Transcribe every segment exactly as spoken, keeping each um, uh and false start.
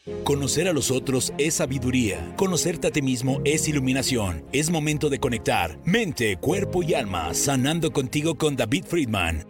Conocer a los otros es sabiduría. Conocerte a ti mismo es iluminación. Es momento de conectar mente, cuerpo y alma, sanando contigo con David Friedman.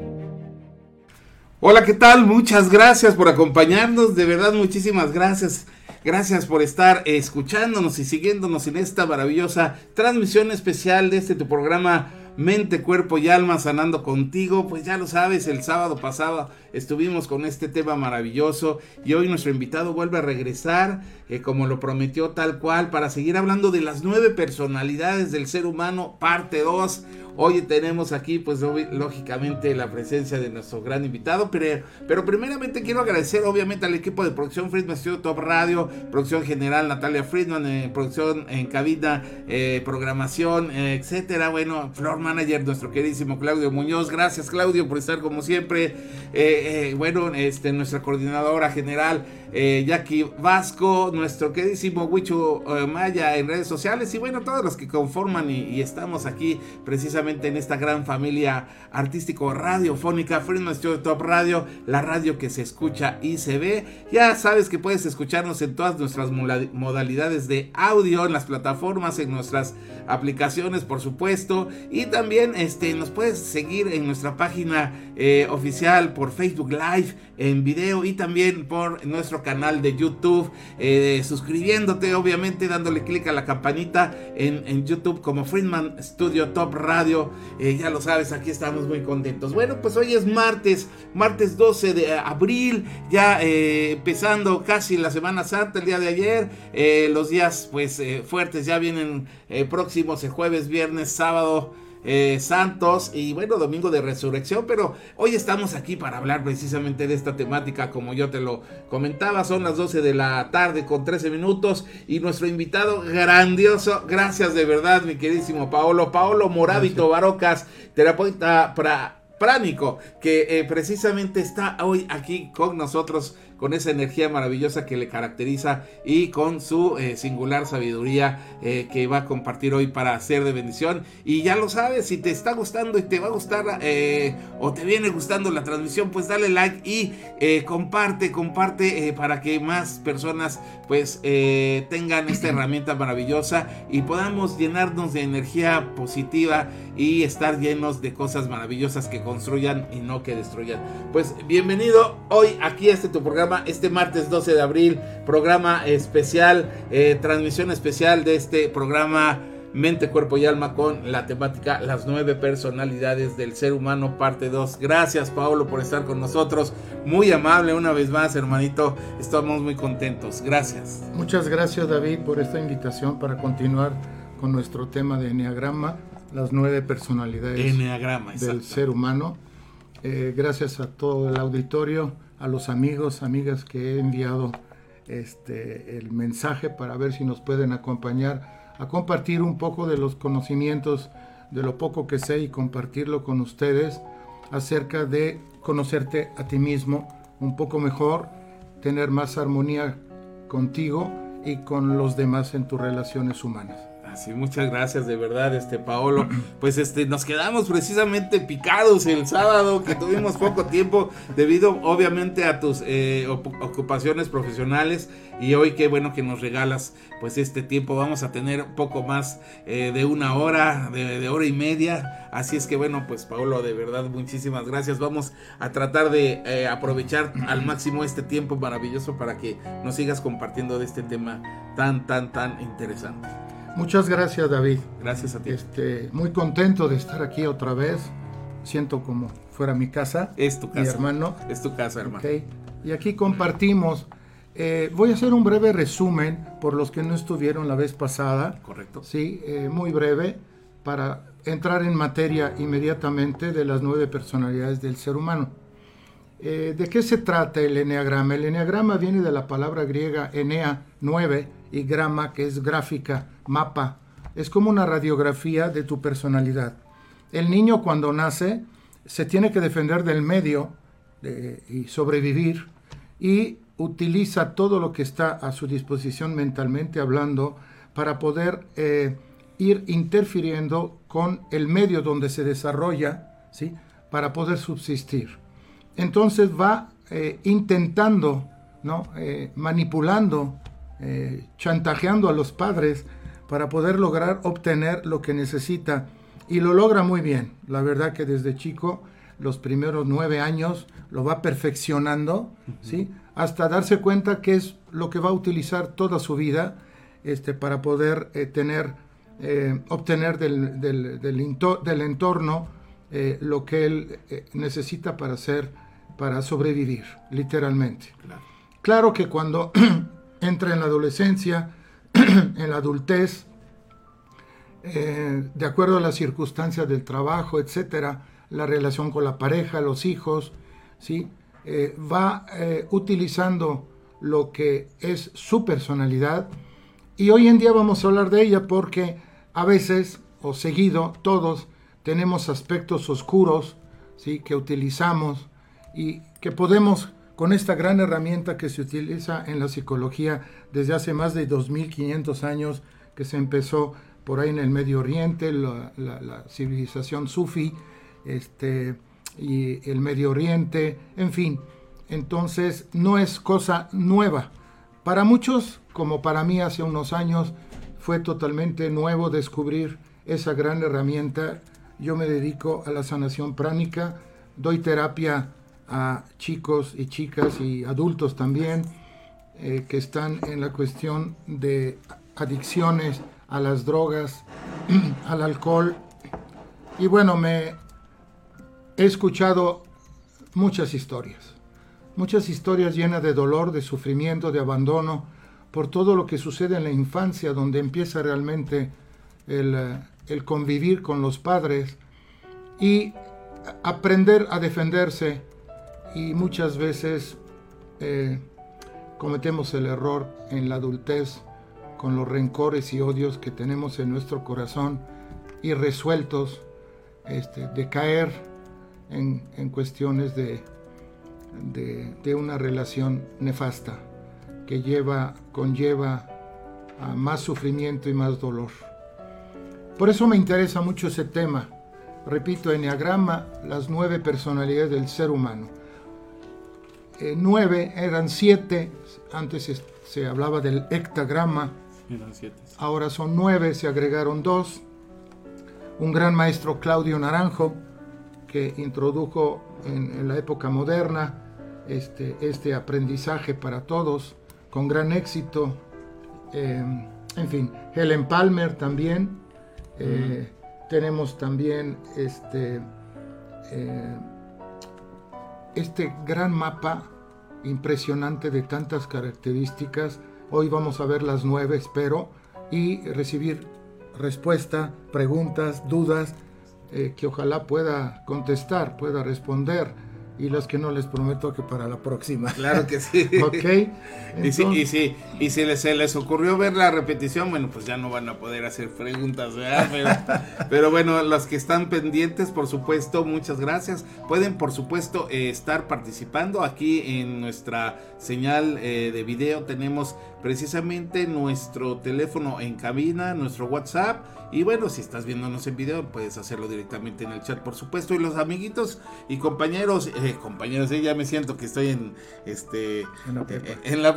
Hola, ¿qué tal? Muchas gracias por acompañarnos. De verdad, muchísimas gracias. Gracias por estar escuchándonos y siguiéndonos en esta maravillosa transmisión especial de este tu programa Mente, Cuerpo y Alma, sanando contigo. Pues ya lo sabes, el sábado pasado estuvimos con este tema maravilloso y hoy nuestro invitado vuelve a regresar, eh, como lo prometió, tal cual, para seguir hablando de las nueve personalidades del ser humano, parte dos. Hoy tenemos aquí, pues lógicamente, la presencia de nuestro gran invitado, pero, pero primeramente quiero agradecer obviamente al equipo de producción Friedman Studio Top Radio, producción general Natalia Friedman, eh, producción en cabina, eh, programación, eh, etcétera. Bueno, floor manager, nuestro queridísimo Claudio Muñoz. Gracias, Claudio, por estar como siempre. Eh, eh, bueno, este, nuestra coordinadora general, eh, Jackie Vasco, nuestro queridísimo Huicho eh, Maya en redes sociales, y bueno, todos los que conforman y, y estamos aquí precisamente en esta gran familia artístico radiofónica Friedman Studio Top Radio, la radio que se escucha y se ve. Ya sabes que puedes escucharnos en todas nuestras modalidades de audio, en las plataformas, en nuestras aplicaciones, por supuesto, y también este, nos puedes seguir en nuestra página eh, oficial por Facebook Live en video y también por nuestro canal de YouTube, eh, suscribiéndote, obviamente dándole clic a la campanita en, en YouTube como Friedman Studio Top Radio. Eh, ya lo sabes, aquí estamos muy contentos. Bueno, pues hoy es martes, martes doce de abril, ya eh, empezando casi la Semana Santa, el día de ayer, eh, los días pues eh, fuertes ya vienen eh, próximos, el jueves, viernes, sábado, Eh, santos y bueno, domingo de resurrección, pero hoy estamos aquí para hablar precisamente de esta temática, como yo te lo comentaba. Son las doce de la tarde con trece minutos y nuestro invitado grandioso, gracias de verdad, mi queridísimo Paolo, Paolo Moravito Barocas, terapeuta pra, pránico, que eh, precisamente está hoy aquí con nosotros, con esa energía maravillosa que le caracteriza y con su eh, singular sabiduría eh, que va a compartir hoy para ser de bendición. Y ya lo sabes, si te está gustando y te va a gustar eh, o te viene gustando la transmisión, pues dale like y eh, comparte, comparte eh, para que más personas pues eh, tengan esta herramienta maravillosa y podamos llenarnos de energía positiva y estar llenos de cosas maravillosas que construyan y no que destruyan. Pues bienvenido hoy aquí a este tu programa, este martes doce de abril, programa especial, eh, transmisión especial de este programa Mente, Cuerpo y Alma con la temática Las nueve personalidades del ser humano, parte dos. Gracias, Paolo, por estar con nosotros. Muy amable una vez más, hermanito. Estamos muy contentos. Gracias. Muchas gracias, David, por esta invitación para continuar con nuestro tema de Enneagrama, las nueve personalidades Enneagrama, del ser humano. Eh, gracias a todo el auditorio, a los amigos, amigas que he enviado este, el mensaje para ver si nos pueden acompañar a compartir un poco de los conocimientos, de lo poco que sé, y compartirlo con ustedes acerca de conocerte a ti mismo un poco mejor, tener más armonía contigo y con los demás en tus relaciones humanas. Sí, muchas gracias de verdad, este Paolo. Pues este nos quedamos precisamente picados el sábado, que tuvimos poco tiempo debido obviamente a tus eh, ocupaciones profesionales, y hoy qué bueno que nos regalas pues este tiempo. Vamos a tener un poco más eh, de una hora, de, de hora y media, así es que bueno, pues Paolo, de verdad muchísimas gracias. Vamos a tratar de eh, aprovechar al máximo este tiempo maravilloso para que nos sigas compartiendo de este tema tan tan tan interesante. Muchas gracias, David. Gracias a ti. Este, muy contento de estar aquí otra vez. Siento como fuera mi casa. Es tu casa. Mi hermano. Es tu casa, hermano. Okay. Y aquí compartimos. Eh, voy a hacer un breve resumen por los que no estuvieron la vez pasada. Correcto. Sí, eh, muy breve, para entrar en materia inmediatamente de las nueve personalidades del ser humano. Eh, ¿De qué se trata el enneagrama? El enneagrama viene de la palabra griega ennea, nueve, y grama, que es gráfica, mapa. Es como una radiografía de tu personalidad. El niño, cuando nace, se tiene que defender del medio eh, y sobrevivir, y utiliza todo lo que está a su disposición mentalmente hablando para poder eh, ir interfiriendo con el medio donde se desarrolla, ¿sí?, para poder subsistir. Entonces va eh, intentando ¿no? Eh, manipulando, eh, chantajeando a los padres para poder lograr obtener lo que necesita, y lo logra muy bien. La verdad que desde chico, los primeros nueve años, lo va perfeccionando, uh-huh. ¿sí? Hasta darse cuenta que es lo que va a utilizar toda su vida este, para poder eh, tener, eh, obtener del, del, del, into, del entorno eh, lo que él eh, necesita para hacer, para sobrevivir, literalmente. Claro, claro que cuando entra en la adolescencia, en la adultez, eh, de acuerdo a las circunstancias del trabajo, etcétera, la relación con la pareja, los hijos, ¿sí? eh, va eh, utilizando lo que es su personalidad, y hoy en día vamos a hablar de ella porque a veces, o seguido, todos tenemos aspectos oscuros, ¿sí? que utilizamos y que podemos, con esta gran herramienta que se utiliza en la psicología desde hace más de dos mil quinientos años, que se empezó por ahí en el Medio Oriente, la, la, la civilización sufi, este, y el Medio Oriente, en fin. Entonces no es cosa nueva. Para muchos, como para mí hace unos años, fue totalmente nuevo descubrir esa gran herramienta. Yo me dedico a la sanación pránica, doy terapia a chicos y chicas y adultos también, eh, que están en la cuestión de adicciones a las drogas, al alcohol. Y bueno, me he escuchado muchas historias, muchas historias llenas de dolor, de sufrimiento, de abandono, por todo lo que sucede en la infancia, donde empieza realmente el, el convivir con los padres y aprender a defenderse, y muchas veces eh, cometemos el error en la adultez con los rencores y odios que tenemos en nuestro corazón irresueltos, este, de caer en, en cuestiones de, de, de una relación nefasta que lleva, conlleva a más sufrimiento y más dolor. Por eso me interesa mucho ese tema. Repito, Enneagrama, las nueve personalidades del ser humano. Eh, nueve, eran siete, antes se, se hablaba del hectagrama, eran siete. Ahora son nueve, se agregaron dos. Un gran maestro, Claudio Naranjo, que introdujo en, en la época moderna este, este aprendizaje para todos, con gran éxito. Eh, en fin, Helen Palmer también. Eh, mm. Tenemos también este, eh, este gran mapa impresionante de tantas características. Hoy vamos a ver las nueve, espero, y recibir respuesta, preguntas, dudas, eh, que ojalá pueda contestar, pueda responder, y las que no les prometo que para la próxima. Claro que sí. Ok. Entonces, y si, y si, y si les, se les ocurrió ver la repetición, bueno, pues ya no van a poder hacer preguntas, ¿verdad? Pero, pero bueno, los que están pendientes, por supuesto, muchas gracias. Pueden, por supuesto, eh, estar participando aquí en nuestra señal eh, de video. Tenemos precisamente nuestro teléfono en cabina, nuestro WhatsApp. Y bueno, si estás viéndonos en video, puedes hacerlo directamente en el chat, por supuesto. Y los amiguitos y compañeros, eh, compañeros, eh, ya me siento que estoy en este en la prepa. Eh, en la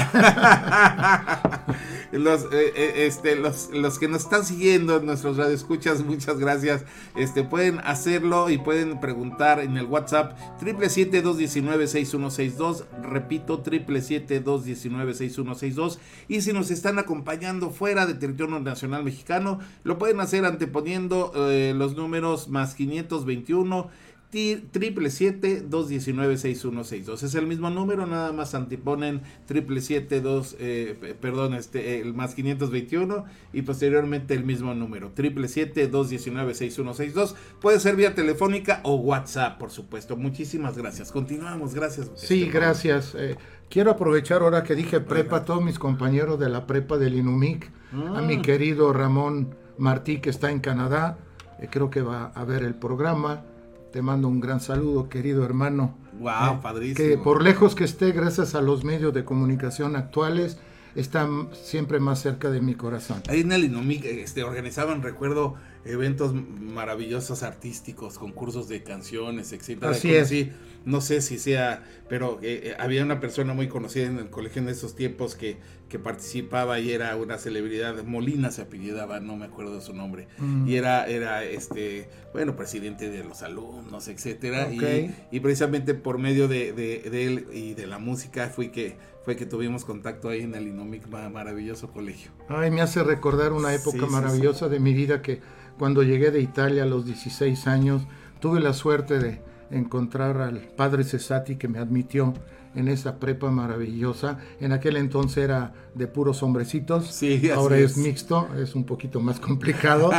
prepa. los, eh, eh, este, los, los que nos están siguiendo en nuestros radioescuchas, muchas gracias. Este, pueden hacerlo y pueden preguntar en el WhatsApp siete siete siete, dos uno nueve, seis uno seis dos. Repito, siete siete siete, dos uno nueve, seis uno seis dos. Y si nos están acompañando fuera de territorio nacional mexicano, lo pueden hacer anteponiendo eh, los números más quinientos veintiuno, siete siete siete, dos uno nueve, seis uno seis dos. Es el mismo número, nada más anteponen siete siete siete, dos, eh, perdón, este, el más quinientos veintiuno y posteriormente el mismo número, siete siete siete, dos uno nueve, seis uno seis dos. Puede ser vía telefónica o WhatsApp, por supuesto. Muchísimas gracias. Continuamos, gracias. Sí, este, gracias. Eh, quiero aprovechar ahora que dije prepa, a todos mis compañeros de la prepa del INUMIC, ah. a mi querido Ramón Martí, que está en Canadá, eh, creo que va a ver el programa. Te mando un gran saludo, querido hermano. Wow, eh, padrísimo. Que por lejos que esté, gracias a los medios de comunicación actuales, está siempre más cerca de mi corazón. Ahí en el INOMIC este, organizaban, recuerdo, eventos maravillosos artísticos, concursos de canciones, etcétera. Así es. Sí, no sé si sea, pero eh, había una persona muy conocida en el colegio en esos tiempos que, que participaba y era una celebridad. Molina se apellidaba, no me acuerdo de su nombre. Mm. Y era, era este, bueno, presidente de los alumnos, etcétera. Okay. Y, y precisamente por medio de, de, de él y de la música fue que, fue que tuvimos contacto ahí en el INOMIC, maravilloso colegio. Ay, me hace recordar una época sí, maravillosa sí, sí. de mi vida, que cuando llegué de Italia a los dieciséis años, tuve la suerte de encontrar al padre Cesati, que me admitió en esa prepa maravillosa. En aquel entonces era de puros hombrecitos, sí, ahora es. es mixto, es un poquito más complicado.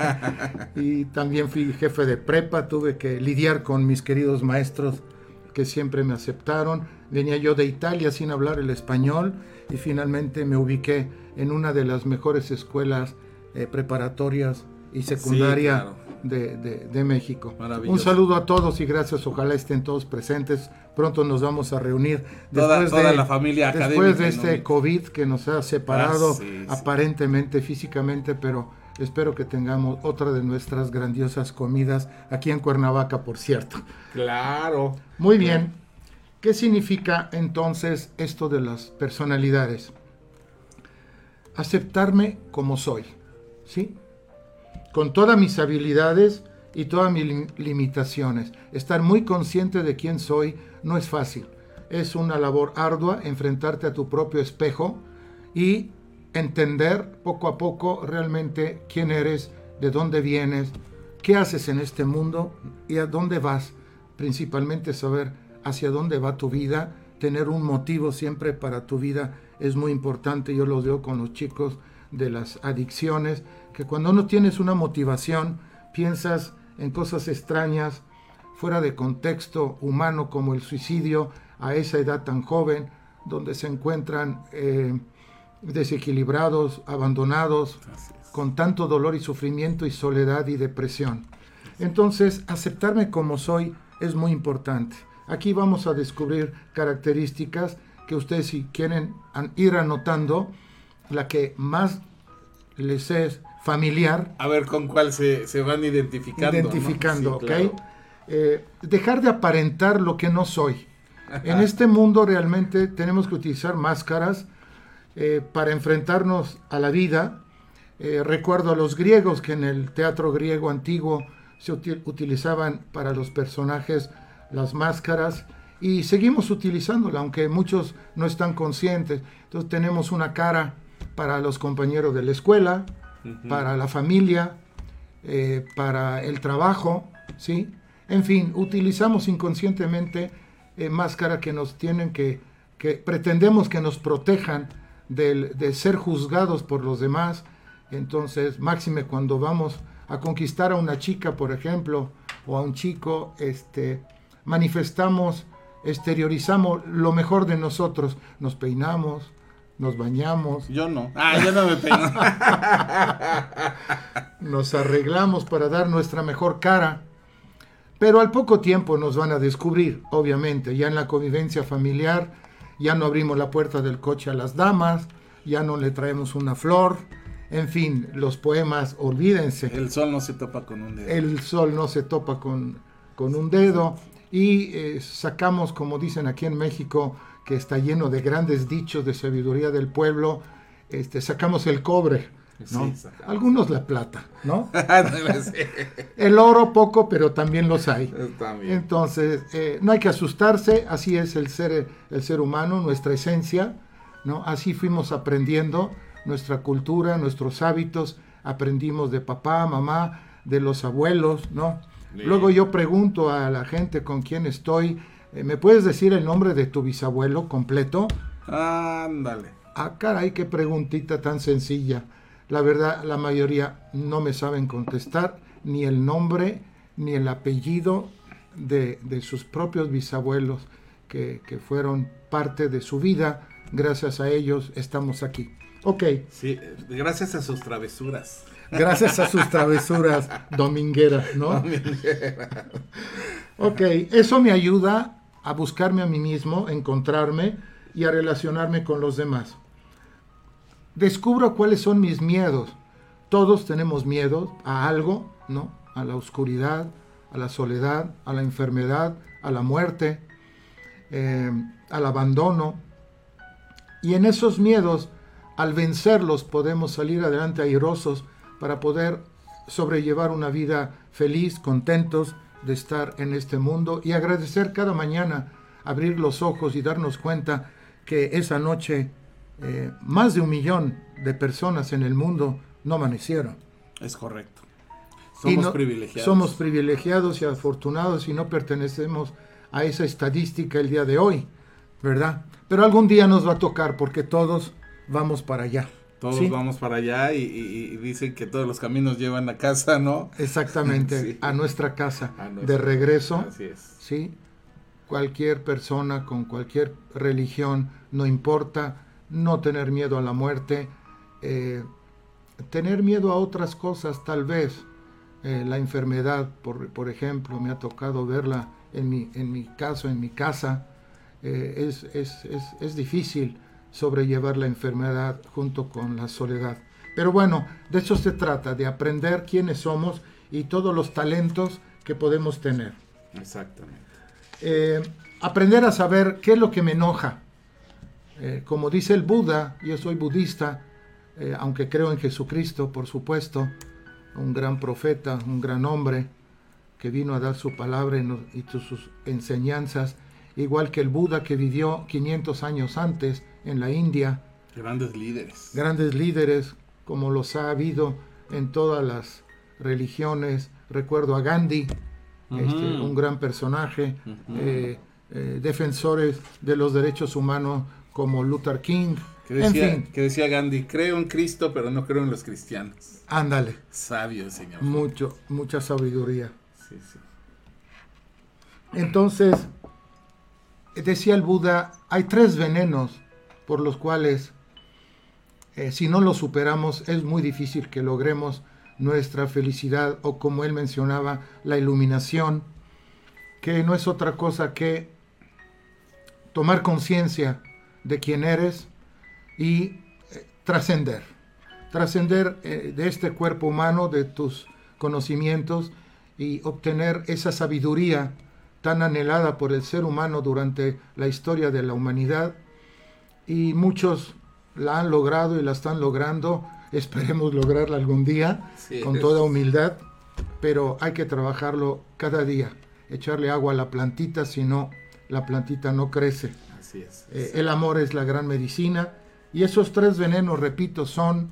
Y también fui jefe de prepa, tuve que lidiar con mis queridos maestros que siempre me aceptaron. Venía yo de Italia sin hablar el español y finalmente me ubiqué en una de las mejores escuelas eh, preparatorias y secundaria sí, claro. de, de, de México. Un saludo a todos y gracias, ojalá estén todos presentes. Pronto nos vamos a reunir toda, después, toda de, la familia después de este ¿no? COVID que nos ha separado ah, sí, aparentemente sí. físicamente, pero espero que tengamos otra de nuestras grandiosas comidas aquí en Cuernavaca, por cierto. Claro. Muy bien. ¿Qué significa entonces esto de las personalidades? Aceptarme como soy, ¿sí? Con todas mis habilidades y todas mis lim- limitaciones. Estar muy consciente de quién soy no es fácil. Es una labor ardua enfrentarte a tu propio espejo y entender poco a poco realmente quién eres, de dónde vienes, qué haces en este mundo y a dónde vas. Principalmente saber hacia dónde va tu vida, tener un motivo siempre para tu vida es muy importante. Yo lo veo con los chicos de las adicciones, que cuando no tienes una motivación, piensas en cosas extrañas, fuera de contexto humano, como el suicidio a esa edad tan joven, donde se encuentran eh, desequilibrados, abandonados, con tanto dolor y sufrimiento y soledad y depresión. Entonces, aceptarme como soy es muy importante. Aquí vamos a descubrir características que ustedes, si quieren ir anotando, la que más les es familiar. A ver con cuál se, se van identificando. Identificando, ¿no? ¿ok? Sí, claro. Eh, dejar de aparentar lo que no soy. En este mundo realmente tenemos que utilizar máscaras eh, para enfrentarnos a la vida. Eh, recuerdo a los griegos que en el teatro griego antiguo se util- utilizaban para los personajes las máscaras y seguimos utilizándola, aunque muchos no están conscientes. Entonces tenemos una cara para los compañeros de la escuela, uh-huh. para la familia, eh, para el trabajo, ¿sí? En fin, utilizamos inconscientemente eh, máscaras que nos tienen que, que pretendemos que nos protejan del, de ser juzgados por los demás. Entonces, máxime cuando vamos a conquistar a una chica, por ejemplo, o a un chico, este, manifestamos, exteriorizamos lo mejor de nosotros, nos peinamos, nos bañamos. Yo no. Ah, yo no me peino. Nos arreglamos para dar nuestra mejor cara. Pero al poco tiempo nos van a descubrir, obviamente, ya en la convivencia familiar, ya no abrimos la puerta del coche a las damas, ya no le traemos una flor, en fin, los poemas, olvídense. El sol no se topa con un dedo. El sol no se topa con, con un dedo. Y eh, sacamos, como dicen aquí en México, que está lleno de grandes dichos de sabiduría del pueblo, este, sacamos el cobre, ¿no? Sí, algunos la plata, ¿no? El oro poco, pero también los hay. También. Entonces, eh, no hay que asustarse, así es el ser, el ser humano, nuestra esencia, ¿no? Así fuimos aprendiendo nuestra cultura, nuestros hábitos, aprendimos de papá, mamá, de los abuelos, ¿no? Bien. Luego yo pregunto a la gente con quien estoy, eh, ¿me puedes decir el nombre de tu bisabuelo completo? Ándale. Ah, caray, qué preguntita tan sencilla. La verdad, la mayoría no me saben contestar ni el nombre ni el apellido de, de sus propios bisabuelos que, que fueron parte de su vida. Gracias a ellos estamos aquí. Ok. Sí, gracias a sus travesuras. Gracias a sus travesuras domingueras, ¿no? Domingueras. Ok, eso me ayuda a buscarme a mí mismo, encontrarme y a relacionarme con los demás. descubro cuáles son mis miedos. Todos tenemos miedo a algo, ¿no? A la oscuridad, a la soledad, a la enfermedad, a la muerte, eh, al abandono. Y en esos miedos, al vencerlos, podemos salir adelante airosos para poder sobrellevar una vida feliz, contentos de estar en este mundo y agradecer cada mañana, abrir los ojos y darnos cuenta que esa noche eh, más de un millón de personas en el mundo no amanecieron. Es correcto. Somos no, privilegiados. Somos privilegiados y afortunados y no pertenecemos a esa estadística el día de hoy, ¿verdad? Pero algún día nos va a tocar porque todos vamos para allá. Todos ¿sí? vamos para allá y, y, y dicen que todos los caminos llevan a casa, ¿no? Exactamente, sí. a nuestra casa. A nuestra, de regreso, así es. ¿sí? Cualquier persona con cualquier religión, no importa, no tener miedo a la muerte, eh, tener miedo a otras cosas tal vez, eh, la enfermedad, por, por ejemplo, me ha tocado verla en mi, en mi caso, en mi casa, eh, es, es, es, es difícil sobrellevar la enfermedad junto con la soledad. Pero bueno, de eso se trata, de aprender quiénes somos y todos los talentos que podemos tener. Exactamente. Eh, aprender a saber qué es lo que me enoja. Eh, como dice el Buda, yo soy budista, eh, aunque creo en Jesucristo, por supuesto, un gran profeta, un gran hombre que vino a dar su palabra y sus enseñanzas, igual que el Buda que vivió quinientos años antes en la India. Grandes líderes. Grandes líderes, como los ha habido en todas las religiones. Recuerdo a Gandhi, uh-huh. este, un gran personaje, uh-huh. eh, eh, defensores de los derechos humanos como Luther King. Que decía, en fin. que decía Gandhi, creo en Cristo, pero no creo en los cristianos. Ándale. Sabio, señor. Mucho, mucha sabiduría. Sí, sí. Entonces, decía el Buda, hay tres venenos por los cuales, eh, si no los superamos, es muy difícil que logremos nuestra felicidad, o como él mencionaba, la iluminación, que no es otra cosa que tomar conciencia de quién eres y eh, trascender. Trascender eh, de este cuerpo humano, de tus conocimientos, y obtener esa sabiduría tan anhelada por el ser humano durante la historia de la humanidad, y muchos la han logrado y la están logrando. Esperemos lograrla algún día, sí, con toda humildad, pero hay que trabajarlo cada día, echarle agua a la plantita, si no, la plantita no crece. Así es. Eh, el amor es la gran medicina, y esos tres venenos, repito, son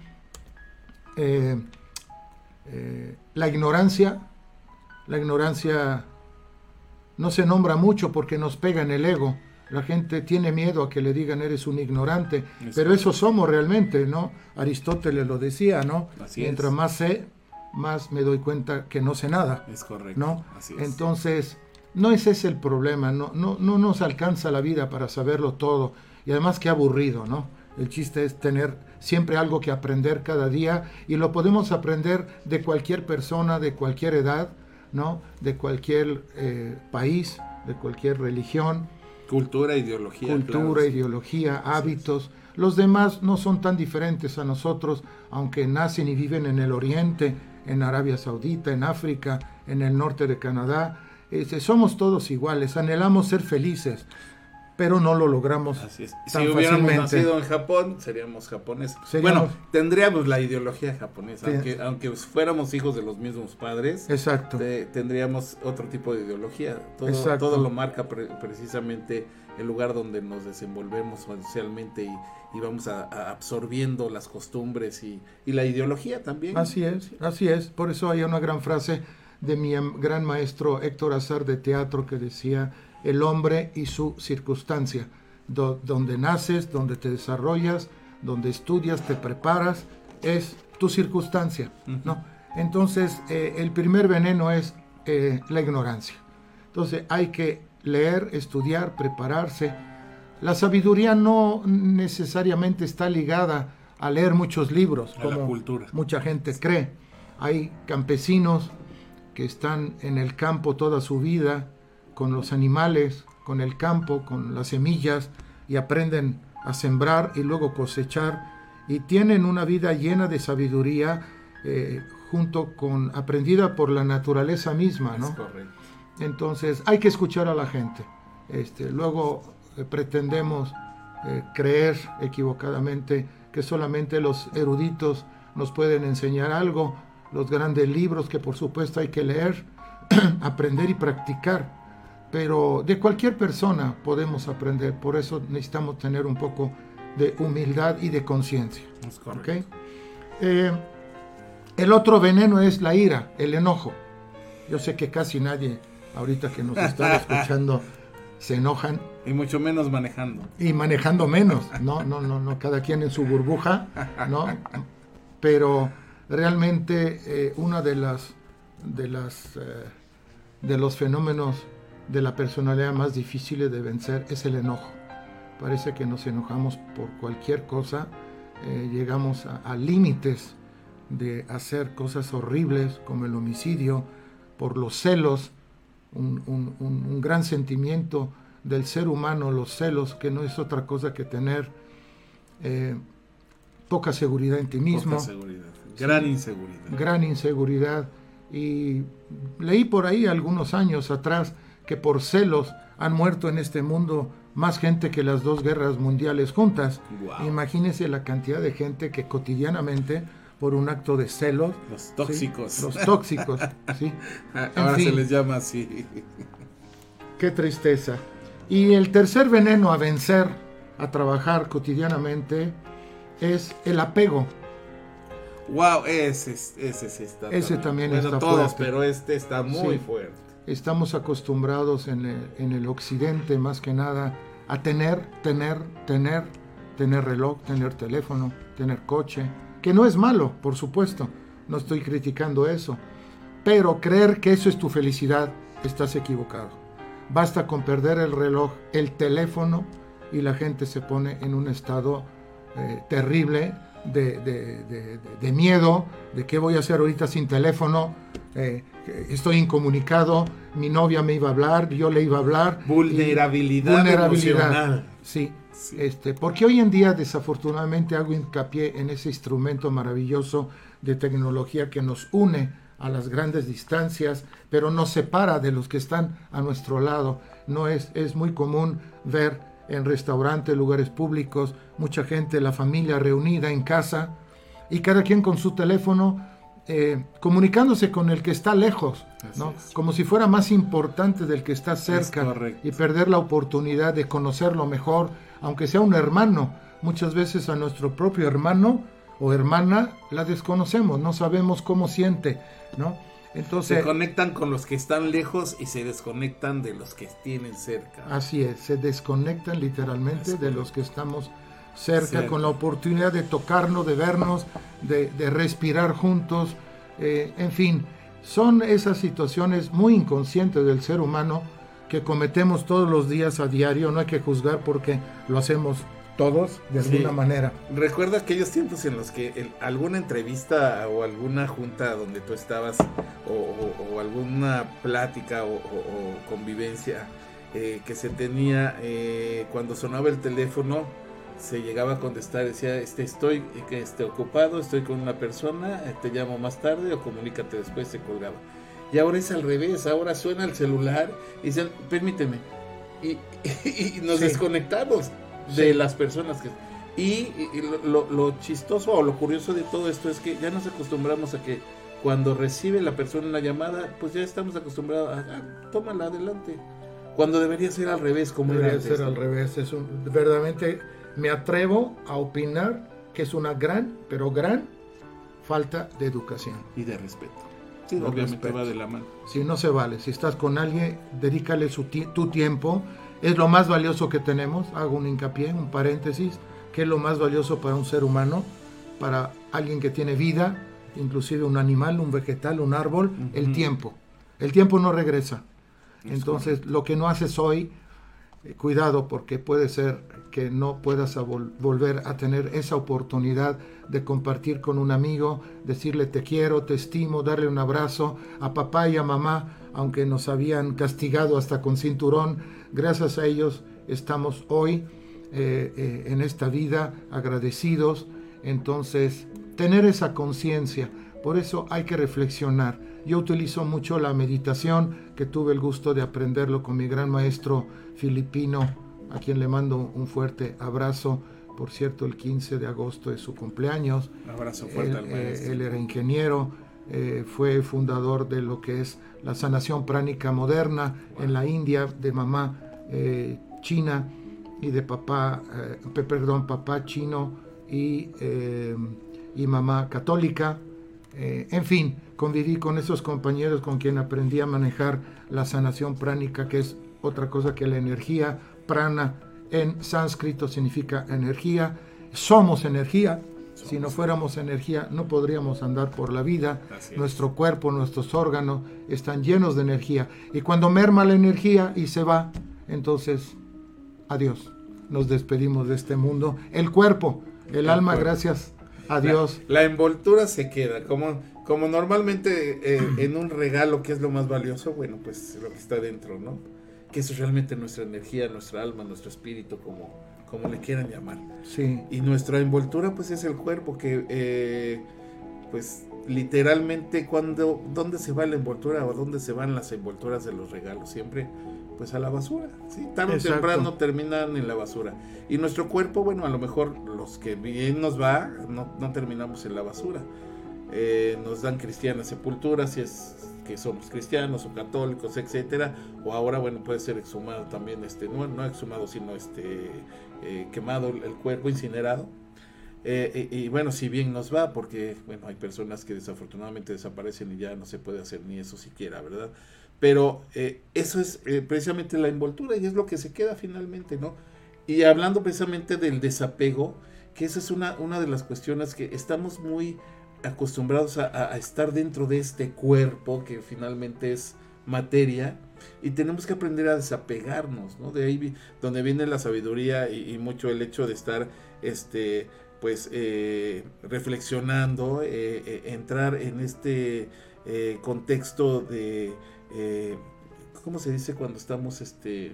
eh, eh, la ignorancia. La ignorancia no se nombra mucho porque nos pega en el ego. La gente tiene miedo a que le digan eres un ignorante, es pero eso somos realmente, ¿no? Aristóteles lo decía, ¿no? Así Mientras es. más sé, más me doy cuenta que no sé nada. Es correcto. ¿No? Así es. Entonces, no ese es el problema, no, no, no nos alcanza la vida para saberlo todo, y además qué aburrido, ¿no? El chiste es tener siempre algo que aprender cada día, y lo podemos aprender de cualquier persona, de cualquier edad, ¿no? De cualquier eh, país, de cualquier religión. Cultura, ideología. Cultura, claro, ideología, hábitos. Los demás no son tan diferentes a nosotros, aunque nacen y viven en el Oriente, en Arabia Saudita, en África, en el norte de Canadá. Este, somos todos iguales, anhelamos ser felices, pero no lo logramos. Así es. Tan si hubiéramos fácilmente. nacido en Japón, seríamos japoneses. Seríamos... Bueno, tendríamos la ideología japonesa, Sí. aunque, aunque fuéramos hijos de los mismos padres. Exacto. Te, tendríamos otro tipo de ideología. Todo, Exacto. todo lo marca pre, precisamente el lugar donde nos desenvolvemos socialmente, y, y vamos a, a absorbiendo las costumbres y, y la ideología también. Así es, así es. Por eso hay una gran frase de mi gran maestro Héctor Azar de teatro que decía: el hombre y su circunstancia, Do, donde naces, donde te desarrollas, donde estudias, te preparas, es tu circunstancia, uh-huh. ¿no? Entonces, eh, el primer veneno es eh, la ignorancia. Entonces, hay que leer, estudiar, prepararse. La sabiduría no necesariamente está ligada a leer muchos libros, a como la cultura. Mucha gente cree. Hay campesinos que están en el campo toda su vida, con los animales, con el campo, con las semillas, y aprenden a sembrar y luego cosechar, y tienen una vida llena de sabiduría, eh, junto con aprendida por la naturaleza misma, ¿no? Es correcto. Entonces hay que escuchar a la gente. Este, luego eh, pretendemos eh, creer equivocadamente que solamente los eruditos nos pueden enseñar algo, los grandes libros que por supuesto hay que leer, aprender y practicar, pero de cualquier persona podemos aprender, por eso necesitamos tener un poco de humildad y de conciencia. Es correcto. ¿Okay? Eh, el otro veneno es la ira, el enojo. Yo sé que casi nadie ahorita que nos están escuchando se enojan. Y mucho menos manejando. Y manejando menos, no, no, no, no, cada quien en su burbuja, ¿no? Pero realmente eh, una de las, de las, eh, de los fenómenos de la personalidad más difíciles de vencer es el enojo. Parece que nos enojamos por cualquier cosa, eh, llegamos a, a límites de hacer cosas horribles como el homicidio, por los celos, un, un, un, un gran sentimiento del ser humano, los celos, que no es otra cosa que tener eh, poca seguridad en ti mismo. Poca seguridad, gran sí, inseguridad. Gran inseguridad. Y leí por ahí algunos años atrás que por celos han muerto en este mundo más gente que las dos guerras mundiales juntas. Wow. Imagínense la cantidad de gente que cotidianamente, por un acto de celos, los tóxicos, ¿sí? los tóxicos, ¿sí? Ahora fin, se les llama así. Qué tristeza. Y el tercer veneno a vencer, a trabajar cotidianamente, es el apego. Wow, ese, ese, ese está. Ese también, también bueno, está todos, fuerte. pero este está muy sí. fuerte. Estamos acostumbrados en el, en el occidente, más que nada, a tener, tener, tener, tener reloj, tener teléfono, tener coche, que no es malo, por supuesto, no estoy criticando eso, pero creer que eso es tu felicidad, estás equivocado. Basta con perder el reloj, el teléfono, y la gente se pone en un estado eh, terrible de, de, de, de miedo, de qué voy a hacer ahorita sin teléfono, eh, estoy incomunicado, mi novia me iba a hablar, yo le iba a hablar. Vulnerabilidad, vulnerabilidad emocional. Sí, sí. Este, porque hoy en día desafortunadamente hago hincapié en ese instrumento maravilloso de tecnología que nos une a las grandes distancias, pero nos separa de los que están a nuestro lado. No es, es muy común ver en restaurantes, lugares públicos, mucha gente, la familia reunida en casa, y cada quien con su teléfono, eh, comunicándose con el que está lejos, ¿no? Como si fuera más importante del que está cerca, y perder la oportunidad de conocerlo mejor, aunque sea un hermano. Muchas veces a nuestro propio hermano o hermana la desconocemos, no sabemos cómo siente, ¿no? Entonces, se conectan con los que están lejos y se desconectan de los que tienen cerca. Así es, se desconectan literalmente de los que estamos cerca, cerca, con la oportunidad de tocarnos, de vernos, de, de respirar juntos, eh, en fin, son esas situaciones muy inconscientes del ser humano que cometemos todos los días a diario. No hay que juzgar porque lo hacemos todos de alguna sí. manera. Recuerda aquellos tiempos en los que el, alguna entrevista o alguna junta donde tú estabas o, o, o alguna plática o, o, o convivencia eh, que se tenía eh, cuando sonaba el teléfono, se llegaba a contestar, decía, este, estoy este, ocupado, estoy con una persona, te llamo más tarde o comunícate después, se colgaba. Y ahora es al revés, ahora suena el celular y dicen, permíteme, y, y, y nos sí. desconectamos de sí. las personas que... Y, y lo, lo chistoso o lo curioso de todo esto es que ya nos acostumbramos a que cuando recibe la persona una llamada, pues ya estamos acostumbrados a, a tómala adelante, cuando debería ser al revés, como debería era ser antes. Al revés, es un, verdaderamente me atrevo a opinar que es una gran, pero gran falta de educación. Y de respeto. Sí, de obviamente respeto. Va de la mano. Si no se vale, si estás con alguien, dedícale su tu tiempo, es lo más valioso que tenemos, hago un hincapié, un paréntesis, que es lo más valioso para un ser humano, para alguien que tiene vida, inclusive un animal, un vegetal, un árbol, uh-huh. el tiempo. El tiempo no regresa. Es Entonces, correcto. Lo que no haces hoy, eh, cuidado, porque puede ser que no puedas a vol- volver a tener esa oportunidad de compartir con un amigo, decirle te quiero, te estimo, darle un abrazo a papá y a mamá, aunque nos habían castigado hasta con cinturón. Gracias a ellos estamos hoy eh, eh, en esta vida agradecidos, Entonces, tener esa conciencia, por eso hay que reflexionar. Yo utilizo mucho la meditación, que tuve el gusto de aprenderlo con mi gran maestro filipino, a quien le mando un fuerte abrazo. Por cierto, el quince de agosto es su cumpleaños. Un abrazo fuerte él, al maestro. Eh, él era ingeniero, eh, fue fundador de lo que es la sanación pránica moderna wow. en la India, de mamá eh, china y de papá, eh, perdón, papá chino y, eh, y mamá católica. Eh, en fin, conviví con esos compañeros con quien aprendí a manejar la sanación pránica, que es otra cosa que la energía. Prana en sánscrito significa energía. Somos energía. Somos. Si no fuéramos energía, no podríamos andar por la vida. Nuestro cuerpo, nuestros órganos están llenos de energía. Y cuando merma la energía y se va, entonces, adiós. Nos despedimos de este mundo. El cuerpo, el, el alma, cuerpo. Gracias a Dios. La, la envoltura se queda, como, como normalmente eh, en un regalo, que es lo más valioso, bueno, pues lo que está dentro, ¿no? Que eso es realmente nuestra energía, nuestra alma, nuestro espíritu, como, como le quieran llamar. Sí. Y nuestra envoltura, pues, es el cuerpo, que, eh, pues, literalmente, cuando, ¿dónde se va la envoltura o dónde se van las envolturas de los regalos? Siempre, pues, a la basura, ¿sí? Tarde o temprano terminan en la basura. Y nuestro cuerpo, bueno, a lo mejor los que bien nos va, no, no terminamos en la basura. Eh, nos dan cristianas sepulturas, si es que somos cristianos o católicos, etcétera, o ahora, bueno, puede ser exhumado también, este, no, no exhumado, sino este eh, quemado el cuerpo, incinerado. Eh, y, y bueno, si bien nos va, porque bueno, hay personas que desafortunadamente desaparecen y ya no se puede hacer ni eso siquiera, ¿verdad? Pero eh, eso es eh, precisamente la envoltura y es lo que se queda finalmente, ¿no? Y hablando precisamente del desapego, que esa es una, una de las cuestiones que estamos muy acostumbrados a, a estar dentro de este cuerpo que finalmente es materia, y tenemos que aprender a desapegarnos, ¿no? De ahí vi, donde viene la sabiduría y, y mucho el hecho de estar este pues eh, reflexionando, eh, eh, entrar en este eh, contexto de eh, ¿cómo se dice cuando estamos este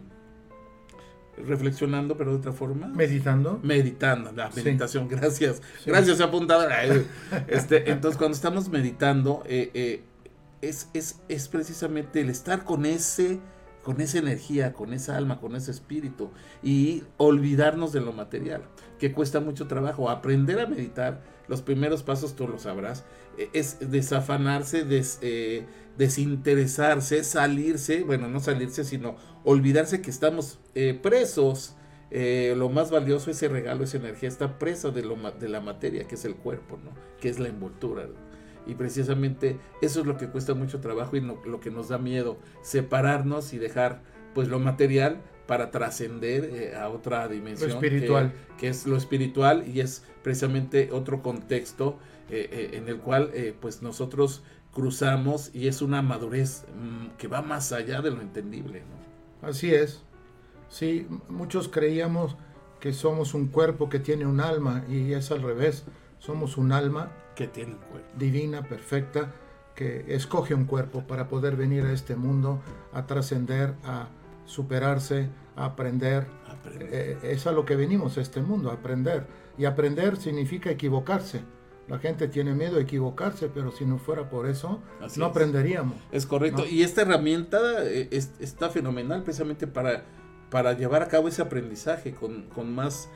reflexionando, pero de otra forma? Meditando. Meditando, la meditación, sí. gracias. Sí. Gracias, apuntadora. Este, entonces, cuando estamos meditando, eh, eh, es, es, es precisamente el estar con ese, con esa energía, con esa alma, con ese espíritu, y olvidarnos de lo material, que cuesta mucho trabajo. Aprender a meditar, los primeros pasos tú lo sabrás, eh, es desafanarse, des, eh, desinteresarse, salirse, bueno, no salirse, sino olvidarse que estamos eh, presos. Eh, lo más valioso, ese regalo, esa energía, está presa de, lo, de la materia, que es el cuerpo, ¿no? Que es la envoltura, ¿no? Y precisamente eso es lo que cuesta mucho trabajo y lo, lo que nos da miedo, separarnos y dejar pues lo material para trascender eh, a otra dimensión, lo espiritual, que, que es lo espiritual, y es precisamente otro contexto eh, eh, en el cual eh, pues nosotros cruzamos, y es una madurez mmm, que va más allá de lo entendible, ¿no? Así es. Sí, muchos creíamos que somos un cuerpo que tiene un alma, y es al revés. Somos un alma que tiene un cuerpo divina, perfecta, que escoge un cuerpo para poder venir a este mundo, a trascender, a superarse, a aprender. aprender. Eh, es a lo que venimos a este mundo, a aprender. Y aprender significa equivocarse. La gente tiene miedo de equivocarse, pero si no fuera por eso, Así no es. aprenderíamos. Es correcto. ¿No? Y esta herramienta eh, es, está fenomenal precisamente para, para llevar a cabo ese aprendizaje con, con más...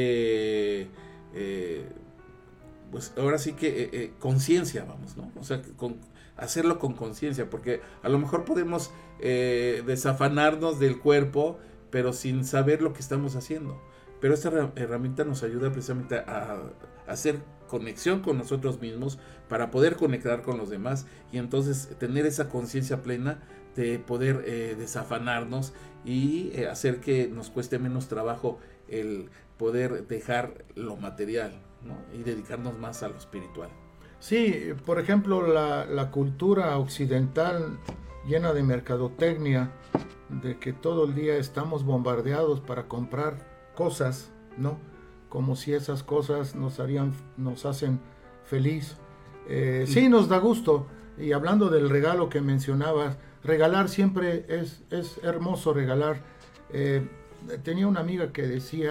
Eh, eh, pues ahora sí que eh, eh, conciencia, vamos, ¿no? O sea, con, hacerlo con conciencia, porque a lo mejor podemos eh, desafanarnos del cuerpo, pero sin saber lo que estamos haciendo. Pero esta herramienta nos ayuda precisamente a, a hacer conexión con nosotros mismos para poder conectar con los demás, y entonces tener esa conciencia plena de poder eh, desafanarnos y eh, hacer que nos cueste menos trabajo el poder dejar lo material, ¿no? Y dedicarnos más a lo espiritual. Sí, por ejemplo, la, la cultura occidental llena de mercadotecnia, de que todo el día estamos bombardeados para comprar cosas, ¿no? Como si esas cosas nos harían, nos hacen feliz. Eh, sí, nos da gusto. Y hablando del regalo que mencionabas, regalar siempre es, es hermoso regalar. Eh, tenía una amiga que decía,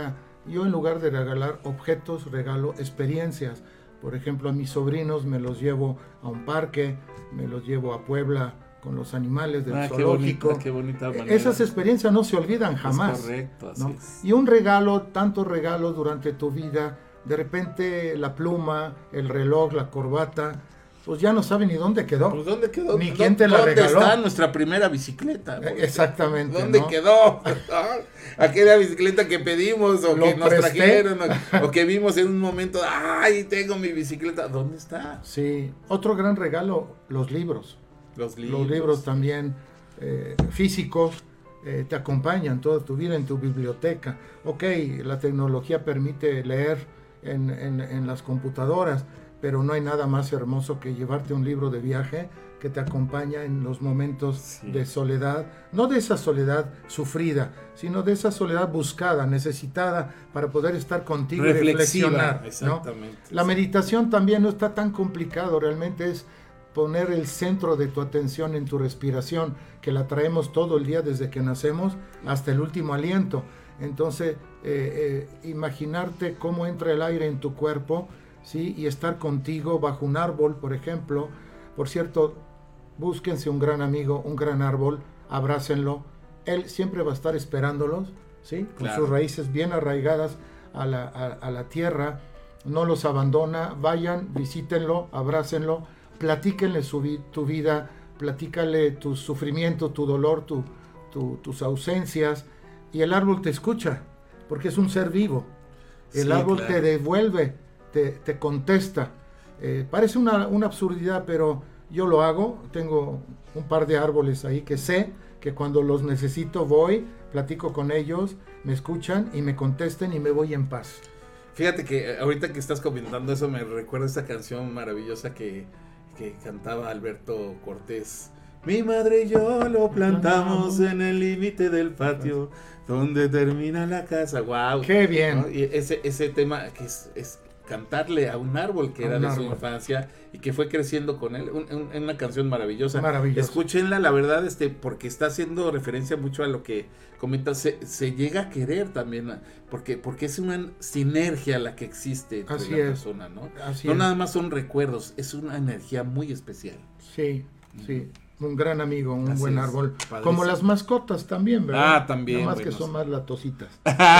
Yo en lugar de regalar objetos, regalo experiencias. Por ejemplo, a mis sobrinos me los llevo a un parque, me los llevo a Puebla con los animales del ah, zoológico. Qué bonita, qué bonita manera. Esas experiencias no se olvidan jamás. Es correcto, así ¿no? es. Y un regalo, tantos regalos durante tu vida, de repente la pluma, el reloj, la corbata, pues ya no saben ni dónde quedó. Pues ¿dónde quedó? Ni quién te la ¿Dónde regaló? ¿Dónde está nuestra primera bicicleta? Eh, Exactamente. ¿Dónde ¿no? quedó? Aquella bicicleta que pedimos o Lo que nos presté. trajeron o, o que vimos en un momento, ¡ay, tengo mi bicicleta! ¿Dónde está? Sí, otro gran regalo, los libros. Los libros. Los libros también eh, físicos eh, te acompañan toda tu vida en tu biblioteca. Ok, la tecnología permite leer en, en, en las computadoras, pero no hay nada más hermoso que llevarte un libro de viaje que te acompaña en los momentos sí. de soledad, no de esa soledad sufrida, sino de esa soledad buscada, necesitada para poder estar contigo y reflexionar. Exactamente. ¿no? La meditación también no está tan complicado, realmente es poner el centro de tu atención en tu respiración, que la traemos todo el día desde que nacemos hasta el último aliento. Entonces, eh, eh, imaginarte cómo entra el aire en tu cuerpo, ¿sí? Y estar contigo bajo un árbol, por ejemplo. Por cierto, búsquense un gran amigo, un gran árbol, abrácenlo. Él siempre va a estar esperándolos, ¿sí? Con claro. sus raíces bien arraigadas a la, a, a la tierra. No los abandona. Vayan, visítenlo, abrácenlo. Platíquenle su vi- tu vida, platícale tu sufrimiento, tu dolor, tu, tu, tus ausencias, y el árbol te escucha, porque es un ser vivo. El sí, árbol claro. te devuelve, te, te contesta. Eh, parece una, una absurdidad, pero yo lo hago. Tengo un par de árboles ahí que sé que cuando los necesito voy, platico con ellos, me escuchan y me contesten y me voy en paz. Fíjate que ahorita que estás comentando eso me recuerda esta canción maravillosa que que cantaba Alberto Cortés. Mi madre y yo lo plantamos en el límite del patio donde termina la casa. ¡Wow! ¡Qué bien! ¿no? Y ese, ese tema que es, es cantarle a un árbol que a era de árbol. Su infancia y que fue creciendo con él, un, un, una canción maravillosa. Maravillosa. Escúchenla, la verdad, este, porque está haciendo referencia mucho a lo que comentas, se, se llega a querer también, porque, porque es una sinergia la que existe entre Así la es. persona, ¿no? Así no es. nada más son recuerdos, es una energía muy especial. Sí, sí. Un gran amigo, un Así buen es, árbol. padrísimo. Como las mascotas también, ¿verdad? Ah, también. Nada más bueno, que son sí. más latositas.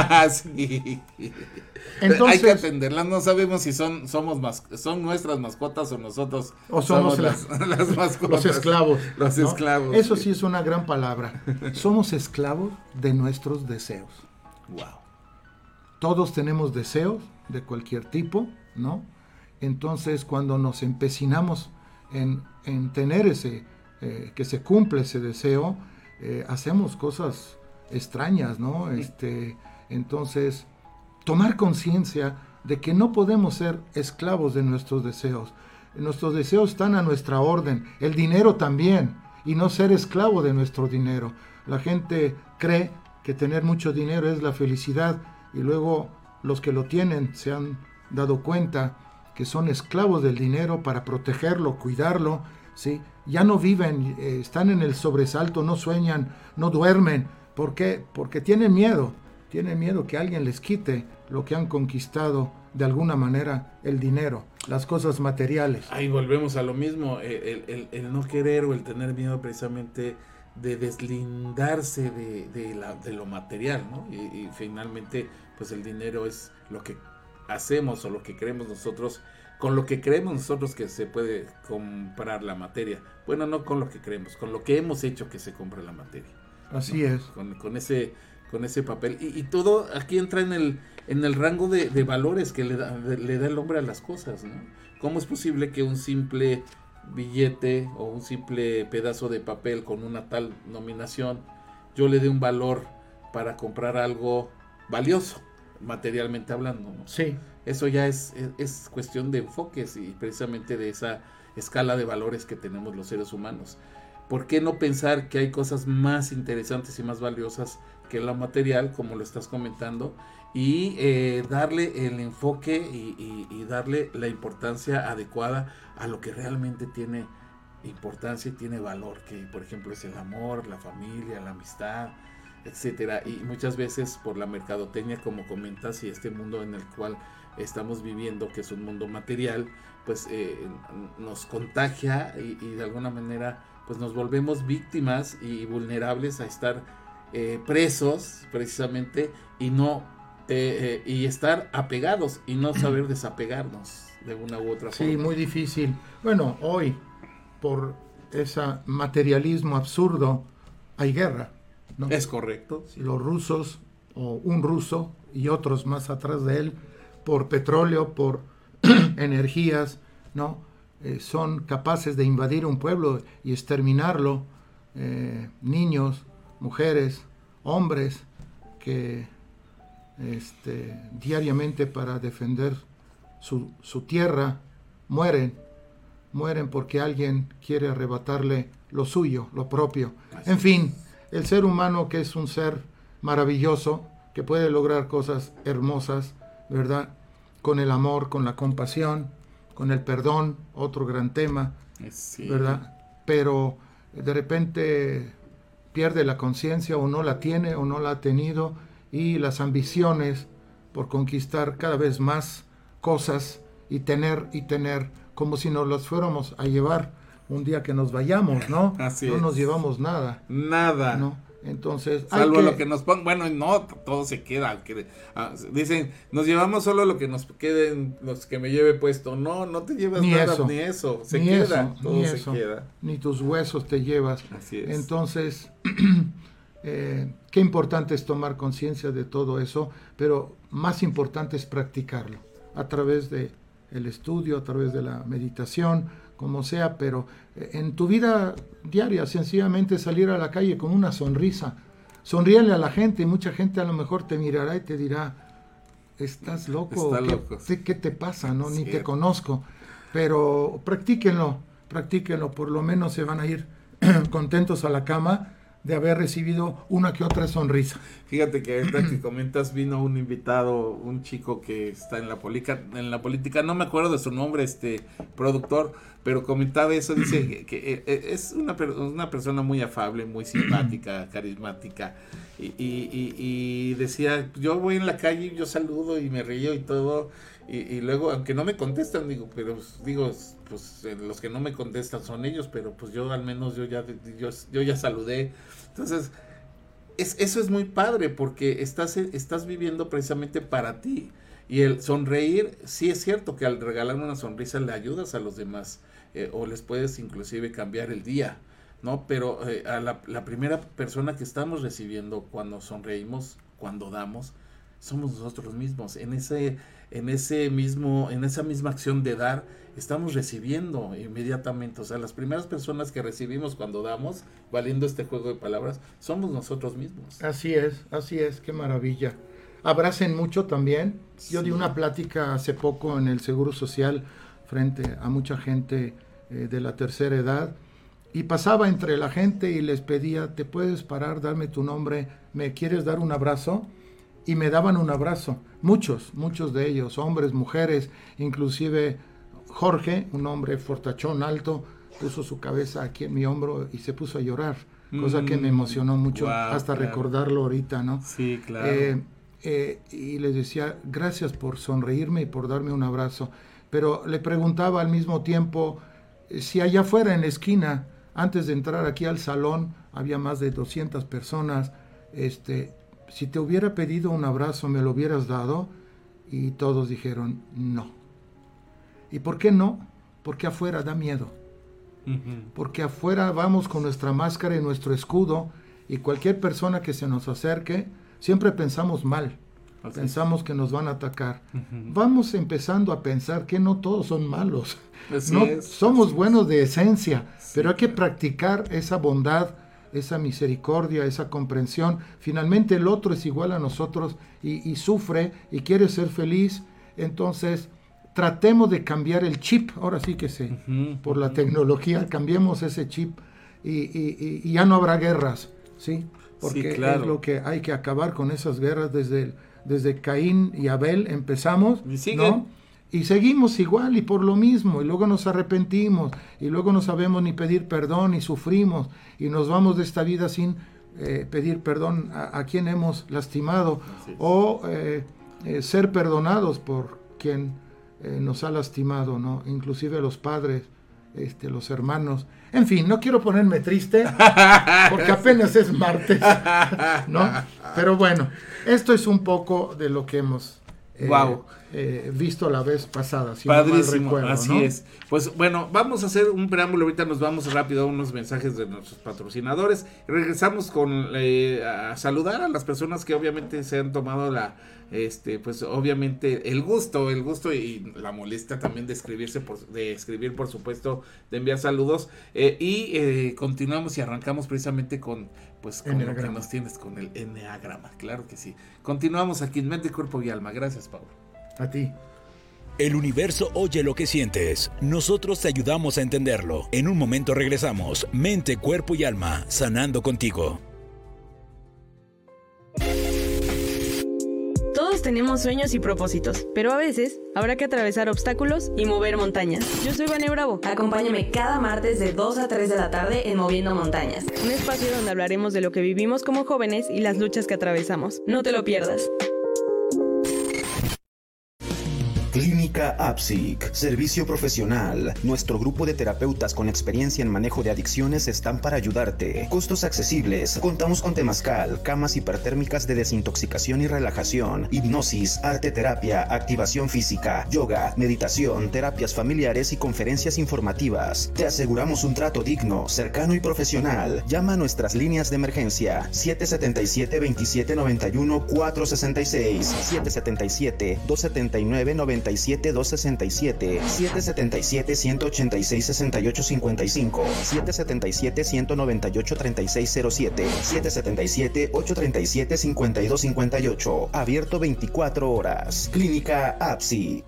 sí. Entonces, hay que atenderlas, no sabemos si son somos mas, son nuestras mascotas o nosotros o somos, somos las, la, las mascotas. Los esclavos. Los ¿no? esclavos. Eso sí es una gran palabra. Somos esclavos de nuestros deseos. Wow. Todos tenemos deseos de cualquier tipo, ¿no? Entonces, cuando nos empecinamos en, en tener ese Eh, que se cumple ese deseo, eh, hacemos cosas extrañas, ¿no? Este, entonces, tomar conciencia de que no podemos ser esclavos de nuestros deseos. Nuestros deseos están a nuestra orden, el dinero también, y no ser esclavo de nuestro dinero. La gente cree que tener mucho dinero es la felicidad, y luego los que lo tienen se han dado cuenta que son esclavos del dinero para protegerlo, cuidarlo, ¿sí? Ya no viven, eh, están en el sobresalto, no sueñan, no duermen. ¿Por qué? Porque tienen miedo, tienen miedo que alguien les quite lo que han conquistado de alguna manera, el dinero, las cosas materiales. Ahí volvemos a lo mismo, el, el, el no querer o el tener miedo precisamente de deslindarse de, de, la, de lo material, ¿no? Y, y finalmente, pues el dinero es lo que hacemos o lo que creemos nosotros, con lo que creemos nosotros que se puede comprar la materia. Bueno, no con lo que creemos, con lo que hemos hecho que se compre la materia. Así ¿no? es. Con, con ese con ese papel. Y, y todo aquí entra en el en el rango de, de valores que le da, de, le da el hombre a las cosas, ¿no? ¿Cómo es posible que un simple billete o un simple pedazo de papel con una tal nominación yo le dé un valor para comprar algo valioso, materialmente hablando, ¿no? Sí. Eso ya es, es, es cuestión de enfoques y precisamente de esa escala de valores que tenemos los seres humanos. ¿Por qué no pensar que hay cosas más interesantes y más valiosas que lo material, como lo estás comentando, y eh, darle el enfoque y, y, y darle la importancia adecuada a lo que realmente tiene importancia y tiene valor, que por ejemplo es el amor, la familia, la amistad, etcétera. Y muchas veces por la mercadotecnia, como comentas, y este mundo en el cual estamos viviendo, que es un mundo material, pues eh, nos contagia y, y de alguna manera pues nos volvemos víctimas y vulnerables a estar eh, presos precisamente y no eh, eh, y estar apegados y no saber desapegarnos de una u otra forma. Sí, muy difícil. Bueno, hoy por ese materialismo absurdo hay guerra, ¿no? Es correcto. Sí. Los rusos, o un ruso y otros más atrás de él, por petróleo, por energías, ¿no? Eh, son capaces de invadir un pueblo y exterminarlo, eh, niños, mujeres, hombres, que este, diariamente para defender su, su tierra mueren, mueren porque alguien quiere arrebatarle lo suyo, lo propio. Así en fin, el ser humano, que es un ser maravilloso, que puede lograr cosas hermosas, ¿verdad? Con el amor, con la compasión, con el perdón, otro gran tema, sí. ¿verdad? Pero de repente pierde la conciencia, o no la tiene o no la ha tenido, y las ambiciones por conquistar cada vez más cosas y tener y tener, como si nos las fuéramos a llevar un día que nos vayamos, ¿no? Así no es. nos llevamos nada. Nada. ¿No? Entonces, salvo hay que... lo que nos pongan, bueno, no, todo se queda. Que, ah, dicen, nos llevamos solo lo que nos queden, los que me lleve puesto. No, no te llevas ni nada, eso, ni eso. Se ni queda, eso, todo ni se eso, queda. Ni tus huesos te llevas. Así es. Entonces, eh, qué importante es tomar conciencia de todo eso, pero más importante es practicarlo a través de el estudio, a través de la meditación, como sea, pero en tu vida diaria, sencillamente salir a la calle con una sonrisa, sonríele a la gente, y mucha gente a lo mejor te mirará y te dirá, estás loco, Está ¿qué, loco. ¿qué, ¿qué te pasa? No, ni Cierto. te conozco, pero practíquenlo, practíquenlo, por lo menos se van a ir contentos a la cama de haber recibido una que otra sonrisa. Fíjate que ahorita que comentas, vino un invitado, un chico que está en la política, en la política, no me acuerdo de su nombre, este productor, pero comentaba eso, dice que, que es una, una persona muy afable, muy simpática, carismática, y, y, y, y decía, yo voy en la calle, yo saludo y me río y todo, y, y luego, aunque no me contestan, digo, pero digo, pues los que no me contestan son ellos, pero pues yo al menos yo ya, yo, yo ya saludé. Entonces, es, eso es muy padre, porque estás, estás viviendo precisamente para ti. Y el sonreír, sí es cierto que al regalar una sonrisa le ayudas a los demás, eh, o les puedes inclusive cambiar el día, ¿no? Pero eh, a la, la primera persona que estamos recibiendo cuando sonreímos, cuando damos, somos nosotros mismos. En ese, en ese mismo, en esa misma acción de dar, estamos recibiendo inmediatamente. O sea, las primeras personas que recibimos cuando damos, valiendo este juego de palabras, somos nosotros mismos. Así es, así es, qué maravilla. Abracen mucho también. Yo Sí. di una plática hace poco en el Seguro Social frente a mucha gente eh, de la tercera edad, y pasaba entre la gente y les pedía, ¿te puedes parar, darme tu nombre? ¿Me quieres dar un abrazo? Y me daban un abrazo. Muchos, muchos de ellos, hombres, mujeres, inclusive Jorge, un hombre fortachón, alto, puso su cabeza aquí en mi hombro y se puso a llorar, cosa mm, que me emocionó mucho, wow, hasta claro. recordarlo ahorita, ¿no? Sí, claro. Eh, eh, y les decía, gracias por sonreírme y por darme un abrazo. Pero le preguntaba al mismo tiempo, eh, si allá afuera en la esquina, antes de entrar aquí al salón, había más de doscientas personas, este... si te hubiera pedido un abrazo, ¿me lo hubieras dado? Y todos dijeron, no. ¿Y por qué no? Porque afuera da miedo. Uh-huh. Porque afuera vamos con nuestra máscara y nuestro escudo, y cualquier persona que se nos acerque, siempre pensamos mal. Así pensamos es. Que nos van a atacar. Uh-huh. Vamos empezando a pensar que no todos son malos. Así no es, somos así buenos es. de esencia, Sí, pero hay que claro. practicar esa bondad, esa misericordia, esa comprensión. Finalmente el otro es igual a nosotros y, y sufre y quiere ser feliz. Entonces tratemos de cambiar el chip, ahora sí que sí, uh-huh, por la uh-huh. tecnología, cambiemos ese chip y, y, y ya no habrá guerras, ¿sí? Porque sí, claro. es lo que hay que acabar con esas guerras. Desde, desde Caín y Abel empezamos, ¿Y ¿no? Y seguimos igual y por lo mismo, y luego nos arrepentimos, y luego no sabemos ni pedir perdón, y sufrimos, y nos vamos de esta vida sin eh, pedir perdón a, a quien hemos lastimado, o eh, eh, ser perdonados por quien eh, nos ha lastimado, ¿no? Inclusive los padres, este, los hermanos. En fin, no quiero ponerme triste, porque apenas es martes, ¿no? Pero bueno, esto es un poco de lo que hemos eh, wow. eh, visto la vez pasada. Si Padrísimo, no mal recuerdo, así ¿no? es. Pues bueno, vamos a hacer un preámbulo, ahorita nos vamos rápido a unos mensajes de nuestros patrocinadores. Regresamos con eh, a saludar a las personas que obviamente se han tomado la, este, pues obviamente el gusto, el gusto y la molestia también de escribirse, por, de escribir por supuesto, de enviar saludos. Eh, y eh, continuamos y arrancamos precisamente con, pues con lo que nos tienes, con el enneagrama, claro que sí. Continuamos aquí en Mente, Cuerpo y Alma. Gracias, Pablo. A ti. El universo oye lo que sientes. Nosotros te ayudamos a entenderlo. En un momento regresamos. Mente, Cuerpo y Alma, sanando contigo. Todos tenemos sueños y propósitos, pero a veces habrá que atravesar obstáculos y mover montañas. Yo soy Vane Bravo. Acompáñame cada martes de dos a tres de la tarde en Moviendo Montañas. Un espacio donde hablaremos de lo que vivimos como jóvenes y las luchas que atravesamos. No te lo pierdas. Clínica APSIC, servicio profesional. Nuestro grupo de terapeutas con experiencia en manejo de adicciones están para ayudarte. Costos accesibles. Contamos con temazcal, camas hipertérmicas de desintoxicación y relajación, hipnosis, arte terapia, activación física, yoga, meditación, terapias familiares y conferencias informativas. Te aseguramos un trato digno, cercano y profesional. Llama a nuestras líneas de emergencia siete siete siete, veintisiete noventa y uno, cuatrocientos sesenta y seis, siete siete siete, doscientos setenta y nueve, noventa y siete, doscientos sesenta y siete, siete siete siete, ciento ochenta y seis, sesenta y ocho cincuenta y cinco, siete siete siete, ciento noventa y ocho, treinta y seis cero siete, siete siete siete, ochocientos treinta y siete, cincuenta y dos cincuenta y ocho. Abierto veinticuatro horas. Clínica APSIC.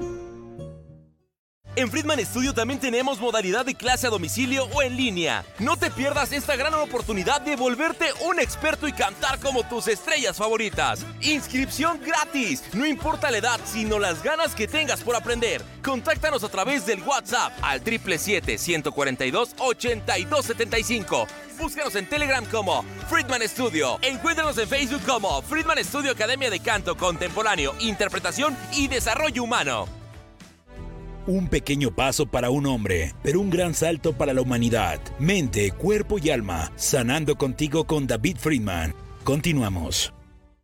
En Friedman Studio también tenemos modalidad de clase a domicilio o en línea. No te pierdas esta gran oportunidad de volverte un experto y cantar como tus estrellas favoritas. Inscripción gratis. No importa la edad, sino las ganas que tengas por aprender. Contáctanos a través del WhatsApp al siete siete siete, ciento cuarenta y dos, ochenta y dos setenta y cinco. Búscanos en Telegram como Friedman Studio. Encuéntranos en Facebook como Friedman Studio Academia de Canto Contemporáneo, Interpretación y Desarrollo Humano. Un pequeño paso para un hombre, pero un gran salto para la humanidad. Mente, cuerpo y alma, sanando contigo con David Friedman. Continuamos.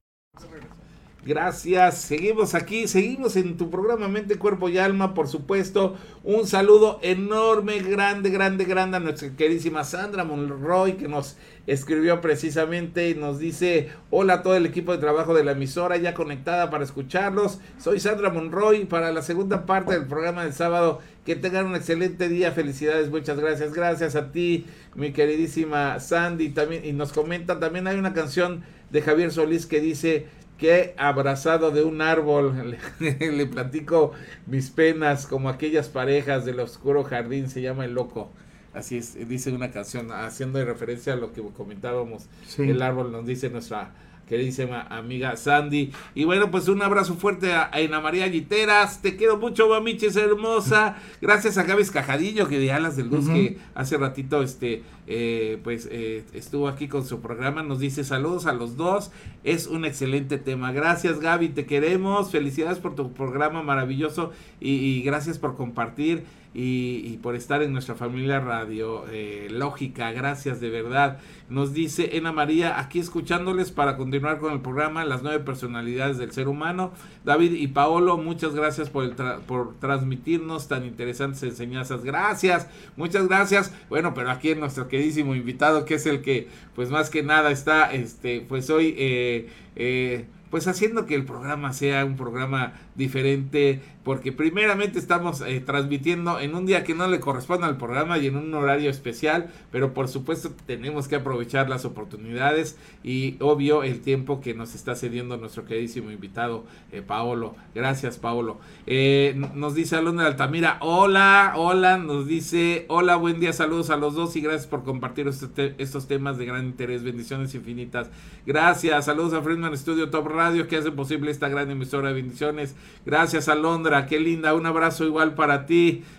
Gracias, seguimos aquí, seguimos en tu programa Mente, Cuerpo y Alma, por supuesto. Un saludo enorme, grande, grande, grande a nuestra queridísima Sandra Monroy, que nos escribió precisamente y nos dice: hola a todo el equipo de trabajo de la emisora, ya conectada para escucharlos. Soy Sandra Monroy, para la segunda parte del programa del sábado. Que tengan un excelente día, felicidades, muchas gracias. Gracias a ti, mi queridísima Sandy, también, y nos comenta, también hay una canción de Javier Solís que dice que abrazado de un árbol le, le platico mis penas como aquellas parejas del oscuro jardín, se llama El Loco. Así es, dice una canción haciendo referencia a lo que comentábamos. Sí. El árbol, nos dice nuestra queridísima amiga Sandy. Y bueno, pues un abrazo fuerte a, a Ina María Guiteras. Te quiero mucho, mamiches hermosa. Gracias a Gaby Cajadillo, que de Alas de Luz, uh-huh. que hace ratito este eh, pues eh, estuvo aquí con su programa. Nos dice saludos a los dos. Es un excelente tema. Gracias, Gaby, te queremos. Felicidades por tu programa maravilloso y, y gracias por compartir y, y por estar en nuestra familia Radio eh, Lógica. Gracias de verdad. Nos dice Ena María, aquí escuchándoles para continuar con el programa Las nueve personalidades del ser humano. David y Paolo, muchas gracias por, el tra- por transmitirnos tan interesantes enseñanzas. Gracias, muchas gracias. Bueno, pero aquí en nuestro queridísimo invitado, que es el que pues más que nada está este pues hoy eh, eh, pues haciendo que el programa sea un programa diferente, porque primeramente estamos eh, transmitiendo en un día que no le corresponde al programa y en un horario especial, pero por supuesto tenemos que aprovechar las oportunidades y obvio el tiempo que nos está cediendo nuestro queridísimo invitado eh, Paolo. Gracias, Paolo. Eh, nos dice Alondra Altamira, hola, hola, nos dice, hola, buen día, saludos a los dos y gracias por compartir estos, te- estos temas de gran interés, bendiciones infinitas. Gracias, saludos a Friedman Studio Top Radio que hace posible esta gran emisora, bendiciones. Gracias, Alondra, qué linda, un abrazo igual para ti.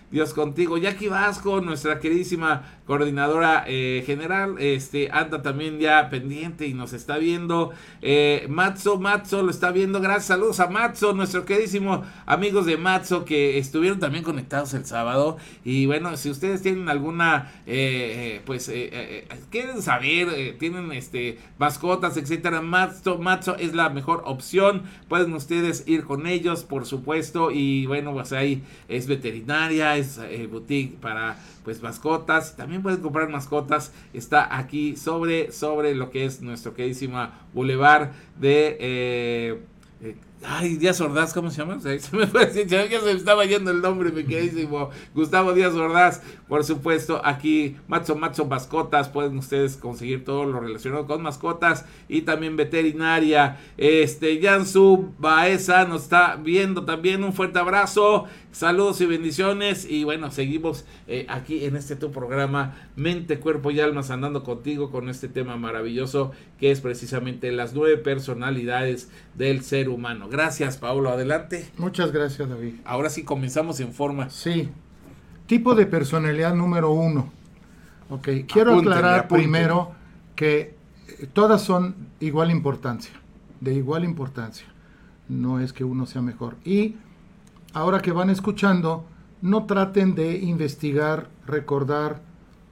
Dios contigo. Jackie Vasco, nuestra queridísima coordinadora eh, general, este anda también ya pendiente y nos está viendo. Eh, Matzo, Matzo lo está viendo. Gracias, saludos a Matzo, nuestro queridísimo amigos de Matzo que estuvieron también conectados el sábado. Y bueno, si ustedes tienen alguna, eh, eh, pues, eh, eh, quieren saber, eh, tienen este mascotas, etcétera, Matzo, Matzo es la mejor opción. Pueden ustedes ir con ellos, por supuesto. Y bueno, pues ahí es veterinaria, es eh, boutique para pues mascotas, también pueden comprar mascotas, está aquí sobre, sobre lo que es nuestro queridísimo Boulevard de eh, eh, ay, Díaz Ordaz, ¿cómo se llama? Se me fue decir, ya se me estaba yendo el nombre, mi queridísimo Gustavo Díaz Ordaz, por supuesto, aquí Matzo Matzo Mascotas, pueden ustedes conseguir todo lo relacionado con mascotas y también veterinaria. Este, Jansu Baeza nos está viendo también, un fuerte abrazo, saludos y bendiciones, y bueno, seguimos eh, aquí en este tu programa Mente, Cuerpo y Alma, andando contigo con este tema maravilloso que es precisamente las nueve personalidades del ser humano. Gracias, Paulo, adelante. Muchas gracias, David. Ahora sí comenzamos en forma. Sí. Tipo de personalidad número uno. Ok, quiero Apúntenle, aclarar apúntenle. primero que todas son igual importancia, de igual importancia. No es que uno sea mejor. Y ahora que van escuchando, no traten de investigar, recordar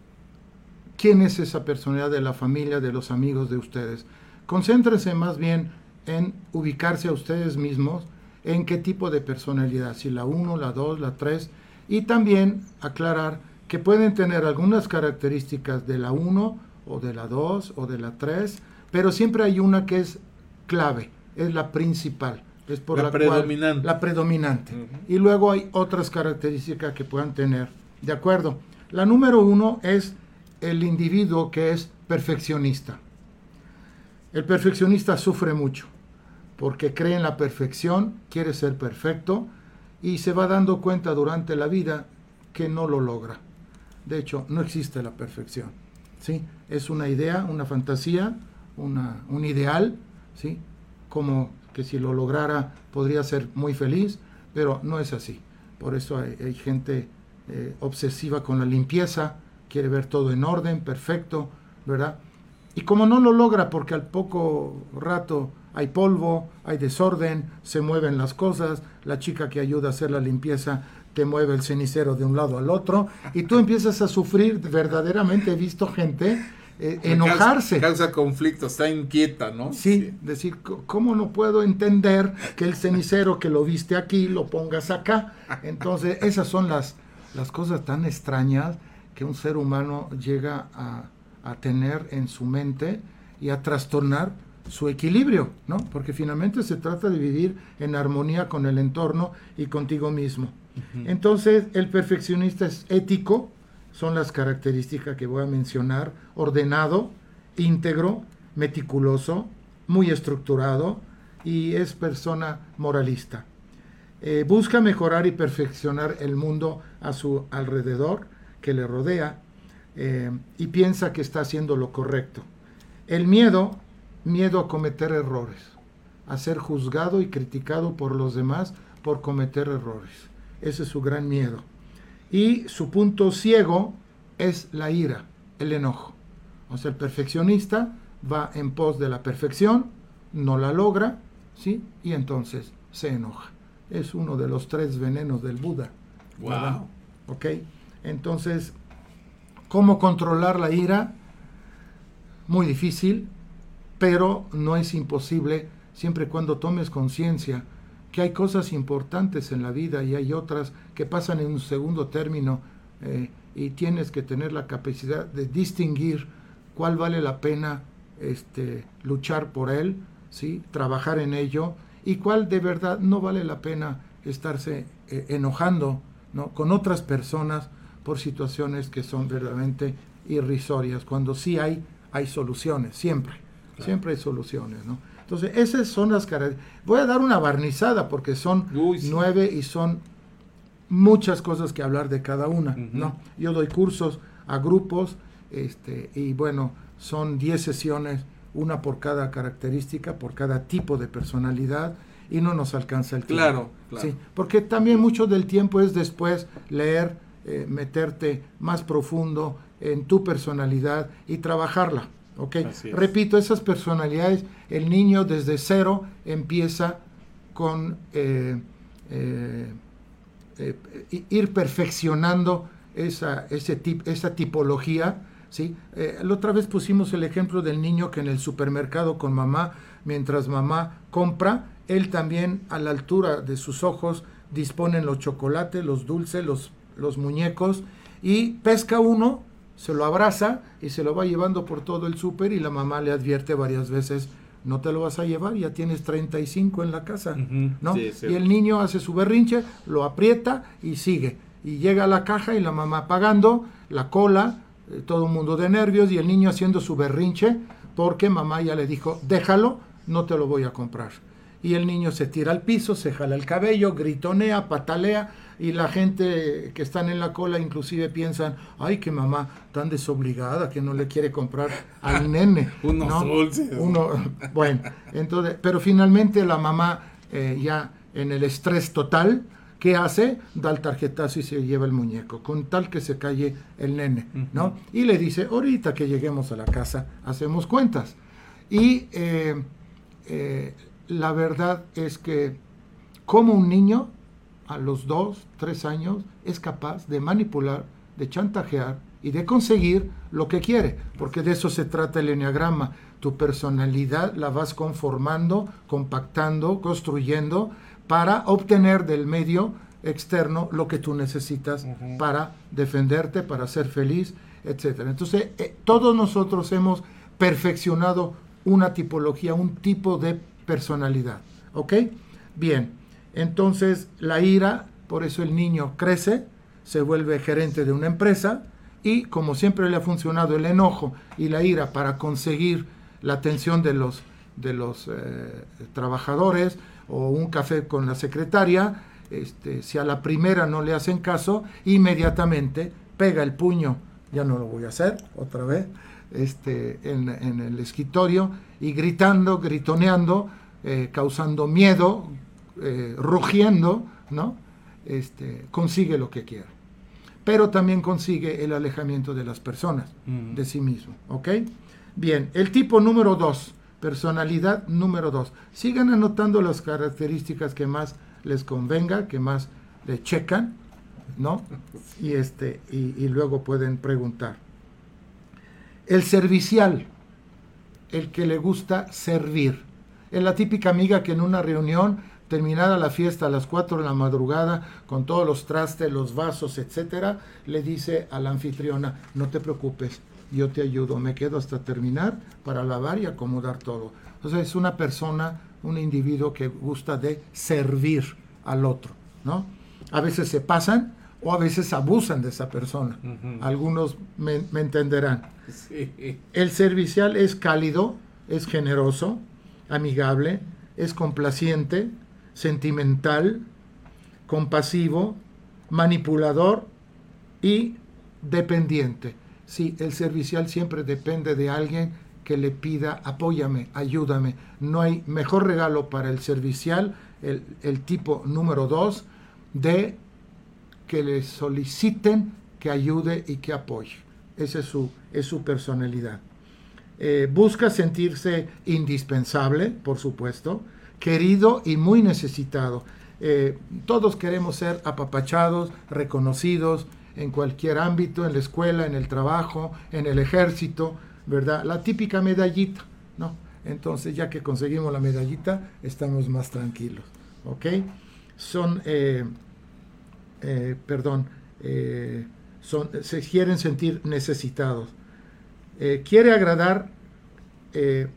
quién es esa personalidad de la familia, de los amigos de ustedes. Concéntrense más bien en ubicarse a ustedes mismos, en qué tipo de personalidad, si la uno, la dos, la tres, y también aclarar que pueden tener algunas características de la uno, o de la dos, o de la tres, pero siempre hay una que es clave, es la principal, es por La la, predominante. cual, la predominante. Uh-huh. Y luego hay otras características que puedan tener, ¿de acuerdo? La número uno es el individuo que es perfeccionista. El perfeccionista sufre mucho, porque cree en la perfección, quiere ser perfecto, y se va dando cuenta durante la vida que no lo logra. De hecho, no existe la perfección, ¿sí? Es una idea, una fantasía, una, un ideal, ¿sí? Como que si lo lograra podría ser muy feliz, pero no es así. Por eso hay, hay gente eh, obsesiva con la limpieza, quiere ver todo en orden, perfecto, ¿verdad? Y como no lo logra porque al poco rato hay polvo, hay desorden, se mueven las cosas, la chica que ayuda a hacer la limpieza te mueve el cenicero de un lado al otro, y tú empiezas a sufrir. Verdaderamente he visto gente eh, enojarse. Causa, causa conflicto, está inquieta, ¿no? Sí, Sí. decir, ¿cómo no puedo entender que el cenicero que lo viste aquí lo pongas acá? Entonces, esas son las, las cosas tan extrañas que un ser humano llega a, a tener en su mente y a trastornar su equilibrio, ¿no? Porque finalmente se trata de vivir en armonía con el entorno y contigo mismo. Uh-huh. Entonces, el perfeccionista es ético, son las características que voy a mencionar: ordenado, íntegro, meticuloso, muy estructurado, y es persona moralista. Eh, busca mejorar y perfeccionar el mundo a su alrededor, que le rodea, eh, y piensa que está haciendo lo correcto. El miedo, miedo a cometer errores, a ser juzgado y criticado por los demás por cometer errores. Ese es su gran miedo. Y su punto ciego es la ira, el enojo. O sea, el perfeccionista va en pos de la perfección, no la logra, ¿sí? Y entonces se enoja. Es uno de los tres venenos del Buda. ¿Verdad? Wow. ¿Ok? Entonces, ¿cómo controlar la ira? Muy difícil, pero no es imposible siempre y cuando tomes conciencia que hay cosas importantes en la vida y hay otras que pasan en un segundo término, eh, y tienes que tener la capacidad de distinguir cuál vale la pena este, luchar por él, ¿sí? Trabajar en ello, y cuál de verdad no vale la pena estarse eh, enojando, ¿no? Con otras personas por situaciones que son verdaderamente irrisorias, cuando sí hay, hay soluciones, siempre, claro. Siempre hay soluciones, ¿no? Entonces, esas son las características. Voy a dar una barnizada porque son Uy, sí. nueve y son muchas cosas que hablar de cada una, uh-huh. ¿no? Yo doy cursos a grupos, este, y bueno, son diez sesiones, una por cada característica, por cada tipo de personalidad, y no nos alcanza el tiempo. Claro, claro. Sí, porque también mucho del tiempo es después leer eh, meterte más profundo en tu personalidad y trabajarla, ¿ok? Repito, esas personalidades, el niño desde cero empieza con eh, eh, eh, ir perfeccionando esa, ese tip, esa tipología, ¿sí? Eh, la otra vez pusimos el ejemplo del niño que en el supermercado con mamá, mientras mamá compra, él también a la altura de sus ojos disponen los chocolates, los dulces, los, los muñecos, y pesca uno, se lo abraza y se lo va llevando por todo el súper, y la mamá le advierte varias veces, no te lo vas a llevar, ya tienes treinta y cinco en la casa, uh-huh. ¿no? Sí, sí. Y el niño hace su berrinche, lo aprieta y sigue. Y llega a la caja y la mamá pagando, la cola, eh, todo el mundo de nervios, y el niño haciendo su berrinche porque mamá ya le dijo, déjalo, no te lo voy a comprar. Y el niño se tira al piso, se jala el cabello, gritonea, patalea, y la gente que están en la cola inclusive piensan, ay, que mamá tan desobligada que no le quiere comprar al nene. Unos ¿no? dulces. Uno, bueno, entonces, pero finalmente la mamá eh, ya en el estrés total, ¿qué hace? Da el tarjetazo y se lleva el muñeco, con tal que se calle el nene, ¿no? Uh-huh. Y le dice, ahorita que lleguemos a la casa, hacemos cuentas. Y eh, eh, la verdad es que como un niño a los dos, tres años es capaz de manipular, de chantajear y de conseguir lo que quiere, porque de eso se trata el enneagrama. Tu personalidad la vas conformando, compactando, construyendo para obtener del medio externo lo que tú necesitas uh-huh. para defenderte, para ser feliz, etcétera. Entonces, eh, todos nosotros hemos perfeccionado una tipología, un tipo de personalidad, ¿ok? Bien, entonces la ira, por eso el niño crece, se vuelve gerente de una empresa, y como siempre le ha funcionado el enojo y la ira para conseguir la atención de los, de los eh, trabajadores, o un café con la secretaria, este, si a la primera no le hacen caso, inmediatamente pega el puño, ya no lo voy a hacer otra vez, este, en, en el escritorio, y gritando, gritoneando, eh, causando miedo, eh, rugiendo, ¿no? Este, consigue lo que quiere. Pero también consigue el alejamiento de las personas, mm. de sí mismo, ¿ok? Bien, el tipo número dos, personalidad número dos. Sigan anotando las características que más les convenga, que más le checan, ¿no? Y, este, y, y luego pueden preguntar. El servicial, el que le gusta servir. Es la típica amiga que en una reunión, terminada la fiesta a las cuatro de la madrugada, con todos los trastes, los vasos, etcétera, le dice a la anfitriona, no te preocupes, yo te ayudo, me quedo hasta terminar para lavar y acomodar todo. O sea, es una persona, un individuo que gusta de servir al otro, ¿no? A veces se pasan o a veces abusan de esa persona. Uh-huh. Algunos me, me entenderán. Sí. El servicial es cálido, es generoso, amigable, es complaciente, sentimental, compasivo, manipulador y dependiente. Sí, el servicial siempre depende de alguien que le pida, apóyame, ayúdame. No hay mejor regalo para el servicial, el, el tipo número dos, de que le soliciten que ayude y que apoye. Esa es su, es su personalidad. Eh, busca sentirse indispensable, por supuesto, querido y muy necesitado. Eh, todos queremos ser apapachados, reconocidos en cualquier ámbito, en la escuela, en el trabajo, en el ejército, ¿verdad? La típica medallita, ¿no? Entonces, ya que conseguimos la medallita, estamos más tranquilos, ¿ok? Son, eh, eh, perdón, eh, son, se quieren sentir necesitados. Eh, quiere agradar, eh,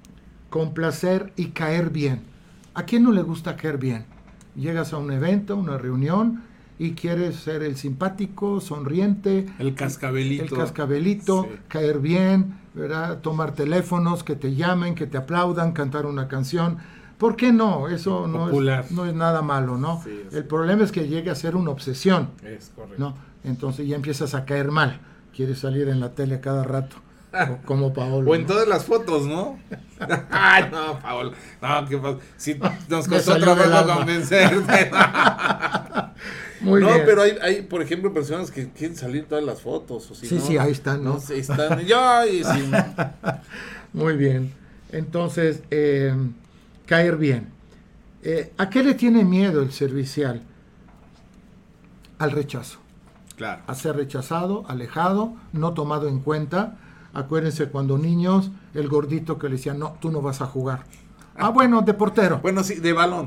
complacer y caer bien. ¿A quién no le gusta caer bien? Llegas a un evento, una reunión, y quieres ser el simpático, sonriente, el cascabelito, el cascabelito, sí. Caer bien, ¿verdad? Tomar teléfonos, que te llamen, que te aplaudan, cantar una canción. ¿Por qué no? Eso no es, no es nada malo, ¿no? Sí, sí. El problema es que llegue a ser una obsesión. Es correcto. ¿No? Entonces ya empiezas a caer mal. Quieres salir en la tele cada rato, como Paolo. O en ¿no? todas las fotos, ¿no? Ay, no, Paolo. No, qué pa- si nos costó trabajo convencerte. Muy no, bien. pero hay, hay, por ejemplo, personas que quieren salir todas las fotos. O si Sí, no, sí, ahí están, ¿no? No, sí, están. Yo, y sí. Muy bien. Entonces, eh, caer bien. Eh, ¿A qué le tiene miedo el servicial? Al rechazo. Claro. A ser rechazado, alejado, no tomado en cuenta. Acuérdense cuando niños, el gordito que le decía, no, tú no vas a jugar. Ah, bueno, de portero. Bueno, sí, de balón.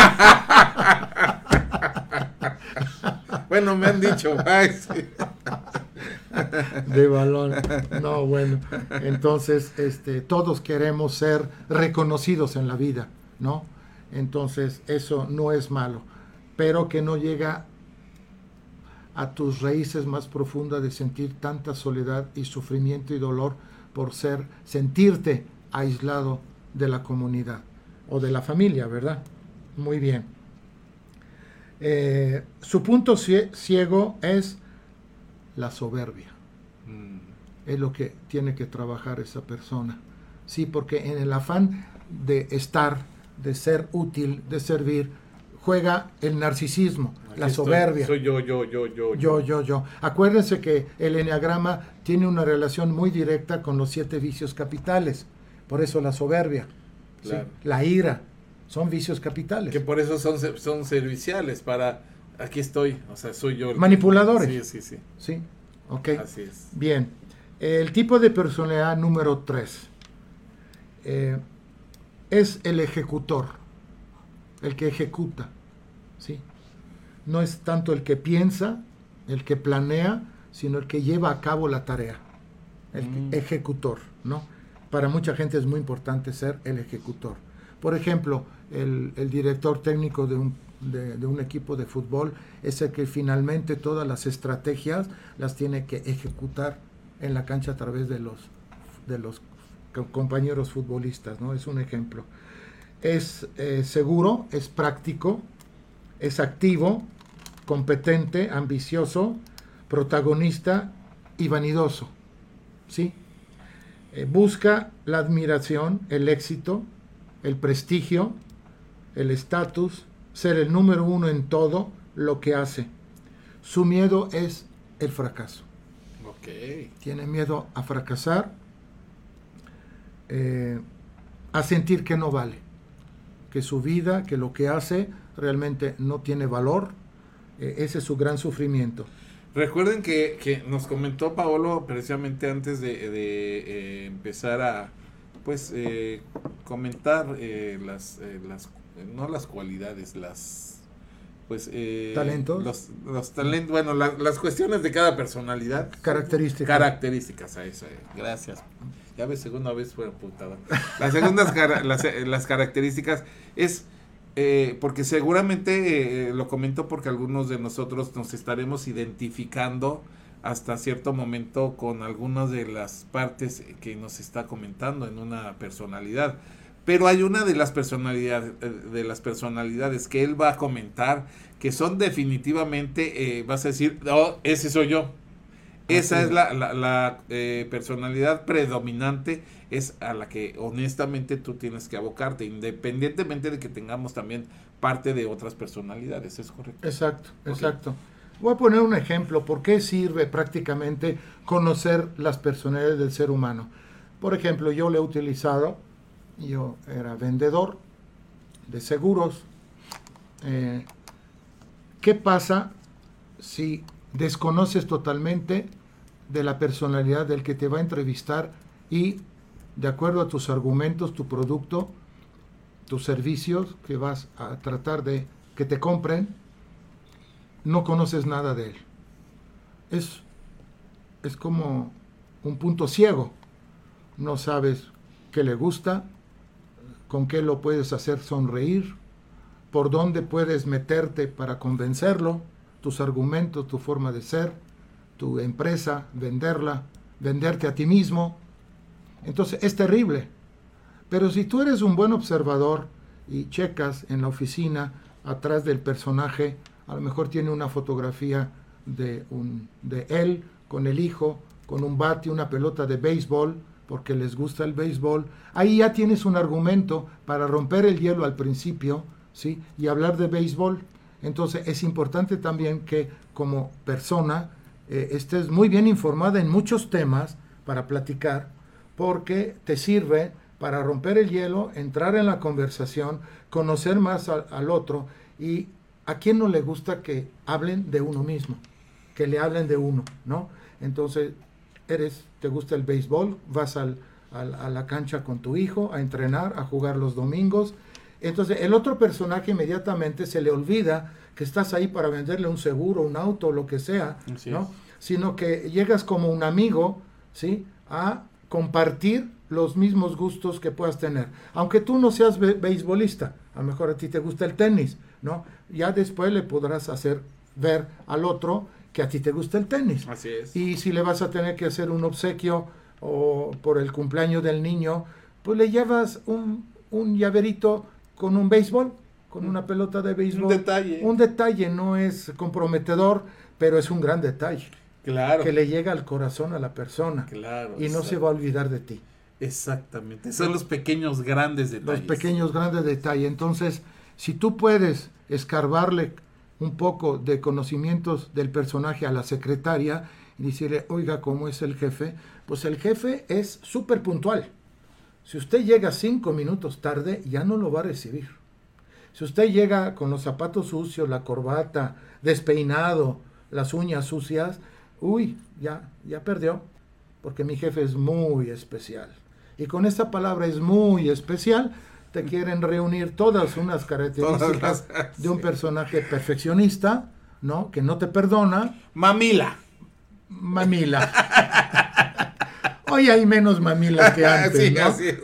Bueno, me han dicho. Ay, sí. De balón. No, bueno. Entonces, este, todos queremos ser reconocidos en la vida, ¿no? Entonces, eso no es malo. Pero que no llega a tus raíces más profundas de sentir tanta soledad y sufrimiento y dolor por ser, sentirte aislado de la comunidad o de la familia, ¿verdad? Muy bien. Eh, su punto ciego es la soberbia. Mm. Es lo que tiene que trabajar esa persona. Sí, porque en el afán de estar, de ser útil, de servir, juega el narcisismo, aquí la soberbia. Estoy, soy yo, yo, yo, yo, yo, yo, yo. Acuérdense que el eneagrama tiene una relación muy directa con los siete vicios capitales. Por eso la soberbia, claro. ¿Sí? La ira, son vicios capitales. Que por eso son, son serviciales, para, aquí estoy, o sea, soy yo. Manipuladores. Sí, sí, sí. Sí, ok. Así es. Bien, el tipo de personalidad número tres eh, es el ejecutor, el que ejecuta, ¿sí? No es tanto el que piensa, el que planea, sino el que lleva a cabo la tarea, el mm. ejecutor, ¿no? Para mucha gente es muy importante ser el ejecutor. Por ejemplo, el, el director técnico de un, de, de un equipo de fútbol es el que finalmente todas las estrategias las tiene que ejecutar en la cancha a través de los, de los compañeros futbolistas, ¿no? Es un ejemplo. Es eh, seguro, es práctico, es activo, competente, ambicioso, protagonista y vanidoso, ¿sí? Eh, busca la admiración, el éxito, el prestigio, el estatus, ser el número uno en todo lo que hace. Su miedo es el fracaso. Okay. Tiene miedo a fracasar, eh, a sentir que no vale, que su vida, que lo que hace realmente no tiene valor. Eh, ese es su gran sufrimiento. Recuerden que, que nos comentó Paolo precisamente antes de, de eh, empezar a pues eh, comentar eh, las, eh, las no las cualidades, las pues eh, talentos, los, los talentos, bueno, la, las cuestiones de cada personalidad, características, características a eso. Eh. Gracias. Ya ves, segunda vez fue putada. Las segundas cara, las, las características es Eh, porque seguramente eh, lo comento porque algunos de nosotros nos estaremos identificando hasta cierto momento con algunas de las partes que nos está comentando en una personalidad, pero hay una de las personalidades de las personalidades que él va a comentar que son definitivamente eh, vas a decir, oh, ese soy yo. Esa es la, la, la eh, personalidad predominante, es a la que honestamente tú tienes que abocarte, independientemente de que tengamos también parte de otras personalidades, ¿es correcto? Exacto, okay. Exacto. Voy a poner un ejemplo, ¿por qué sirve prácticamente conocer las personalidades del ser humano? Por ejemplo, yo lo he utilizado, yo era vendedor de seguros. Eh, ¿Qué pasa si desconoces totalmente de la personalidad del que te va a entrevistar y de acuerdo a tus argumentos, tu producto, tus servicios que vas a tratar de que te compren, no conoces nada de él? Es, es como un punto ciego. No sabes qué le gusta, con qué lo puedes hacer sonreír, por dónde puedes meterte para convencerlo, tus argumentos, tu forma de ser, tu empresa, venderla, venderte a ti mismo. Entonces es terrible. Pero si tú eres un buen observador y checas en la oficina, atrás del personaje, a lo mejor tiene una fotografía de, un, de él con el hijo, con un bate, una pelota de béisbol, porque les gusta el béisbol. Ahí ya tienes un argumento para romper el hielo al principio, ¿sí? Y hablar de béisbol. Entonces es importante también que como persona eh, estés muy bien informada en muchos temas para platicar, porque te sirve para romper el hielo, entrar en la conversación, conocer más a, al otro. Y a quién no le gusta que hablen de uno mismo, que le hablen de uno, ¿no? Entonces, eres, te gusta el béisbol, vas al, al, a la cancha con tu hijo a entrenar, a jugar los domingos. Entonces, el otro personaje inmediatamente se le olvida que estás ahí para venderle un seguro, un auto, lo que sea, Así ¿no? es. Sino que llegas como un amigo, ¿sí? A compartir los mismos gustos que puedas tener. Aunque tú no seas be- beisbolista, a lo mejor a ti te gusta el tenis, ¿no? Ya después le podrás hacer ver al otro que a ti te gusta el tenis. Así es. Y si le vas a tener que hacer un obsequio o por el cumpleaños del niño, pues le llevas un, un llaverito con un béisbol, con una pelota de béisbol. Un detalle. Un detalle, no es comprometedor, pero es un gran detalle. Claro. Que le llega al corazón a la persona. Claro. Y no exacto. se va a olvidar de ti. Exactamente. Son los pequeños grandes detalles. Los pequeños grandes detalles. Entonces, si tú puedes escarbarle un poco de conocimientos del personaje a la secretaria y decirle, oiga, ¿cómo es el jefe? Pues el jefe es súper puntual. Si usted llega cinco minutos tarde, ya no lo va a recibir. Si usted llega con los zapatos sucios, la corbata, despeinado, las uñas sucias, uy, ya, ya perdió, porque mi jefe es muy especial. Y con esta palabra es muy especial, te quieren reunir todas unas características las, de un sí. personaje perfeccionista, ¿no? Que no te perdona. Mamila. Mamila. Hoy hay menos mamila que antes, sí, ¿no? así es.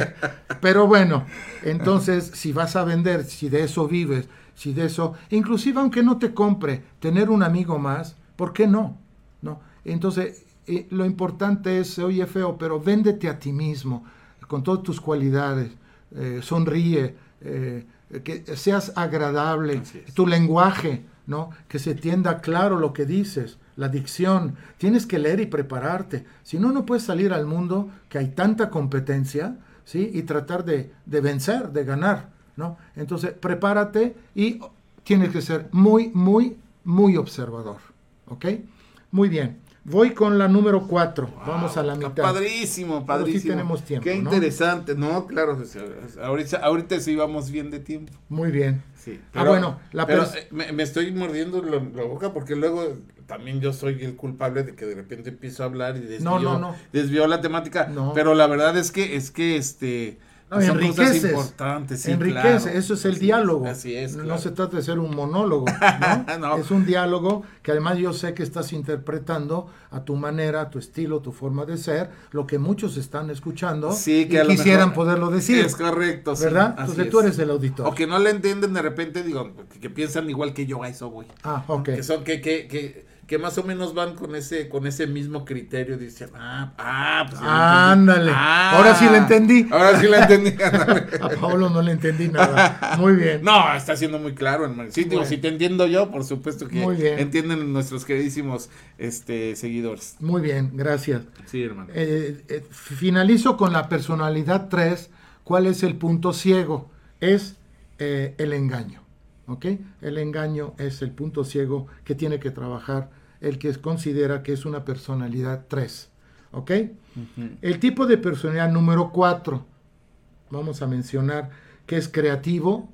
Pero bueno, entonces si vas a vender, si de eso vives, si de eso, inclusive aunque no te compre, tener un amigo más, ¿por qué no? ¿No? Entonces, eh, lo importante es, se oye feo, pero véndete a ti mismo, con todas tus cualidades, eh, sonríe, eh, que seas agradable, tu lenguaje, ¿no? Que se entienda claro lo que dices, la dicción, tienes que leer y prepararte, si no, no puedes salir al mundo que hay tanta competencia, ¿sí? Y tratar de, de vencer, de ganar, ¿no? Entonces, prepárate y tienes que ser muy, muy, muy observador, ¿ok? Muy bien, voy con la número cuatro, wow, vamos a la mitad. Padrísimo, padrísimo. Sí tenemos tiempo, Qué ¿no? interesante, no, claro, ahorita, ahorita sí vamos bien de tiempo. Muy bien. Sí, pero, ah, bueno, la pero pers- eh, me, me estoy mordiendo la, la boca porque luego también yo soy el culpable de que de repente empiezo a hablar y desvío, no, no, no. desvío la temática, no. pero la verdad es que es que este no, son enriqueces, cosas importantes, sí, enriquece, claro, eso es el así diálogo. Es, así es, no, claro. no se trata de ser un monólogo, ¿no? no. Es un diálogo que además yo sé que estás interpretando a tu manera, a tu estilo, tu forma de ser, lo que muchos están escuchando sí, que y a lo quisieran mejor poderlo decir. Es correcto, ¿verdad? Sí, Entonces es. tú eres el auditor. O que no le entienden de repente, digo, que, que piensan igual que yo, a eso voy. Ah, ok. Que son, que, que, que, que más o menos van con ese, con ese mismo criterio, dicen, ah, ah, pues ah, ándale, ah, ahora sí le entendí. Ahora sí le entendí. A Pablo no le entendí nada. Muy bien. No, está siendo muy claro, hermano. Sí, digo, bueno. si te entiendo yo, por supuesto que muy bien. entienden nuestros queridísimos este, seguidores. Muy bien, gracias. Sí, hermano. Eh, eh, finalizo con la personalidad tres. ¿Cuál es el punto ciego? Es eh, el engaño. ¿Ok? El engaño es el punto ciego que tiene que trabajar el que considera que es una personalidad tres. ¿Ok? Uh-huh. El tipo de personalidad número cuatro, vamos a mencionar que es creativo,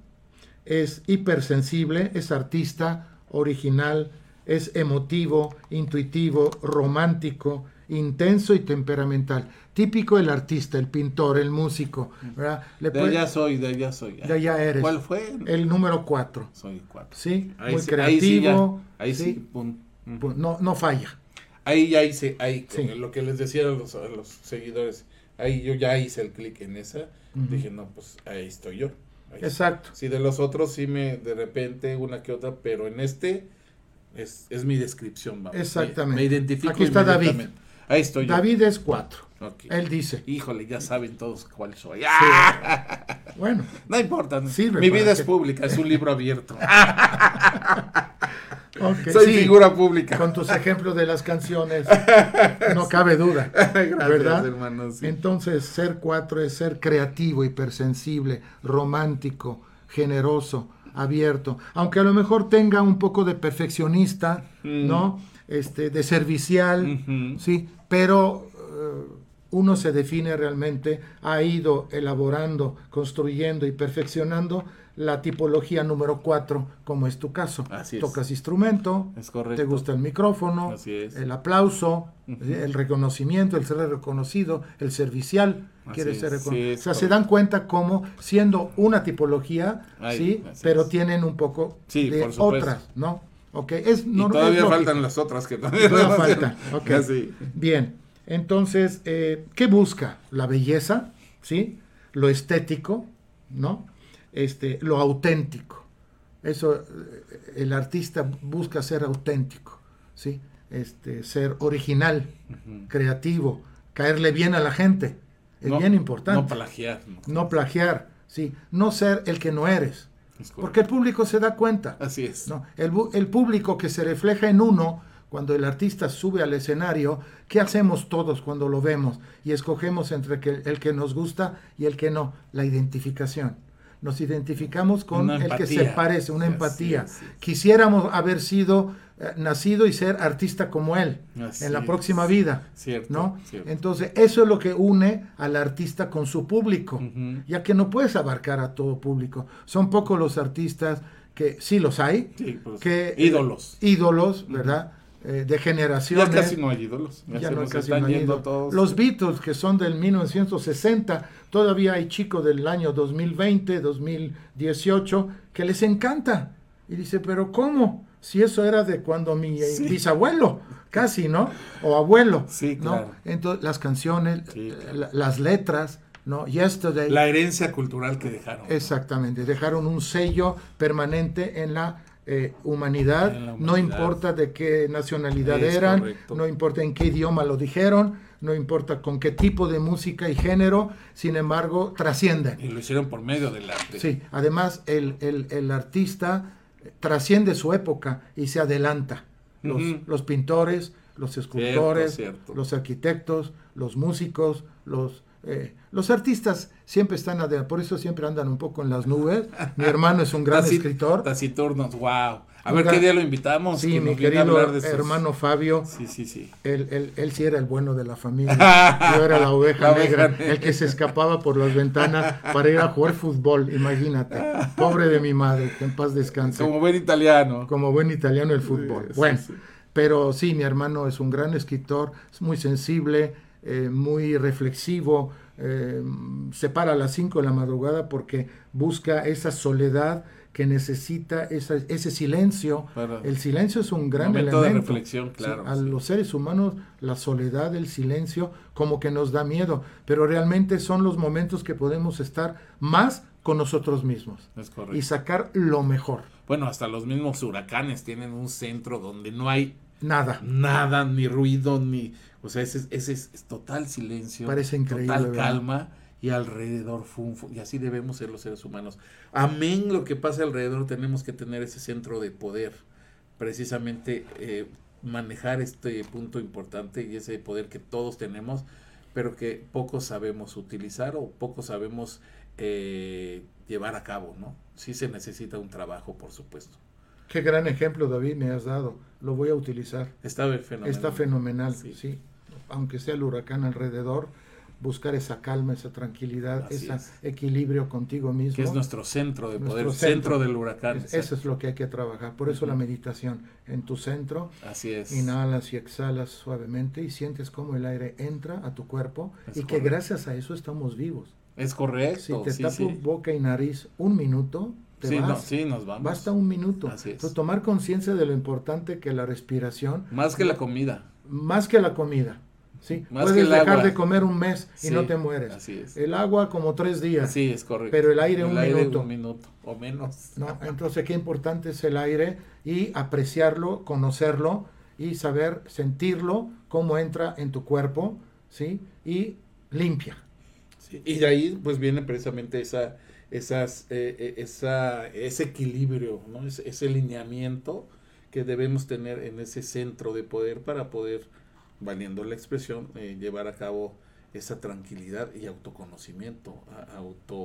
es hipersensible, es artista, original, es emotivo, intuitivo, romántico, intenso y temperamental. Típico el artista, el pintor, el músico, ¿verdad? Le de allá soy, de allá soy. De allá eres. ¿Cuál fue? El número cuatro. Soy cuatro. Sí, ahí muy sí, creativo. Ahí sí, ya, ahí sí, sí pum, pum, no, no falla. Ahí ya hice, ahí, sí. lo que les decía a los, a los seguidores, ahí yo ya hice el clic en esa, uh-huh. Dije, no, pues ahí estoy yo. Ahí exacto. Sí, de los otros sí me, de repente, una que otra, pero en este es, es mi descripción, vamos. Exactamente. Me, me identifico. Aquí está David. Ahí estoy yo. David es cuatro. Okay. Él dice. Híjole, ya saben todos cuál soy. Sí. Bueno. No importa. Sirve mi vida que... es pública, es un libro abierto. Okay, soy sí, figura pública. Con tus ejemplos de las canciones, no cabe duda. Gracias, ¿verdad? hermano, sí. Entonces, ser cuatro es ser creativo, hipersensible, romántico, generoso, abierto, aunque a lo mejor tenga un poco de perfeccionista, mm. ¿no? Este, de servicial, uh-huh. sí, pero uh, uno se define realmente, ha ido elaborando, construyendo y perfeccionando la tipología número cuatro, como es tu caso. Así es. Tocas instrumento, es correcto. Te gusta el micrófono, Así es. el aplauso, uh-huh. el reconocimiento, el ser reconocido, el servicial, quiere ser reconocido. Sí, o sea, correcto. Se dan cuenta cómo, siendo una tipología, Ay, sí, pero es. Tienen un poco sí, de otras, ¿no? Okay. Es, y no, todavía es faltan las otras que todavía, todavía faltan. Okay. Así. Bien, entonces, eh, ¿qué busca? La belleza, ¿sí? Lo estético, ¿no? Este, lo auténtico. Eso, el artista busca ser auténtico, ¿sí? Este, ser original, uh-huh. creativo, caerle bien a la gente. Es no, bien importante. No plagiar. No, no plagiar, ¿sí? No ser el que no eres. Porque el público se da cuenta. Así es. ¿no? El, el público que se refleja en uno, cuando el artista sube al escenario, ¿qué hacemos todos cuando lo vemos? Y escogemos entre que, el que nos gusta y el que no, la identificación. Nos identificamos con una el empatía. Que se parece, una empatía. Así es, así es. Quisiéramos haber sido eh, nacido y ser artista como él así en la es. próxima vida. Cierto, ¿no? cierto. Entonces, eso es lo que une al artista con su público, uh-huh. ya que no puedes abarcar a todo público. Son pocos los artistas que sí los hay, sí, pues, que ídolos, eh, ídolos, ¿verdad? Uh-huh. Eh, de generaciones. Ya casi no hay ídolos. Ya, ya no casi no hay ídolos. Todos, los sí. Beatles, que son del mil novecientos sesenta, todavía hay chicos del año dos mil veinte, dos mil dieciocho, que les encanta. Y dice, pero ¿cómo? Si eso era de cuando mi sí. bisabuelo, casi, ¿no? O abuelo. Sí, claro. ¿no? Entonces, las canciones, sí, claro. la, las letras, ¿no? Yesterday. La herencia cultural que dejaron. Exactamente, dejaron un sello permanente en la eh, humanidad, en la humanidad. No importa de qué nacionalidad es eran, correcto. No importa en qué idioma lo dijeron, no importa con qué tipo de música y género, sin embargo, trascienden. Y lo hicieron por medio del arte. Sí, además el, el, el artista trasciende su época y se adelanta. Los, uh-huh. los pintores, los escultores, cierto, cierto. los arquitectos, los músicos, los... Eh, los artistas siempre están, adel- por eso siempre andan un poco en las nubes. Mi hermano es un gran Tacit- escritor. Taciturnos, wow. A ver qué día lo invitamos. Sí, que mi nos querido de hermano Fabio. Sí, sí, sí. Él, él, él sí era el bueno de la familia. Yo era la oveja, la negra, oveja negra, el que se escapaba por las ventanas para ir a jugar fútbol, imagínate. Pobre de mi madre, que en paz descanse. Como buen italiano. Como buen italiano el fútbol. Sí, bueno, sí, sí. Pero sí, mi hermano es un gran escritor, es muy sensible, eh, muy reflexivo. Eh, se para a las cinco de la madrugada porque busca esa soledad que necesita, esa, ese silencio. Para el silencio es un gran momento elemento. De reflexión, claro. Sí, a sí. los seres humanos la soledad, el silencio, como que nos da miedo, pero realmente son los momentos que podemos estar más con nosotros mismos. Es correcto. Y sacar lo mejor. Bueno, hasta los mismos huracanes tienen un centro donde no hay nada, nada, ni ruido, ni... O sea, ese, ese es, es total silencio, parece increíble, total ¿verdad? Calma y alrededor fum, fum, y así debemos ser los seres humanos. Amén lo que pasa alrededor, tenemos que tener ese centro de poder, precisamente eh, manejar este punto importante y ese poder que todos tenemos, pero que pocos sabemos utilizar o pocos sabemos eh, llevar a cabo, ¿no? Sí se necesita un trabajo, por supuesto. Qué gran ejemplo, David, me has dado. Lo voy a utilizar. Está fenomenal. Está fenomenal, sí. sí. Aunque sea el huracán alrededor, buscar esa calma, esa tranquilidad, ese equilibrio contigo mismo. Que es nuestro centro de poder, centro, centro del huracán. Es, eso es lo que hay que trabajar. Por eso uh-huh. la meditación en tu centro. Así es. Inhalas y exhalas suavemente y sientes cómo el aire entra a tu cuerpo es y correcto. Que gracias a eso estamos vivos. Es correcto. Si te sí, tapo sí. boca y nariz un minuto, te sí, vas. No, sí, nos vamos. Basta un minuto. Así es. Entonces, tomar conciencia de lo importante que la respiración. Más que la comida. Más que la comida. Sí. Más Puedes que el dejar agua. de comer un mes y sí, no te mueres. Así es. El agua como tres días. Sí, es correcto. Pero el aire, el un, aire minuto. un minuto. O menos. No, entonces qué importante es el aire y apreciarlo, conocerlo y saber sentirlo, cómo entra en tu cuerpo, ¿sí? Y limpia. Sí. Y de ahí pues viene precisamente esa, esas, eh, esa, ese equilibrio, ¿no? Ese, ese lineamiento que debemos tener en ese centro de poder para poder, valiendo la expresión, eh, llevar a cabo esa tranquilidad y autoconocimiento, a,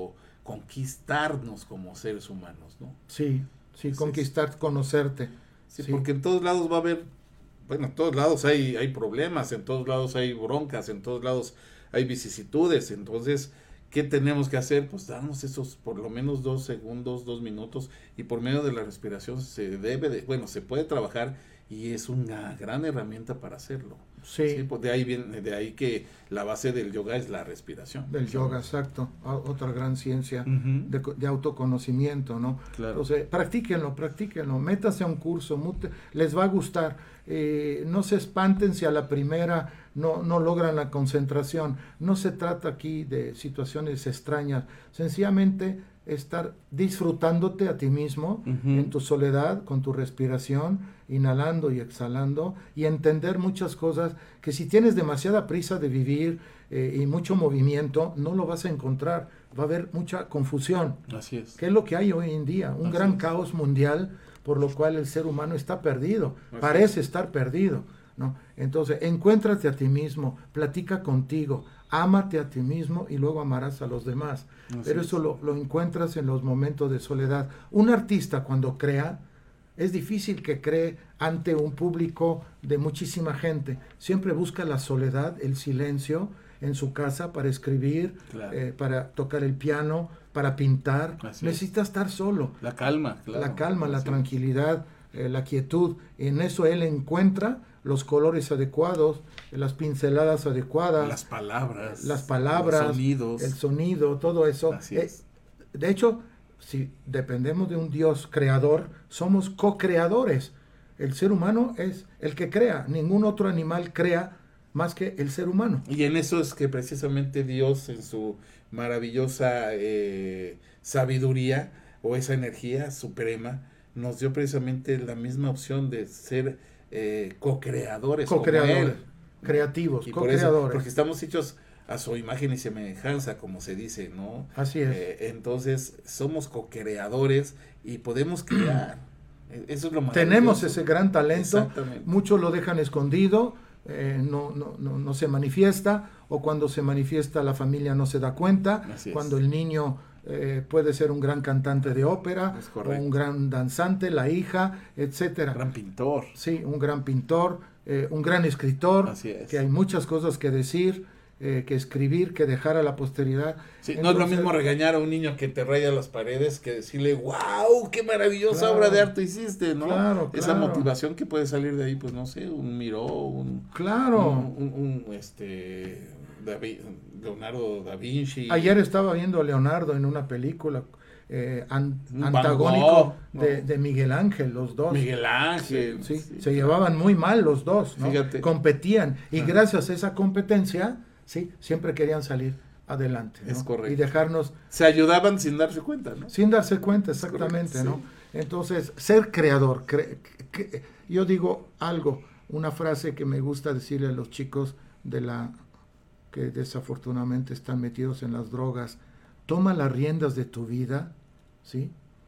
conquistarnos como seres humanos, ¿no? Sí, sí, Entonces, conquistar, conocerte. Sí, Sí. porque en todos lados va a haber, bueno, en todos lados hay, hay problemas, en todos lados hay broncas, en todos lados hay vicisitudes. Entonces, ¿qué tenemos que hacer? Pues darnos esos por lo menos dos segundos, dos minutos, y por medio de la respiración se debe de, bueno, se puede trabajar y es una gran herramienta para hacerlo. Sí. Sí, pues de ahí viene, de ahí que la base del yoga es la respiración. Del yoga, exacto. A- Otra gran ciencia Ujú. de, co- de autoconocimiento, ¿no? Claro. Entonces, practíquenlo, practíquenlo, métase a un curso, mute- les va a gustar. Eh, no se espanten si a la primera no, no logran la concentración. No se trata aquí de situaciones extrañas, sencillamente estar disfrutándote a ti mismo, Ujú. en tu soledad, con tu respiración, inhalando y exhalando, y entender muchas cosas que si tienes demasiada prisa de vivir eh, y mucho movimiento, no lo vas a encontrar. Va a haber mucha confusión, Así es. que es lo que hay hoy en día, un Así gran es. caos mundial, por lo cual el ser humano está perdido, Así parece estar perdido, ¿no? Entonces, encuéntrate a ti mismo, platica contigo, ámate a ti mismo y luego amarás a los demás. Así Pero es. eso lo, lo encuentras en los momentos de soledad. Un artista cuando crea, es difícil que cree ante un público de muchísima gente. Siempre busca la soledad, el silencio en su casa para escribir, Claro. eh, para tocar el piano, para pintar. Así Necesita estar solo. La calma, claro. La calma, la Así es. tranquilidad, eh, la quietud. En eso él encuentra los colores adecuados, las pinceladas adecuadas, Las palabras. las palabras, los sonidos. el sonido, todo eso. Así Eh, es. de hecho, si dependemos de un Dios creador, somos co-creadores. El ser humano es el que crea. Ningún otro animal crea más que el ser humano. Y en eso es que precisamente Dios, en su maravillosa eh, sabiduría o esa energía suprema, nos dio precisamente la misma opción de ser eh, co-creadores. como Co-creadores, Él. creativos, Y por eso, co-creadores. porque estamos hechos a su imagen y semejanza, como se dice, ¿no? Así es. Eh, entonces, somos co-creadores y podemos crear. E- Eso es lo maravilloso. Tenemos ese gran talento, Exactamente. muchos lo dejan escondido, eh, no, no, no, no se manifiesta, o cuando se manifiesta la familia no se da cuenta, Así es. cuando el niño eh, puede ser un gran cantante de ópera, Es o correcto. un gran danzante, la hija, etcétera. Gran pintor. Sí, un gran pintor, eh, un gran escritor, Así es. que hay muchas cosas que decir, eh, que escribir, que dejar a la posteridad. Sí, no es lo Entonces, mismo regañar a un niño que te raya las paredes que decirle, wow, qué maravillosa Claro. obra de arte hiciste, ¿no? Claro, Esa claro. motivación que puede salir de ahí, pues no sé, un Miró, un, Claro. un, un- un, este, Davi- Leonardo da Vinci. Ayer estaba viendo a Leonardo en una película eh, an- Un Van antagónico Gogh, ¿no? de, de Miguel Ángel, los dos. Miguel Ángel. Sí, sí. se llevaban muy mal los dos, ¿no? Fíjate. Competían y Ajá. gracias a esa competencia, sí, siempre querían salir adelante, ¿no? Es correcto. Y dejarnos Se ayudaban sin darse cuenta, ¿no? sin darse cuenta exactamente, correcto, ¿no? Entonces, ser creador, cre- cre- yo digo algo, una frase que me gusta decirle a los chicos de la que desafortunadamente están metidos en las drogas: toma las riendas de tu vida, ¿sí?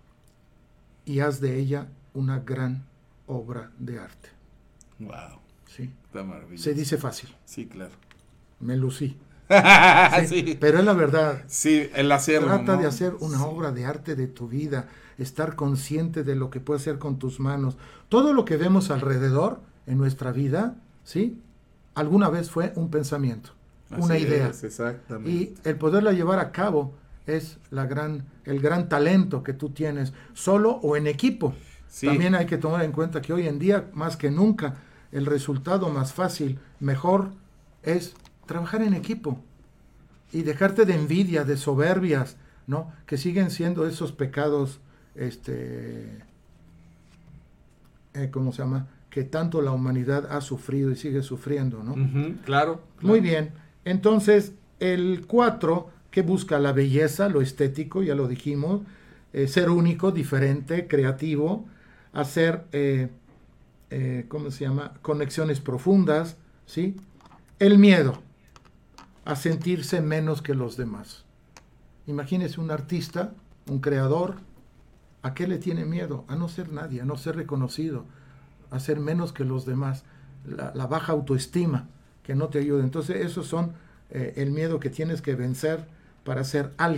Y haz de ella una gran obra de arte, Wow, ¿sí? está maravilloso. Se dice fácil, Sí, claro. me lucí, sí, pero es la verdad. sí, el hacerlo, Trata ¿no? de hacer una Sí. obra de arte de tu vida, estar consciente de lo que puedes hacer con tus manos. Todo lo que vemos alrededor en nuestra vida, ¿sí? Alguna vez fue un pensamiento, una Así idea. es, exactamente. Y el poderla llevar a cabo es la gran, el gran talento que tú tienes, solo o en equipo. Sí. También hay que tomar en cuenta que hoy en día, más que nunca, el resultado más fácil, mejor, es trabajar en equipo y dejarte de envidia, de soberbias, ¿no? Que siguen siendo esos pecados, este, eh, ¿cómo se llama? Que tanto la humanidad ha sufrido y sigue sufriendo, ¿no? Ujú, claro, Muy claro. bien. Entonces, el cuatro, que busca la belleza, lo estético, ya lo dijimos, eh, ser único, diferente, creativo, hacer, eh, eh, ¿cómo se llama? Conexiones profundas, ¿sí? El miedo a sentirse menos que los demás. Imagínese un artista, un creador, ¿a qué le tiene miedo? A no ser nadie, a no ser reconocido, a ser menos que los demás. La, la baja autoestima que no te ayuda. Entonces, esos son eh, el miedo que tienes que vencer para ser alguien.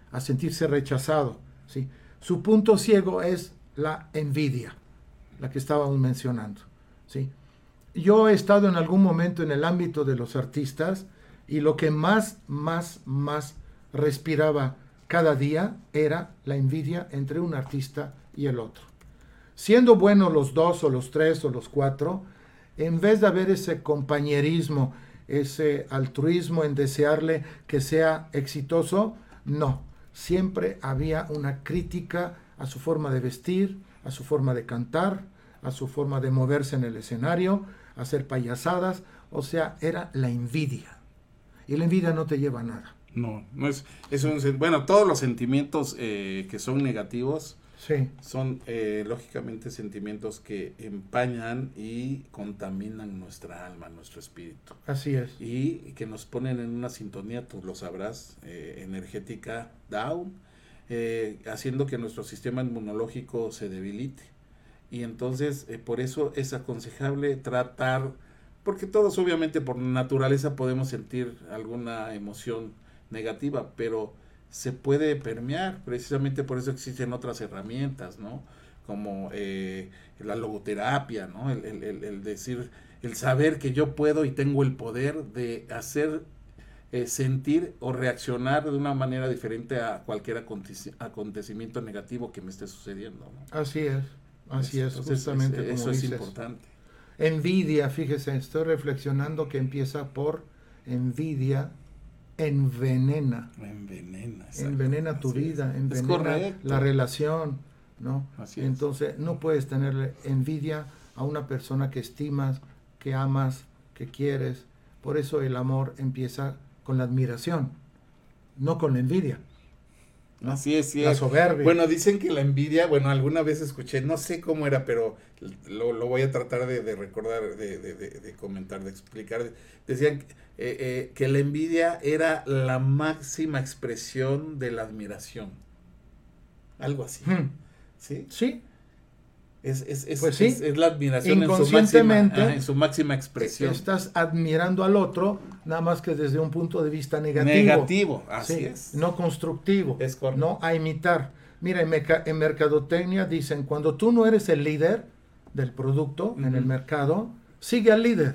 a sentirse rechazado, ¿sí? Su punto ciego es la envidia, la que estábamos mencionando, ¿sí? Yo he estado en algún momento en el ámbito de los artistas y lo que más, más, más respiraba cada día era la envidia entre un artista y el otro. Siendo buenos los dos o los tres o los cuatro, en vez de haber ese compañerismo, ese altruismo en desearle que sea exitoso, no. Siempre había una crítica a su forma de vestir, a su forma de cantar, a su forma de moverse en el escenario, a hacer payasadas. O sea, era la envidia. Y la envidia no te lleva a nada. No, no es, es un, bueno, todos los sentimientos eh, que son negativos sí. son eh, lógicamente sentimientos que empañan y contaminan nuestra alma, nuestro espíritu. Así es. Y que nos ponen en una sintonía, tú lo sabrás, eh, energética down, eh, haciendo que nuestro sistema inmunológico se debilite. Y entonces, eh, por eso es aconsejable tratar, porque todos obviamente por naturaleza podemos sentir alguna emoción negativa, pero se puede permear, precisamente por eso existen otras herramientas, ¿no? Como eh, la logoterapia, ¿no? El, el, el decir, el saber que yo puedo y tengo el poder de hacer eh, sentir o reaccionar de una manera diferente a cualquier aconte- acontecimiento negativo que me esté sucediendo, ¿no? Así es, así es, Entonces, justamente es, como eso es dices. importante. Envidia, fíjese, estoy reflexionando que empieza por envidia, envenena. Envenena. Envenena tu Así vida, es. envenena Es correcto. la relación, ¿no? Así es. Entonces, no puedes tenerle envidia a una persona que estimas, que amas, que quieres. Por eso el amor empieza con la admiración, no con la envidia. ¿no? Así es, sí La es. soberbia. Bueno, dicen que la envidia, bueno, alguna vez escuché, no sé cómo era, pero lo, lo voy a tratar de, de recordar, de, de, de, de comentar, de explicar. Decían eh, eh, que la envidia era la máxima expresión de la admiración. Algo así. Hmm. ¿Sí? Sí, Es, es, es, Pues sí. es, es la admiración en su, máxima, Inconscientemente, ah, en su máxima expresión. estás admirando al otro, nada más que desde un punto de vista negativo. Negativo, así Sí, es. no constructivo, Es correcto. no a imitar. Mira, en, meca- en mercadotecnia dicen, cuando tú no eres el líder del producto en el Ujú. mercado, sigue al líder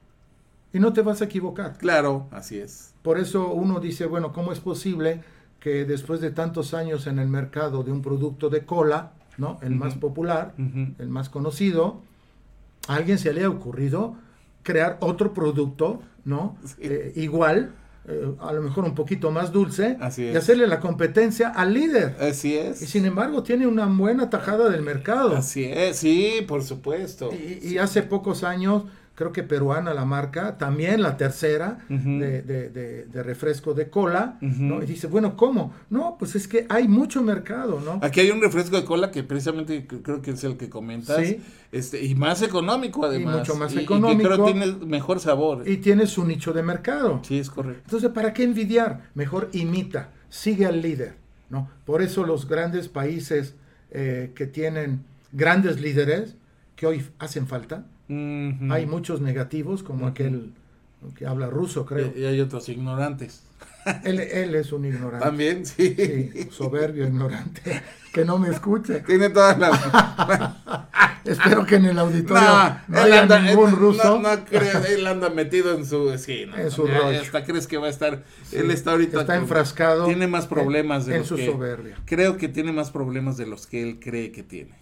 y no te vas a equivocar. Claro, así es. Por eso uno dice, bueno, ¿cómo es posible que después de tantos años en el mercado de un producto de cola, ¿no? el Ujú. más popular, Ujú. el más conocido, a alguien se le ha ocurrido crear otro producto, ¿no? Sí. Eh, igual, eh, a lo mejor un poquito más dulce, Así y es. hacerle la competencia al líder. Así Y es. sin embargo tiene una buena tajada del mercado. Así es, sí, por supuesto. Y, y hace pocos años, creo que peruana la marca, también la tercera Ujú. de, de- de- de refresco de cola, Ujú. ¿no? Y dice, bueno, ¿cómo? No, pues es que hay mucho mercado, ¿no? Aquí hay un refresco de cola que precisamente c- creo que es el que comentas. Sí. Este, y más económico además. mucho más Y- y económico. que creo que tiene mejor sabor. Y tiene su nicho de mercado. Sí, es correcto. Entonces, ¿para qué envidiar? Mejor imita, sigue al líder, ¿no? Por eso los grandes países eh, que tienen grandes líderes, que hoy hacen falta, Ujú. hay muchos negativos, como Ujú. aquel que habla ruso, creo. Y, y hay otros ignorantes. Él, él es un ignorante. También, sí. Sí, soberbio, ignorante, que no me escuche. Tiene toda la... Espero que en el auditorio no, él haya anda- ningún él- ruso. No, no creo, él anda metido en su... Sí, no, En su ya- rollo. Hasta crees que va a estar... Sí, él está ahorita... está con- enfrascado Tiene más problemas de en los su que... soberbia. Creo que tiene más problemas de los que él cree que tiene.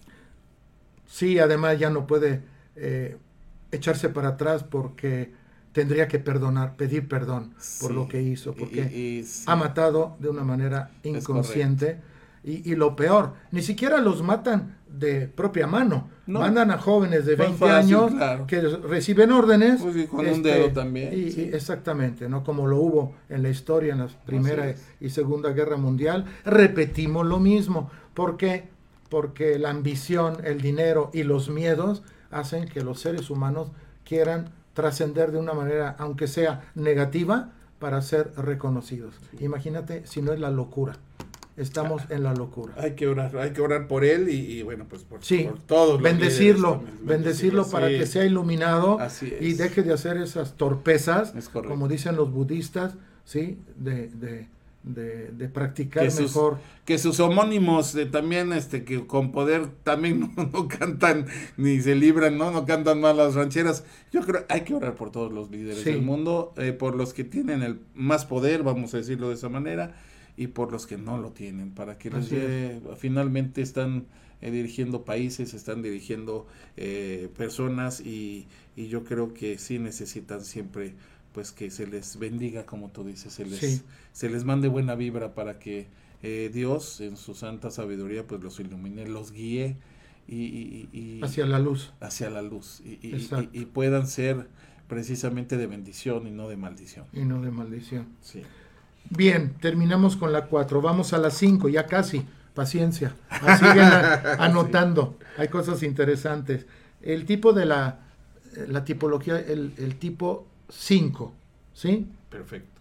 Sí, además ya no puede eh, echarse para atrás porque tendría que perdonar, pedir perdón por Sí. lo que hizo, porque Y- y- y sí. ha matado de una manera inconsciente. Y, y lo peor, ni siquiera los matan de propia mano. No. Mandan a jóvenes de Más veinte fácil, años claro. que reciben órdenes. Pues sí, con un dedo también, Y, sí. y exactamente, ¿no? Como lo hubo en la historia en la Primera es. y Segunda Guerra Mundial, repetimos lo mismo. ¿Por qué? Porque la ambición, el dinero y los miedos hacen que los seres humanos quieran trascender de una manera, aunque sea negativa, para ser reconocidos. Imagínate si no es la locura. Estamos en la locura. Hay que orar, hay que orar por él y, y bueno, pues por, Sí, por todos los bendecirlo, líderes también, bendecirlo para sí. que sea iluminado Así es. y deje de hacer esas torpezas, Es correcto. como dicen los budistas, ¿sí? De, de de, de practicar que sus, mejor. Que sus homónimos eh, también, este, que con poder también no, no cantan ni se libran, ¿no? No cantan mal las rancheras. Yo creo hay que orar por todos los líderes Sí. del mundo, eh, por los que tienen el más poder, vamos a decirlo de esa manera, y por los que no lo tienen, para que les lleve, finalmente están eh, dirigiendo países, están dirigiendo eh, personas, y, y yo creo que sí necesitan siempre pues que se les bendiga, como tú dices, se les, Sí. se les mande buena vibra para que eh, Dios en su santa sabiduría pues los ilumine, los guíe y, y, y Hacia la luz. hacia la luz y, y, Exacto. y, y puedan ser precisamente de bendición y no de maldición. Y no de maldición. Sí. Bien, terminamos con la cuatro, vamos a la cinco, ya casi, paciencia, ah, siguen a- anotando, hay cosas interesantes. El tipo de la, la tipología, el, el tipo cinco, ¿sí? Perfecto.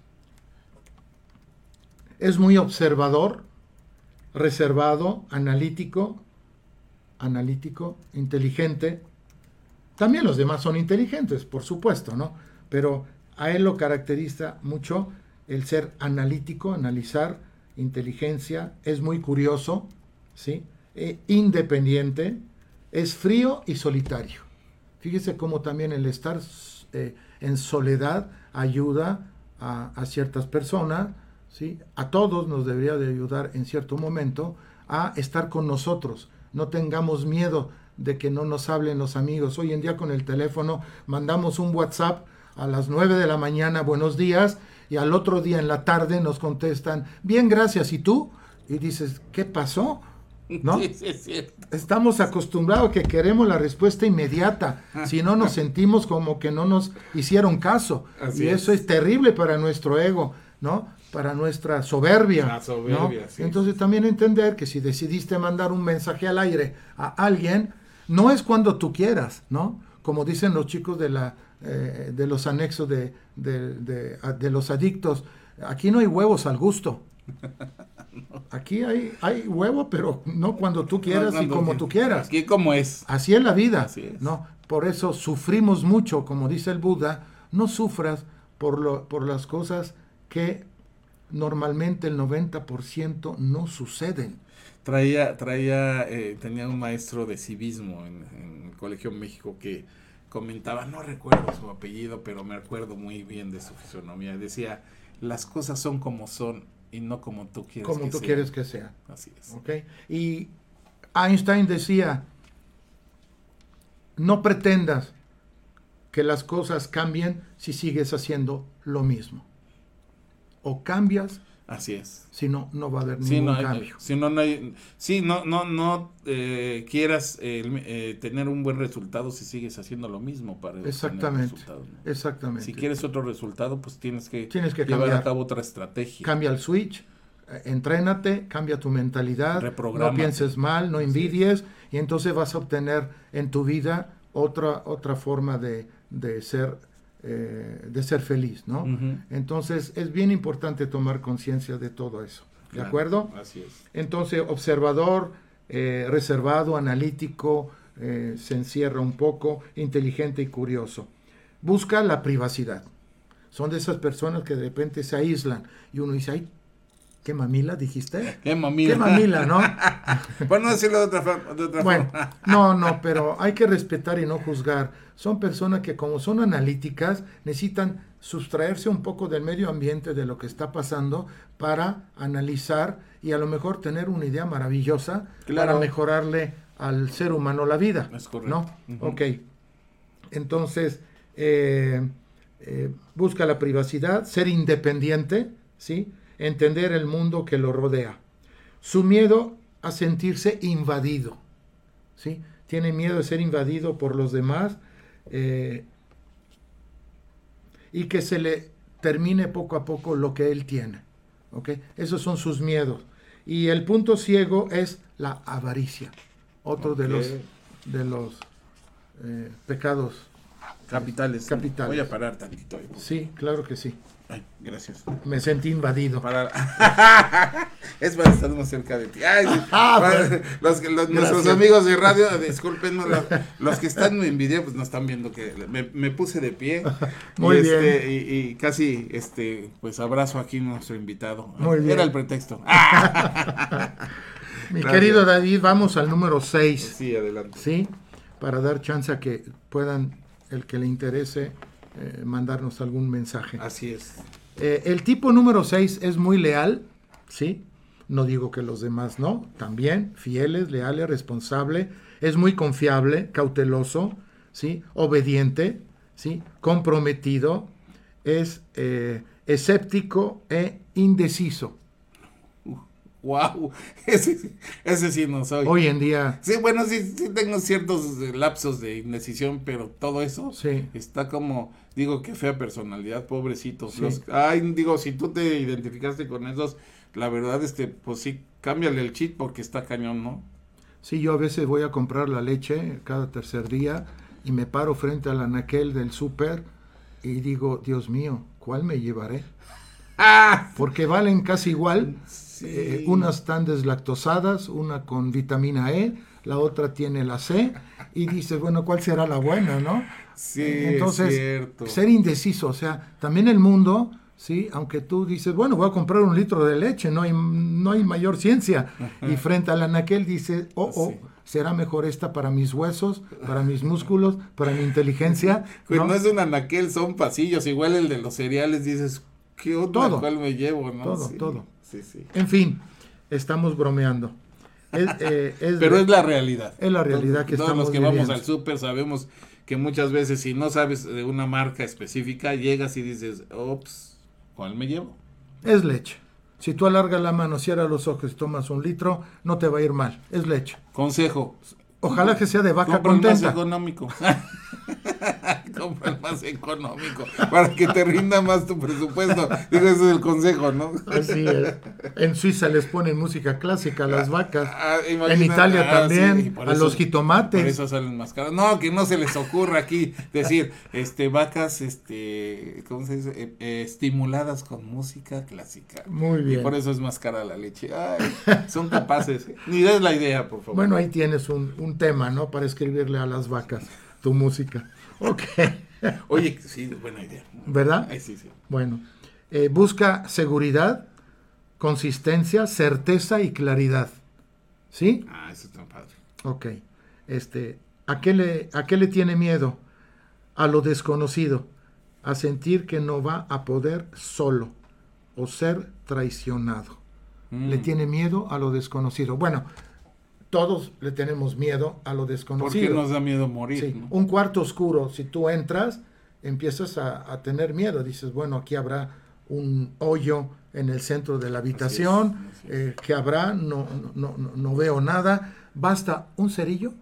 Es muy observador, reservado, analítico, analítico, inteligente. También los demás son inteligentes, por supuesto, ¿no? Pero a él lo caracteriza mucho el ser analítico, analizar, inteligencia, es muy curioso, ¿sí? E independiente, es frío y solitario. Fíjese cómo también el estar eh, en soledad ayuda a, a ciertas personas, ¿sí? A todos nos debería de ayudar en cierto momento a estar con nosotros. No tengamos miedo de que no nos hablen los amigos. Hoy en día con el teléfono mandamos un WhatsApp a las nueve de la mañana, buenos días, y al otro día en la tarde nos contestan, bien, gracias, ¿y tú? Y dices, ¿qué pasó? ¿No? Sí, sí, sí. Estamos acostumbrados que queremos la respuesta inmediata, si no nos sentimos como que no nos hicieron caso. Así y es. eso es terrible para nuestro ego, ¿no? Para nuestra soberbia. La soberbia, ¿no? sí. Entonces también entender que si decidiste mandar un mensaje al aire a alguien, no es cuando tú quieras, ¿no? Como dicen los chicos de la eh, de los anexos de, de, de, de los adictos, aquí no hay huevos al gusto. Aquí hay, hay huevo, pero no cuando tú quieras No, y como que- tú quieras. Aquí como es. Así es la vida, Así es. ¿no? Por eso sufrimos mucho, como dice el Buda, no sufras por, lo, por las cosas que normalmente el noventa por ciento no suceden. Traía, traía, eh, tenía un maestro de civismo en, en el Colegio México que comentaba, no recuerdo su apellido, pero me acuerdo muy bien de su fisonomía. Decía, las cosas son como son y no como tú quieres Como que tú sean. quieres que sea. Así es. ¿Ok? Y Einstein decía, no pretendas que las cosas cambien si sigues haciendo lo mismo. O cambias, Así es. si no, no va a haber Sí, ningún no hay, cambio. sí, no, no hay, sí, no, no, no eh, quieras eh, eh, tener un buen resultado si sigues haciendo lo mismo para obtener Exactamente, resultados, ¿no? exactamente. Si quieres otro resultado, pues tienes que, Tienes que llevar cambiar. a cabo otra estrategia. Cambia el switch, eh, entrénate, cambia tu mentalidad, no Reprográmate. pienses mal, no Así envidies, y entonces vas a obtener en tu vida otra, otra forma de, de ser eh, de ser feliz, ¿no? Ujú. Entonces es bien importante tomar conciencia de todo eso, ¿de Claro, acuerdo? Así es. Entonces, observador, eh, reservado, analítico, eh, se encierra un poco, inteligente y curioso. Busca la privacidad. Son de esas personas que de repente se aíslan y uno dice, ay, ¿qué mamila dijiste? Qué mamila. ¿Qué mamila, no? Por no decirlo de otra, fa- de otra Bueno, forma. no, no, pero hay que respetar y no juzgar. Son personas que como son analíticas necesitan sustraerse un poco del medio ambiente, de lo que está pasando, para analizar y a lo mejor tener una idea maravillosa Claro. para mejorarle al ser humano la vida. Es correcto. ¿No? Ujú. Ok. Entonces, eh, eh, busca la privacidad, ser independiente, ¿sí? Entender el mundo que lo rodea. Su miedo a sentirse invadido, ¿sí? Tiene miedo de ser invadido por los demás eh, y que se le termine poco a poco lo que él tiene, ¿ok? Esos son sus miedos. Y el punto ciego es la avaricia, otro de Ok. los, de los eh, pecados Capitales. Capitales. Voy a parar tantito. Ahí. Sí, claro que sí. Ay, gracias. Me sentí invadido. Para... es para estar más cerca de ti. Ay, Ah, para- pues, los, que- los- nuestros amigos de radio, discúlpenos, los, los que están en video, pues no están viendo que me, me puse de pie. Muy y, bien. Este, y, y casi, este, pues abrazo aquí a nuestro invitado. Muy bien. Era el pretexto. Mi Gracias. querido David, vamos al número seis. Sí, adelante. ¿Sí? Para dar chance a que puedan, el que le interese, eh, mandarnos algún mensaje. Así es. Eh, el tipo número seis es muy leal, ¿sí? No digo que los demás no, también fieles, leales, responsable, es muy confiable, cauteloso, ¿sí? Obediente, ¿sí? Comprometido, es eh, escéptico e indeciso. Wow, ese, ese sí no soy. Hoy en día, Sí, bueno, sí, sí tengo ciertos eh, lapsos de indecisión, pero todo eso sí, está como, digo, qué fea personalidad, pobrecitos. Sí. Los, ay, digo, si tú te identificaste con esos, la verdad, este, pues sí, cámbiale el chip porque está cañón, ¿no? sí, yo a veces voy a comprar la leche cada tercer día y me paro frente al anaquel del súper y digo, Dios mío, ¿cuál me llevaré? ¡Ah! Porque valen casi igual. Sí. Eh, unas están deslactosadas, una con vitamina E, la otra tiene la C, y dices, bueno, ¿cuál será la buena, no? Sí, Eh, Entonces, es cierto. ser indeciso, o sea, también el mundo, sí, aunque tú dices, bueno, voy a comprar un litro de leche, no hay, no hay mayor ciencia, y frente al anaquel dice, oh, oh, Sí. será mejor esta para mis huesos, para mis músculos, para mi inteligencia, Pues ¿no? no es un anaquel, son pasillos, igual el de los cereales, dices, ¿qué onda? Todo. ¿Cuál me llevo? ¿no? Todo, Sí, todo. Sí, sí. En fin, estamos bromeando. Es, eh, es Pero de- es la realidad. Es la realidad que Todos estamos los que viviendo. vamos al súper sabemos que muchas veces si no sabes de una marca específica, llegas y dices, ops, ¿cuál me llevo? Es leche. Si tú alargas la mano, cierras los ojos y tomas un litro, no te va a ir mal. Es leche. Consejo. Ojalá que sea de vaca Compra el más contenta. económico. Compra el más económico para que te rinda más tu presupuesto. Digo, ese es el consejo, ¿no? Así es. En Suiza les ponen música clásica a las vacas. Ah, imagina- En Italia ah, también, sí, por a eso- los jitomates. Por eso salen más caras. No, que no se les ocurra aquí decir, este, vacas, este, ¿cómo se dice? Eh, eh, estimuladas con música clásica. Muy Y bien. por eso es más cara la leche. Ay, son capaces. ¿eh? Ni des la idea, por favor. Bueno, ahí tienes un, un tema, ¿no? Para escribirle a las vacas tu música. Ok. Oye, sí, buena idea. ¿Verdad? Ay, sí, sí. Bueno, eh, busca seguridad, consistencia, certeza y claridad. ¿Sí? Ah, eso está padre. Ok. Este, ¿a qué le, a qué le tiene miedo? A lo desconocido, a sentir que no va a poder solo o ser traicionado. Mm. Le tiene miedo a lo desconocido. Bueno, todos le tenemos miedo a lo Porque desconocido. nos da miedo morir. Sí, ¿no? un cuarto oscuro, si tú entras, empiezas a, a tener miedo. Dices, bueno, aquí habrá un hoyo en el centro de la habitación. Así es, así Eh, ¿qué habrá? No, no, no, no veo nada. Basta un cerillo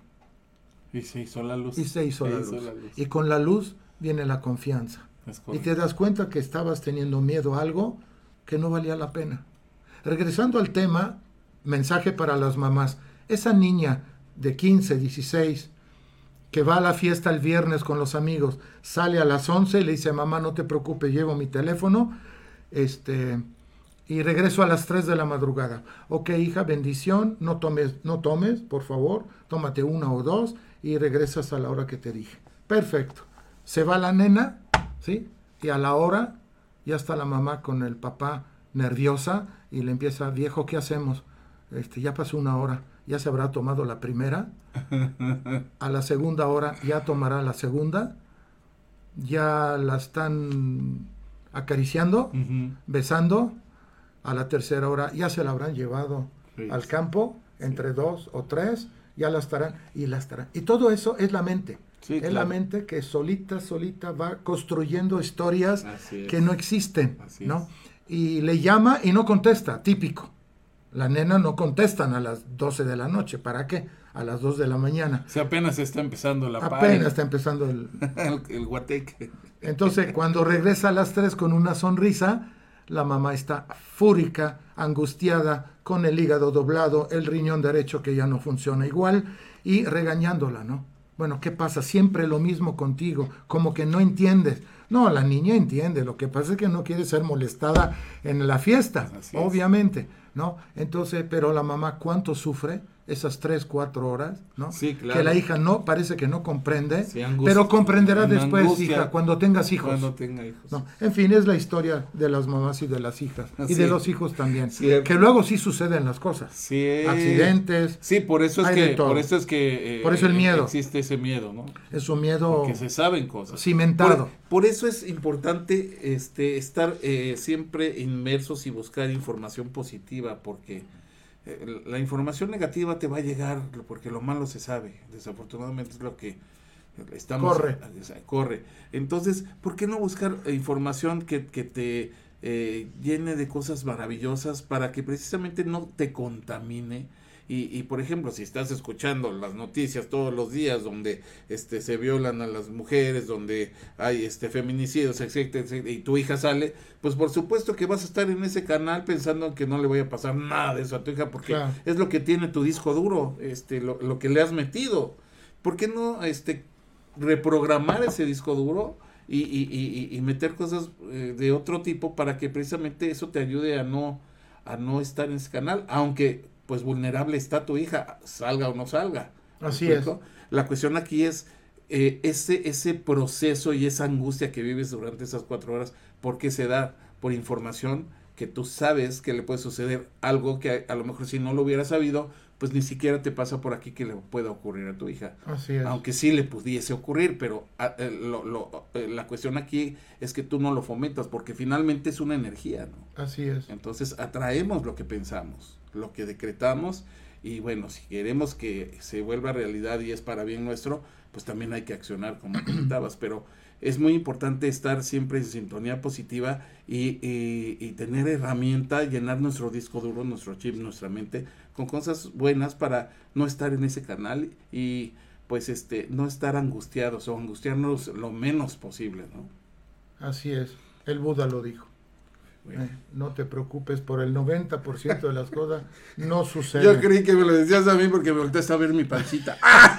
Y se hizo la luz. y se hizo, Se la, hizo luz. la luz. Y con la luz viene la confianza. Es Y correcto. te das cuenta que estabas teniendo miedo a algo que no valía la pena. Regresando al tema, mensaje para las mamás. Esa niña de quince, dieciséis, que va a la fiesta el viernes con los amigos, sale a las once y le dice, mamá, no te preocupes, llevo mi teléfono, este, y regreso a las tres de la madrugada. Ok, hija, bendición, no tomes, no tomes, por favor, tómate una o dos y regresas a la hora que te dije. Perfecto. Se va la nena, ¿sí? Y a la hora ya está la mamá con el papá nerviosa y le empieza, viejo, ¿qué hacemos? Este, ya pasó una hora, ya se habrá tomado la primera, a la segunda hora ya tomará la segunda, ya la están acariciando, Ujú. besando, a la tercera hora ya se la habrán llevado Sí, al sí. campo, entre dos o tres, ya la estarán, y la estarán. Y todo eso es la mente. Sí, es claro. la mente que solita, solita va construyendo historias Así es. que no existen, Así ¿no? es. Y le llama y no contesta, típico. La nena no contestan a las doce de la noche, ¿para qué? A las dos de la mañana. O sea, apenas está empezando la Apenas está empezando el... el, el guateque. Entonces, cuando regresa a las tres con una sonrisa, la mamá está fúrica, angustiada, con el hígado doblado, el riñón derecho que ya no funciona igual, y regañándola, ¿no? Bueno, ¿qué pasa? Siempre lo mismo contigo, como que no entiendes. No, la niña entiende, lo que pasa es que no quiere ser molestada en la fiesta, obviamente, ¿no? Entonces, pero la mamá, ¿cuánto sufre? Esas tres, cuatro horas, ¿no? Sí, claro. Que la hija no, parece que no comprende, Sí, angustia, pero comprenderá después, angustia, hija, cuando tengas hijos. Cuando tenga hijos. No, en fin, es la historia de las mamás y de las hijas, Así y de es. los hijos también, Cierto. que luego sí suceden las cosas. Sí. Accidentes. Sí, por eso es hay de que, todo. por eso es que eh, Por eso el miedo. existe ese miedo, ¿no? Es un miedo Que se saben cosas. cimentado. Por, por eso es importante este estar eh, siempre inmersos y buscar información positiva, porque eh, la información negativa te va a llegar, porque lo malo se sabe. Desafortunadamente es lo que estamos... Corre. Corre. Entonces, ¿por qué no buscar información que, que te eh, llene de cosas maravillosas para que precisamente no te contamine? Y, y por ejemplo, si estás escuchando las noticias todos los días donde este se violan a las mujeres, donde hay este feminicidios, etcétera, etcétera, y tu hija sale, pues por supuesto que vas a estar en ese canal pensando que no le vaya a pasar nada de eso a tu hija, porque Claro. es lo que tiene tu disco duro, este lo, lo que le has metido. ¿Por qué no este reprogramar ese disco duro y, y, y, y meter cosas eh, de otro tipo para que precisamente eso te ayude a no a no estar en ese canal, aunque pues vulnerable está tu hija, salga o no salga? Así es. La cuestión aquí es eh, ese, ese proceso y esa angustia que vives durante esas cuatro horas, ¿por qué se da? Por información que tú sabes que le puede suceder algo que a, a lo mejor si no lo hubiera sabido, pues ni siquiera te pasa por aquí que le pueda ocurrir a tu hija. Así es. Aunque sí le pudiese ocurrir, pero a, eh, lo, lo, eh, la cuestión aquí es que tú no lo fomentas, porque finalmente es una energía, ¿no? Así es. Entonces atraemos lo que pensamos, lo que decretamos, y bueno, si queremos que se vuelva realidad y es para bien nuestro, pues también hay que accionar, como comentabas, pero es muy importante estar siempre en sintonía positiva y, y, y tener herramienta, llenar nuestro disco duro, nuestro chip, nuestra mente con cosas buenas para no estar en ese canal y pues este no estar angustiados o angustiarnos lo menos posible, ¿no? Así es. El Buda lo dijo. Bueno. Eh, no te preocupes, por el noventa por ciento de las cosas no suceden. Yo creí que me lo decías a mí porque me volteaste a ver mi pancita.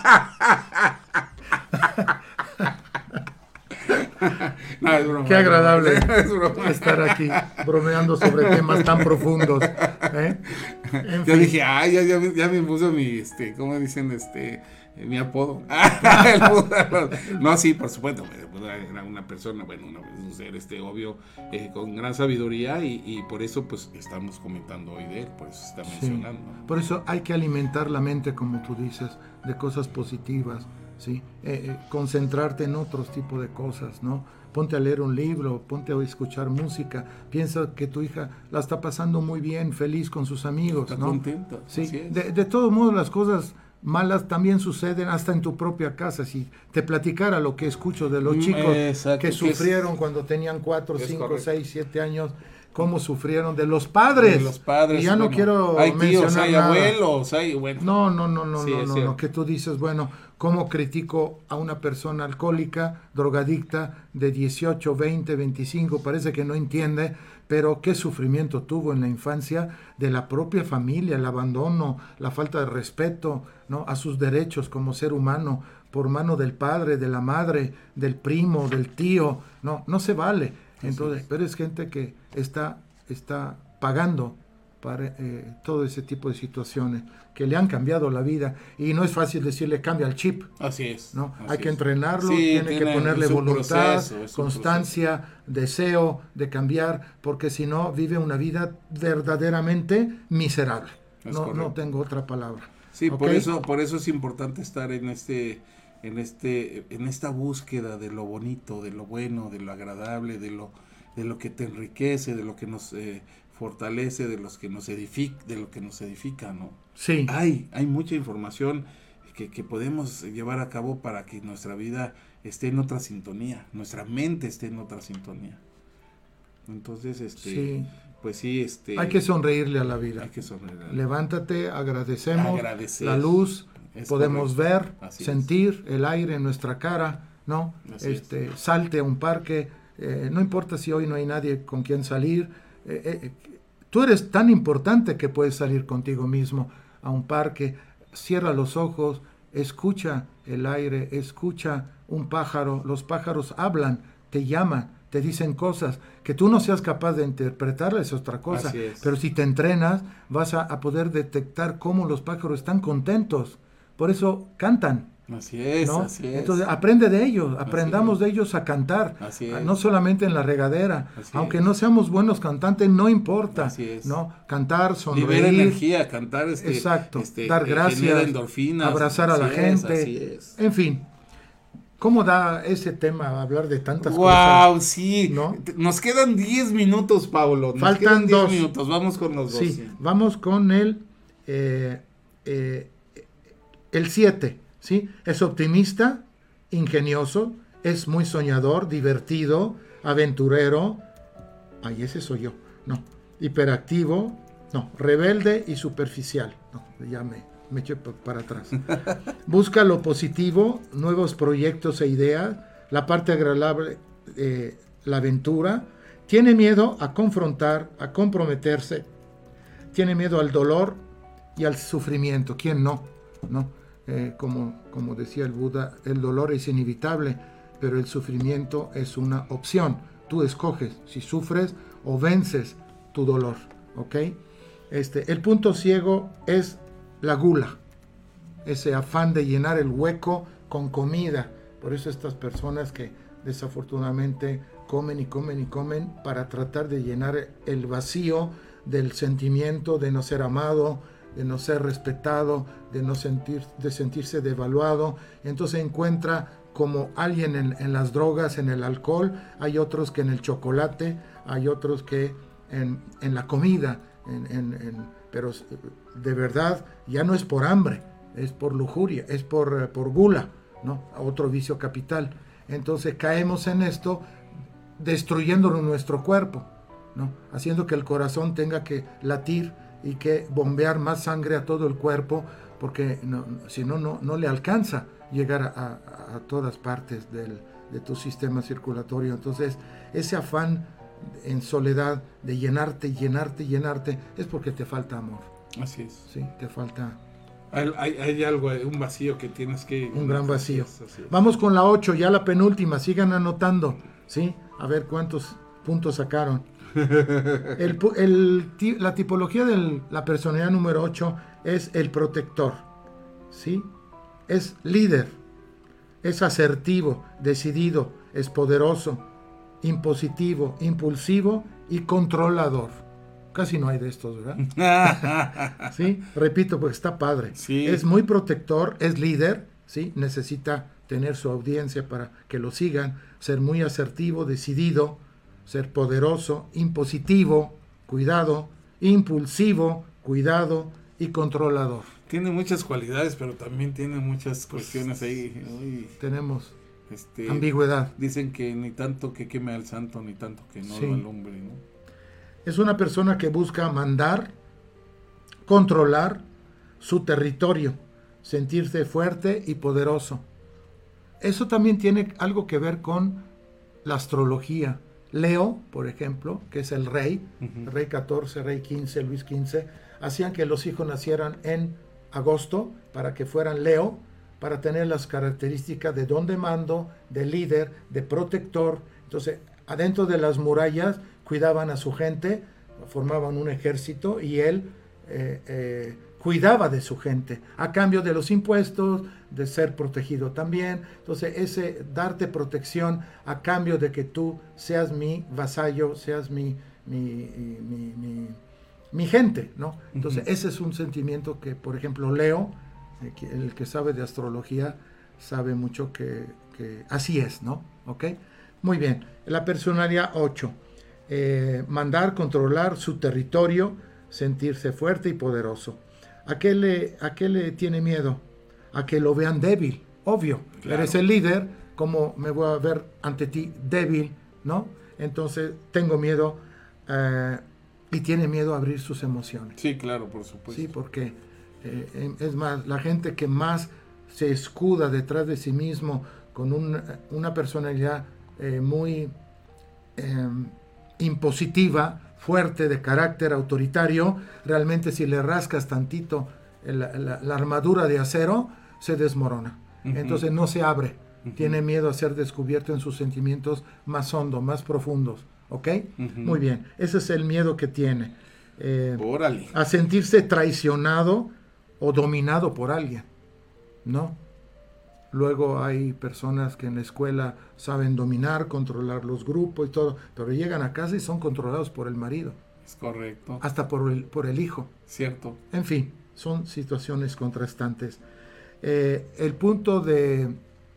No, es broma. Qué agradable Es broma. estar aquí bromeando sobre temas tan profundos. ¿eh? En Yo fin. dije, ay, ya, ya, me- ya me puso mi, este, ¿cómo dicen? Este, eh, mi apodo. El Buda. No, sí, por supuesto, el Buda era una persona, bueno, una, un ser, este, obvio, eh, con gran sabiduría y, y por eso, pues, estamos comentando hoy de él, por eso se está Sí. mencionando. Por eso hay que alimentar la mente, como tú dices, de cosas positivas, ¿sí? Eh, eh, concentrarte en otros tipos de cosas, ¿no? Ponte a leer un libro, ponte a escuchar música, piensa que tu hija la está pasando muy bien, feliz con sus amigos, Está ¿no? contenta, Sí, así es. de, de todos modos las cosas malas también suceden hasta en tu propia casa. Si te platicara lo que escucho de los Mm, chicos exacto, que que es- sufrieron cuando tenían cuatro, es cinco, correcto. seis, siete años, cómo sufrieron de los padres. De los padres. Y ya no bueno, quiero hay tíos, mencionar hay nada. abuelos, hay, bueno. No, no, no, no, Sí, no, es no, cierto. no, que tú dices, bueno, ¿cómo critico a una persona alcohólica, drogadicta, de dieciocho, veinte, veinticinco? Parece que no entiende, pero qué sufrimiento tuvo en la infancia de la propia familia, el abandono, la falta de respeto, ¿no? A sus derechos como ser humano, por mano del padre, de la madre, del primo, del tío. No, no se vale. Entonces, pero es gente que está, está pagando para eh, todo ese tipo de situaciones que le han cambiado la vida, y no es fácil decirle cambia el chip, Así es. ¿no? así Hay que es. entrenarlo, Sí, tiene que ponerle es un voluntad, proceso, es un constancia, deseo de cambiar, porque si no vive una vida verdaderamente miserable. Es No, correcto. no tengo otra palabra. Sí, ¿Ok? por eso, por eso es importante estar en este, en este, en esta búsqueda de lo bonito, de lo bueno, de lo agradable, de lo, de lo que te enriquece, de lo que nos eh, fortalece, de los que nos edifica, de lo que nos edifica, ¿no? Sí, Hay, hay mucha información que, que podemos llevar a cabo para que nuestra vida esté en otra sintonía, nuestra mente esté en otra sintonía. Entonces, este, sí. pues sí, este, Hay que sonreírle a la vida. hay que sonreír. Levántate, agradecemos Agradecer. la luz, Es podemos correcto. ver, Así sentir el aire en nuestra cara, ¿no? Así este, salte a un parque, eh, no importa si hoy no hay nadie con quien salir, eh, eh, tú eres tan importante que puedes salir contigo mismo a un parque, cierra los ojos escucha el aire, escucha un pájaro, los pájaros hablan, te llaman, te dicen cosas, que tú no seas capaz de interpretarles es otra cosa, es. Pero si te entrenas vas a, a poder detectar cómo los pájaros están contentos, por eso cantan. Así es, ¿no? así es. Entonces aprende de ellos, aprendamos de ellos a cantar, así es. No solamente en la regadera, así aunque es. no seamos buenos cantantes, no importa, así es. ¿no? Cantar, sonreír, libera energía, cantar, este, exacto, este, dar gracias, endorfinas, abrazar a la es, gente, así es. En fin. ¿Cómo da ese tema hablar de tantas wow, cosas? Wow, sí. ¿No? Nos quedan diez minutos, Pablo. Nos Faltan quedan diez dos. minutos. Vamos con los dos. Sí, sí. vamos con el eh, eh, el siete, ¿sí? Es optimista, ingenioso, es muy soñador, divertido, aventurero. Ay, ese soy yo. No. Hiperactivo, no. Rebelde y superficial. No, ya me... me eché para atrás. Busca lo positivo, nuevos proyectos e ideas, la parte agradable, eh, la aventura. Tiene miedo a confrontar, a comprometerse. Tiene miedo al dolor y al sufrimiento. ¿Quién no? ¿No? Eh, como, como decía el Buda, el dolor es inevitable, pero el sufrimiento es una opción. Tú escoges si sufres o vences tu dolor. ¿Ok? Este, el punto ciego es la gula, ese afán de llenar el hueco con comida. Por eso estas personas que desafortunadamente comen y comen y comen para tratar de llenar el vacío del sentimiento de no ser amado, de no ser respetado, de no sentir, de sentirse devaluado. Entonces encuentra como alguien en, en las drogas, en el alcohol, hay otros que en el chocolate, hay otros que en, en la comida, en, en, en pero de verdad ya no es por hambre, es por lujuria, es por, por gula, ¿no? Otro vicio capital. Entonces caemos en esto destruyendo nuestro cuerpo, ¿no? Haciendo que el corazón tenga que latir y que bombear más sangre a todo el cuerpo, porque no, si no, no, no le alcanza llegar a, a, a todas partes del, de tu sistema circulatorio. Entonces ese afán en soledad de llenarte, llenarte, llenarte, es porque te falta amor. Así es. Sí, te falta... Hay, hay, hay algo, un vacío que tienes que... Un gran vacío. Así es, así es. Vamos con la ocho, ya la penúltima, sigan anotando, ¿sí? A ver cuántos puntos sacaron. el, el, la tipología de la personalidad número ocho es el protector, ¿sí? Es líder, es asertivo, decidido, es poderoso, impositivo, impulsivo y controlador. Casi no hay de estos, ¿verdad? Sí, repito, pues está padre. Sí. Es muy protector, es líder, ¿sí? Necesita tener su audiencia para que lo sigan, ser muy asertivo, decidido, ser poderoso, impositivo, cuidado, impulsivo, cuidado y controlador. Tiene muchas cualidades, pero también tiene muchas cuestiones ahí. Uy. Tenemos Este, ambigüedad. Dicen que ni tanto que queme al santo, ni tanto que no Sí. lo alumbre, ¿no? Es una persona que busca mandar, controlar su territorio, sentirse fuerte y poderoso. Eso también tiene algo que ver con la astrología. Leo, por ejemplo, que es el rey, uh-huh. Rey catorce, Rey quince, Luis quince, hacían que los hijos nacieran en agosto para que fueran Leo, para tener las características de don de mando, de líder, de protector. Entonces, adentro de las murallas cuidaban a su gente, formaban un ejército y él eh, eh, cuidaba de su gente, a cambio de los impuestos, de ser protegido también. Entonces, ese darte protección a cambio de que tú seas mi vasallo, seas mi, mi, mi, mi, mi gente, ¿no? Entonces, uh-huh. ese es un sentimiento que, por ejemplo, Leo, el que sabe de astrología sabe mucho que, que así es, ¿no? ¿Ok? Muy bien. La personalidad ocho. Eh, mandar, controlar su territorio, sentirse fuerte y poderoso. ¿A qué le, a qué le tiene miedo? A que lo vean débil, obvio. Claro. Eres el líder, ¿cómo me voy a ver ante ti débil, no? Entonces tengo miedo eh, y tiene miedo a abrir sus emociones. Sí, claro, por supuesto. Sí, porque eh, es más, la gente que más se escuda detrás de sí mismo con un, una personalidad eh, muy eh, impositiva, fuerte, de carácter autoritario, realmente si le rascas tantito la, la, la armadura de acero, se desmorona. Uh-huh. Entonces no se abre. Uh-huh. Tiene miedo a ser descubierto en sus sentimientos más hondos, más profundos. ¿Ok? Uh-huh. Muy bien. Ese es el miedo que tiene. Eh, Órale. A sentirse traicionado o dominado por alguien. ¿No? Luego hay personas que en la escuela saben dominar, controlar los grupos y todo, pero llegan a casa y son controlados por el marido. Es correcto. Hasta por el, por el hijo. Cierto. En fin, son situaciones contrastantes. Eh, el punto de,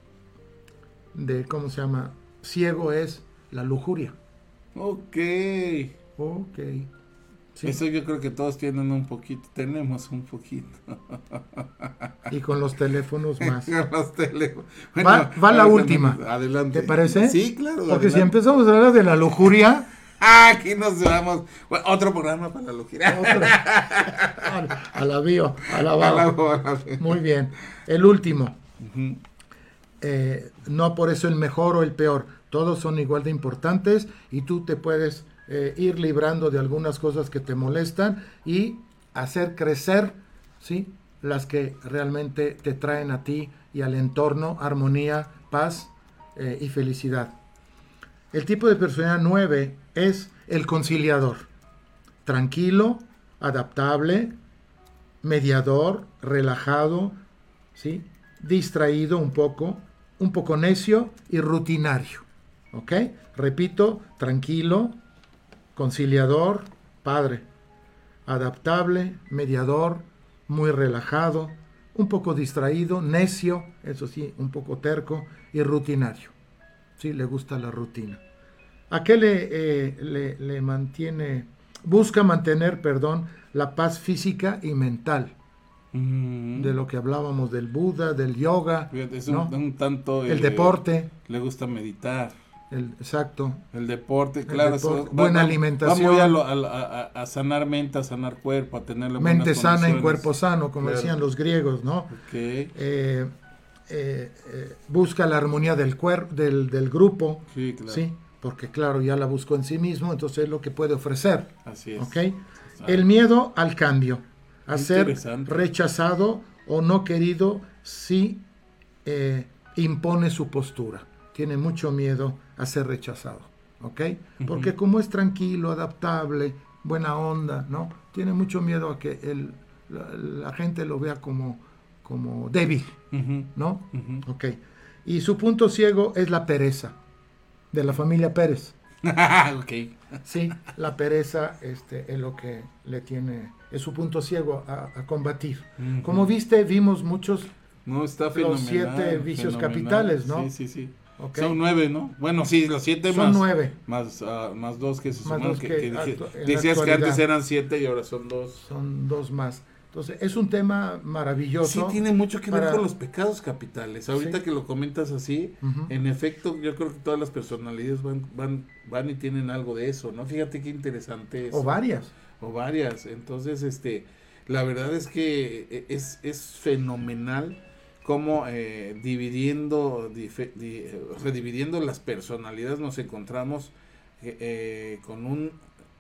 de, ¿cómo se llama? Ciego es la lujuria. Ok. Ok. Sí. Eso yo creo que todos tienen un poquito, tenemos un poquito. Y con los teléfonos más. Con los teléfonos. Bueno, va va la última. Adelante. ¿Te parece? Sí, claro. Porque adelante. si empezamos a hablar de la lujuria... Ah, aquí nos vamos. Bueno, otro programa para la lujuria. Otro. A la bio, a la bao. Muy bien. El último. Uh-huh. Eh, no por eso el mejor o el peor. Todos son igual de importantes y tú te puedes... Eh, ir librando de algunas cosas que te molestan y hacer crecer, ¿sí?, las que realmente te traen a ti y al entorno armonía, paz eh, y felicidad. El tipo de personalidad nueve es el conciliador, tranquilo, adaptable, mediador, relajado, ¿sí?, distraído un poco, un poco necio y rutinario. ¿Ok? Repito, tranquilo, conciliador, padre, adaptable, mediador, muy relajado, un poco distraído, necio, eso sí, un poco terco y rutinario. Sí, le gusta la rutina. ¿A qué le, eh, le, le mantiene, busca mantener, perdón, la paz física y mental? Mm. De lo que hablábamos del Buda, del yoga, es ¿no? un, un tanto, el eh, deporte. Le gusta meditar. El, exacto. El deporte, claro. El deporte, va, buena va, alimentación. Va muy a, lo, a, a, a sanar mente, a sanar cuerpo, a tener mente sana en cuerpo sano, como claro. decían los griegos, ¿no? Okay. Eh, eh, eh, busca la armonía del, cuer del, del grupo. Sí, claro. ¿sí? Porque, claro, ya la buscó en sí mismo, entonces es lo que puede ofrecer. Así es. ¿Okay? El miedo al cambio, a ser rechazado o no querido si eh, impone su postura. Tiene mucho miedo a ser rechazado, ¿ok? Uh-huh. Porque como es tranquilo, adaptable, buena onda, ¿no? Tiene mucho miedo a que el, la, la gente lo vea como, como débil, uh-huh. ¿no? Uh-huh. Ok. Y su punto ciego es la pereza, de la familia Pérez. Ok. Sí, la pereza este, es lo que le tiene, es su punto ciego a, a combatir. Uh-huh. Como viste, vimos muchos, no, está los siete vicios fenomenal. Capitales, ¿no? Sí, sí, sí. Okay. Son nueve, ¿no? Bueno, sí, los siete son más. Son nueve. Más, uh, más dos que se suman. Que, que, que, actu- que decías que antes eran siete y ahora son dos. Son dos más. Entonces, es un tema maravilloso. Sí, tiene mucho que para... ver con los pecados capitales. Ahorita sí. que lo comentas así, uh-huh. en efecto, yo creo que todas las personalidades van, van, van y tienen algo de eso, ¿no? Fíjate qué interesante es. O varias. O varias. Entonces, este, la verdad es que es, es fenomenal cómo eh, dividiendo dife, di, o sea, dividiendo las personalidades nos encontramos eh, eh, con un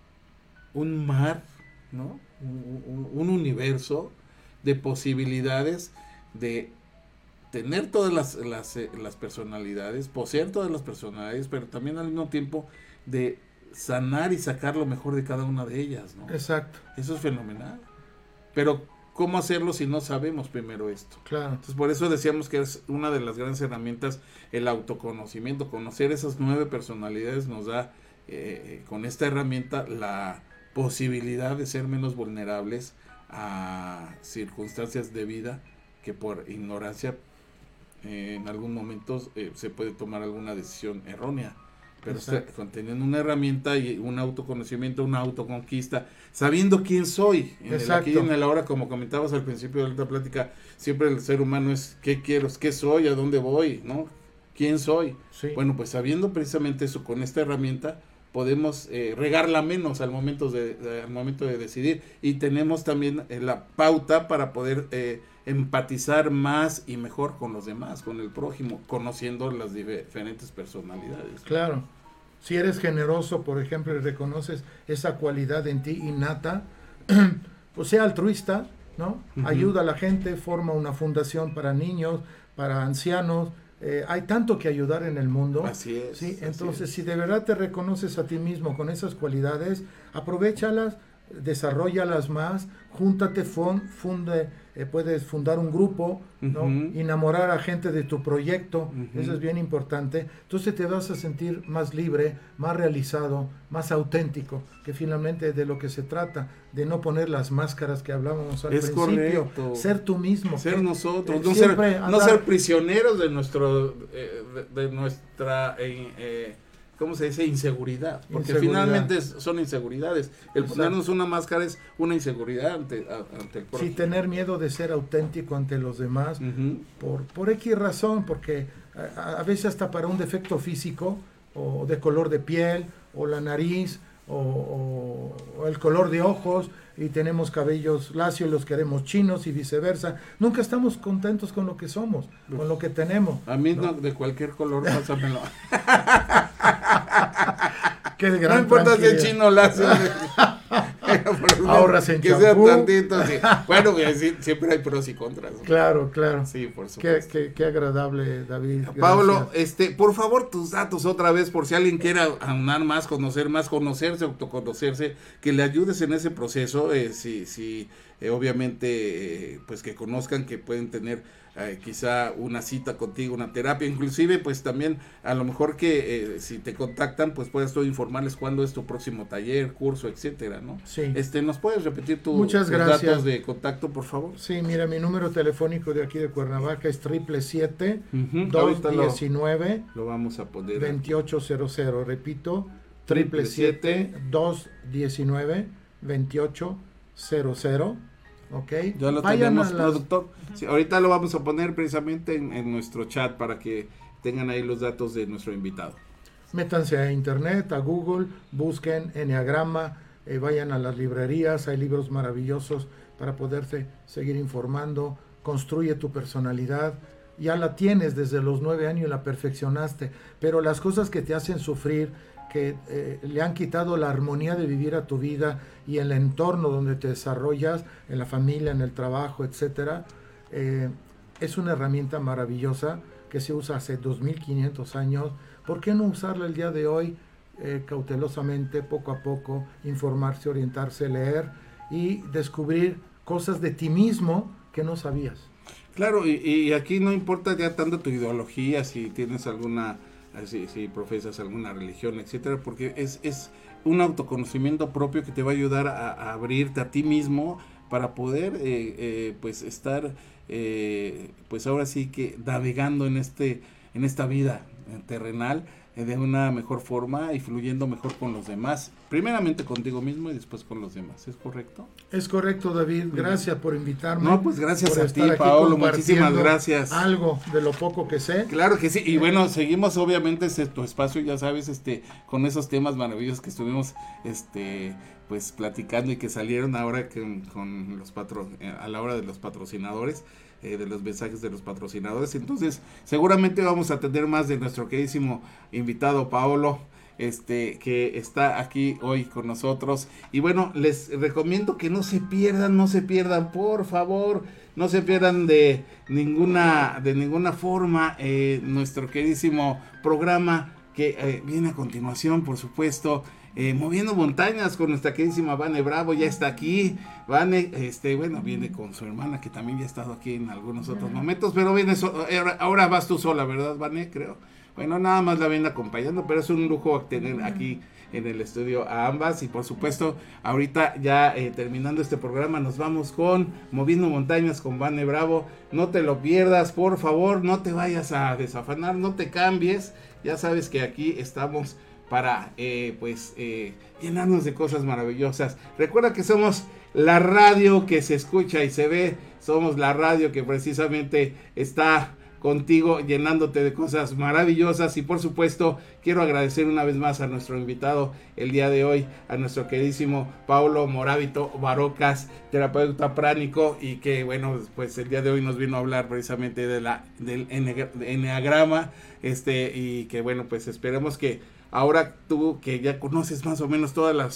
un mar, ¿no? Un, un, un universo de posibilidades de tener todas las, las, las personalidades, poseer todas las personalidades, pero también al mismo tiempo de sanar y sacar lo mejor de cada una de ellas, ¿no? Exacto. Eso es fenomenal. Pero ¿cómo hacerlo si no sabemos primero esto? Claro. Entonces, por eso decíamos que es una de las grandes herramientas el autoconocimiento. Conocer esas nueve personalidades nos da, eh, con esta herramienta, la posibilidad de ser menos vulnerables a circunstancias de vida que por ignorancia eh, en algún momento eh, se puede tomar alguna decisión errónea. Pero está, teniendo una herramienta y un autoconocimiento, una autoconquista, sabiendo quién soy, en el aquí y en el ahora, como comentabas al principio de esta plática, siempre el ser humano es qué quiero, qué soy, a dónde voy, ¿no? ¿Quién soy? Sí. Bueno, pues sabiendo precisamente eso, con esta herramienta, podemos eh, regarla menos al momento de, de, al momento de decidir, y tenemos también eh, la pauta para poder eh, empatizar más y mejor con los demás, con el prójimo, conociendo las diferentes personalidades. Claro, si eres generoso, por ejemplo, y reconoces esa cualidad en ti innata, pues sea altruista, ¿no? Uh-huh. Ayuda a la gente, forma una fundación para niños, para ancianos. Eh, hay tanto que ayudar en el mundo. Así es. ¿sí? Así Entonces, es. si de verdad te reconoces a ti mismo con esas cualidades, aprovéchalas, desarróllalas más, júntate, fun, funde, eh, puedes fundar un grupo, ¿no? Uh-huh. Enamorar a gente de tu proyecto, Uh-huh. eso es bien importante. Entonces te vas a sentir más libre, más realizado, más auténtico, que finalmente de lo que se trata, de no poner las máscaras que hablábamos al Es principio, correcto. ser tú mismo. Ser que, nosotros, eh, no ser, siempre no andar- ser prisioneros de nuestro, eh, de, de nuestra, eh, eh, ¿cómo se dice? Inseguridad, porque Inseguridad. finalmente es- son inseguridades. El Exacto. ponernos una máscara es una inseguridad ante, a- ante el Sí, prójimo. tener miedo de ser auténtico ante los demás, Ujú. por, por X razón, porque a, a veces hasta para un defecto físico, o de color de piel, o la nariz, o, o- o el color de ojos, y tenemos cabellos lacios y los queremos chinos y viceversa. Nunca estamos contentos con lo que somos, con lo que tenemos. A mí ¿no? no, de cualquier color, pásamelo. Qué No gran importa si es tranquilidad. chino o lacio. Ahorras en que sea champú. tantito, sí. Bueno, pues, sí, siempre hay pros y contras. Claro, claro. Sí, por Qué, supuesto. qué, qué agradable, David. Pablo, Gracias. este, por favor, tus datos otra vez, por si alguien quiere aunar más, conocer más, conocerse, autoconocerse, que le ayudes en ese proceso, eh, si, si eh, obviamente, eh, pues que conozcan que pueden tener eh, quizá una cita contigo, una terapia, inclusive, pues también, a lo mejor que eh, si te contactan, pues puedes tú informarles cuándo es tu próximo taller, curso, etcétera, ¿no? Sí. Este, ¿nos puedes repetir tu, Muchas tus gracias. datos de contacto, por favor? Sí, mira, mi número telefónico de aquí de Cuernavaca es triple siete Ujú, dos ahorita lo- diecinueve Lo vamos a poner. veintiocho cero cero. Repito, triple siete dos diecinueve veintiocho cero cero. Ok. Ya lo Vayan tenemos, a las- productor. Sí, ahorita lo vamos a poner precisamente en, en nuestro chat para que tengan ahí los datos de nuestro invitado. Métanse a internet, a Google, busquen Enneagrama, eh, vayan a las librerías, hay libros maravillosos para poderse seguir informando. Construye tu personalidad, ya la tienes desde los nueve años y la perfeccionaste, pero las cosas que te hacen sufrir, que eh, le han quitado la armonía de vivir a tu vida y el entorno donde te desarrollas, en la familia, en el trabajo, etcétera, eh, es una herramienta maravillosa que se usa hace dos mil quinientos años. ¿Por qué no usarla el día de hoy eh, cautelosamente, poco a poco, informarse, orientarse, leer y descubrir cosas de ti mismo que no sabías? Claro, y, y aquí no importa ya tanto tu ideología, si tienes alguna, si, si profesas alguna religión, etcétera, porque es, es un autoconocimiento propio que te va a ayudar a, a abrirte a ti mismo para poder eh, eh, pues estar eh, pues ahora sí que navegando en este en esta vida terrenal eh, de una mejor forma y fluyendo mejor con los demás, primeramente contigo mismo y después con los demás. ¿Es correcto? Es correcto, David. Gracias por invitarme. No, pues gracias por a estar ti, aquí Paolo, compartiendo muchísimas gracias. Algo de lo poco que sé. Claro que sí, y bueno, seguimos obviamente este, tu espacio, ya sabes, este, con esos temas maravillosos que estuvimos, este, pues platicando y que salieron ahora con, con los patro, eh, a la hora de los patrocinadores, eh, de los mensajes de los patrocinadores. Entonces, seguramente vamos a tener más de nuestro queridísimo invitado Paolo, este, que está aquí hoy con nosotros. Y bueno, les recomiendo que no se pierdan, no se pierdan, por favor, no se pierdan de ninguna, de ninguna forma eh, nuestro queridísimo programa que eh, viene a continuación, por supuesto. Eh, Moviendo Montañas con nuestra queridísima Vane Bravo, ya está aquí. Vane, este, bueno, viene con su hermana que también ya ha estado aquí en algunos otros momentos, pero viene, so ahora, ahora vas tú sola, ¿verdad, Vane? Creo. Bueno, nada más la ven acompañando, pero es un lujo tener aquí en el estudio a ambas. Y por supuesto, ahorita ya eh, terminando este programa, nos vamos con Moviendo Montañas con Vane Bravo. No te lo pierdas, por favor, no te vayas a desafanar, no te cambies. Ya sabes que aquí estamos para eh, pues eh, llenarnos de cosas maravillosas. Recuerda que somos la radio que se escucha y se ve, somos la radio que precisamente está contigo llenándote de cosas maravillosas. Y por supuesto quiero agradecer una vez más a nuestro invitado el día de hoy, a nuestro queridísimo Paulo Moravito Barocas, terapeuta pránico, y que bueno, pues el día de hoy nos vino a hablar precisamente de la del enneagrama, este, y que bueno, pues esperemos que ahora tú, que ya conoces más o menos todas las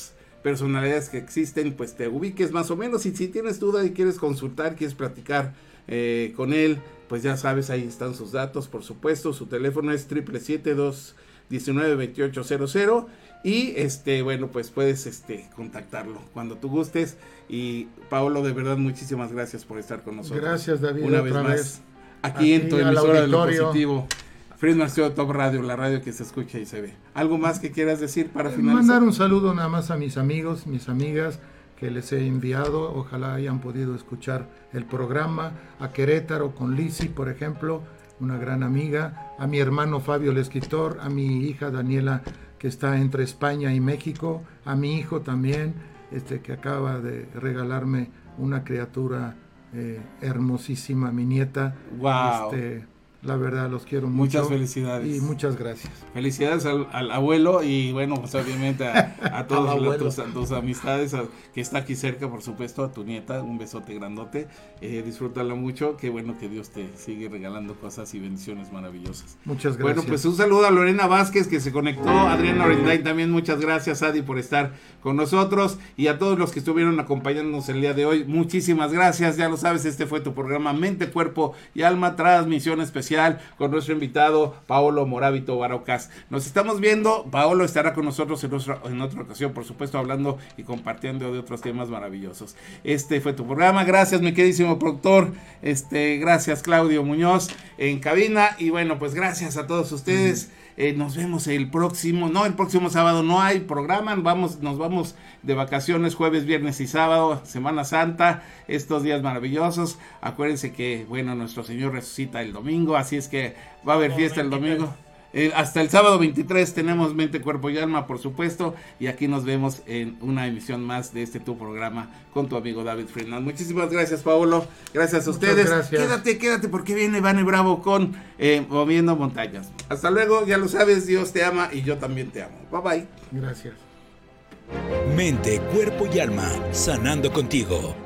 personalidades que existen, pues te ubiques más o menos. Y si tienes duda y quieres consultar, quieres platicar eh, con él, pues ya sabes, ahí están sus datos, por supuesto. Su teléfono es siete siete siete, dos uno nueve, dos ocho cero cero. Y este, bueno, pues puedes este contactarlo cuando tú gustes. Y Paolo, de verdad, muchísimas gracias por estar con nosotros. Gracias, David, una otra vez más vez. aquí en tu emisora de Lo Positivo. Friedman Studio Top Radio, la radio que se escucha y se ve. ¿Algo más que quieras decir para finalizar? Mandar un saludo nada más a mis amigos, mis amigas que les he enviado. Ojalá hayan podido escuchar el programa. A Querétaro con Lisi, por ejemplo, una gran amiga. A mi hermano Fabio, el escritor. A mi hija Daniela, que está entre España y México. A mi hijo también, este que acaba de regalarme una criatura eh, hermosísima, mi nieta. Wow. Este, la verdad, los quiero mucho. Muchas felicidades. Y muchas gracias. Felicidades al, al abuelo y bueno, pues obviamente a, a todas tus, tus amistades a, que está aquí cerca, por supuesto, a tu nieta, un besote grandote. Eh, disfrútala mucho. Qué bueno que Dios te sigue regalando cosas y bendiciones maravillosas. Muchas gracias. Bueno, pues un saludo a Lorena Vázquez que se conectó, Adriana Orendain también, muchas gracias, Adi, por estar con nosotros y a todos los que estuvieron acompañándonos el día de hoy, muchísimas gracias. Ya lo sabes, este fue tu programa Mente, Cuerpo y Alma, transmisión especial con nuestro invitado Paolo Moravito Barocas. Nos estamos viendo, Paolo estará con nosotros en otra, en otra ocasión, por supuesto, hablando y compartiendo de otros temas maravillosos. Este fue tu programa, gracias mi queridísimo productor, este, gracias Claudio Muñoz en cabina y bueno, pues gracias a todos ustedes. Mm. Eh, nos vemos el próximo, no, el próximo sábado no hay programa, vamos, nos vamos de vacaciones jueves, viernes y sábado, Semana Santa, estos días maravillosos. Acuérdense que, bueno, nuestro Señor resucita el domingo, así es que va a haber fiesta el domingo. Eh, hasta el sábado veintitrés tenemos Mente, Cuerpo y Alma, por supuesto, y aquí nos vemos en una emisión más de este tu programa con tu amigo David Friedman. Muchísimas gracias, Paolo, gracias a Muchas ustedes. Gracias. Quédate, quédate porque viene Vane Bravo con eh, Moviendo Montañas. Hasta luego, ya lo sabes, Dios te ama y yo también te amo. Bye bye. Gracias. Mente, Cuerpo y Alma, sanando contigo.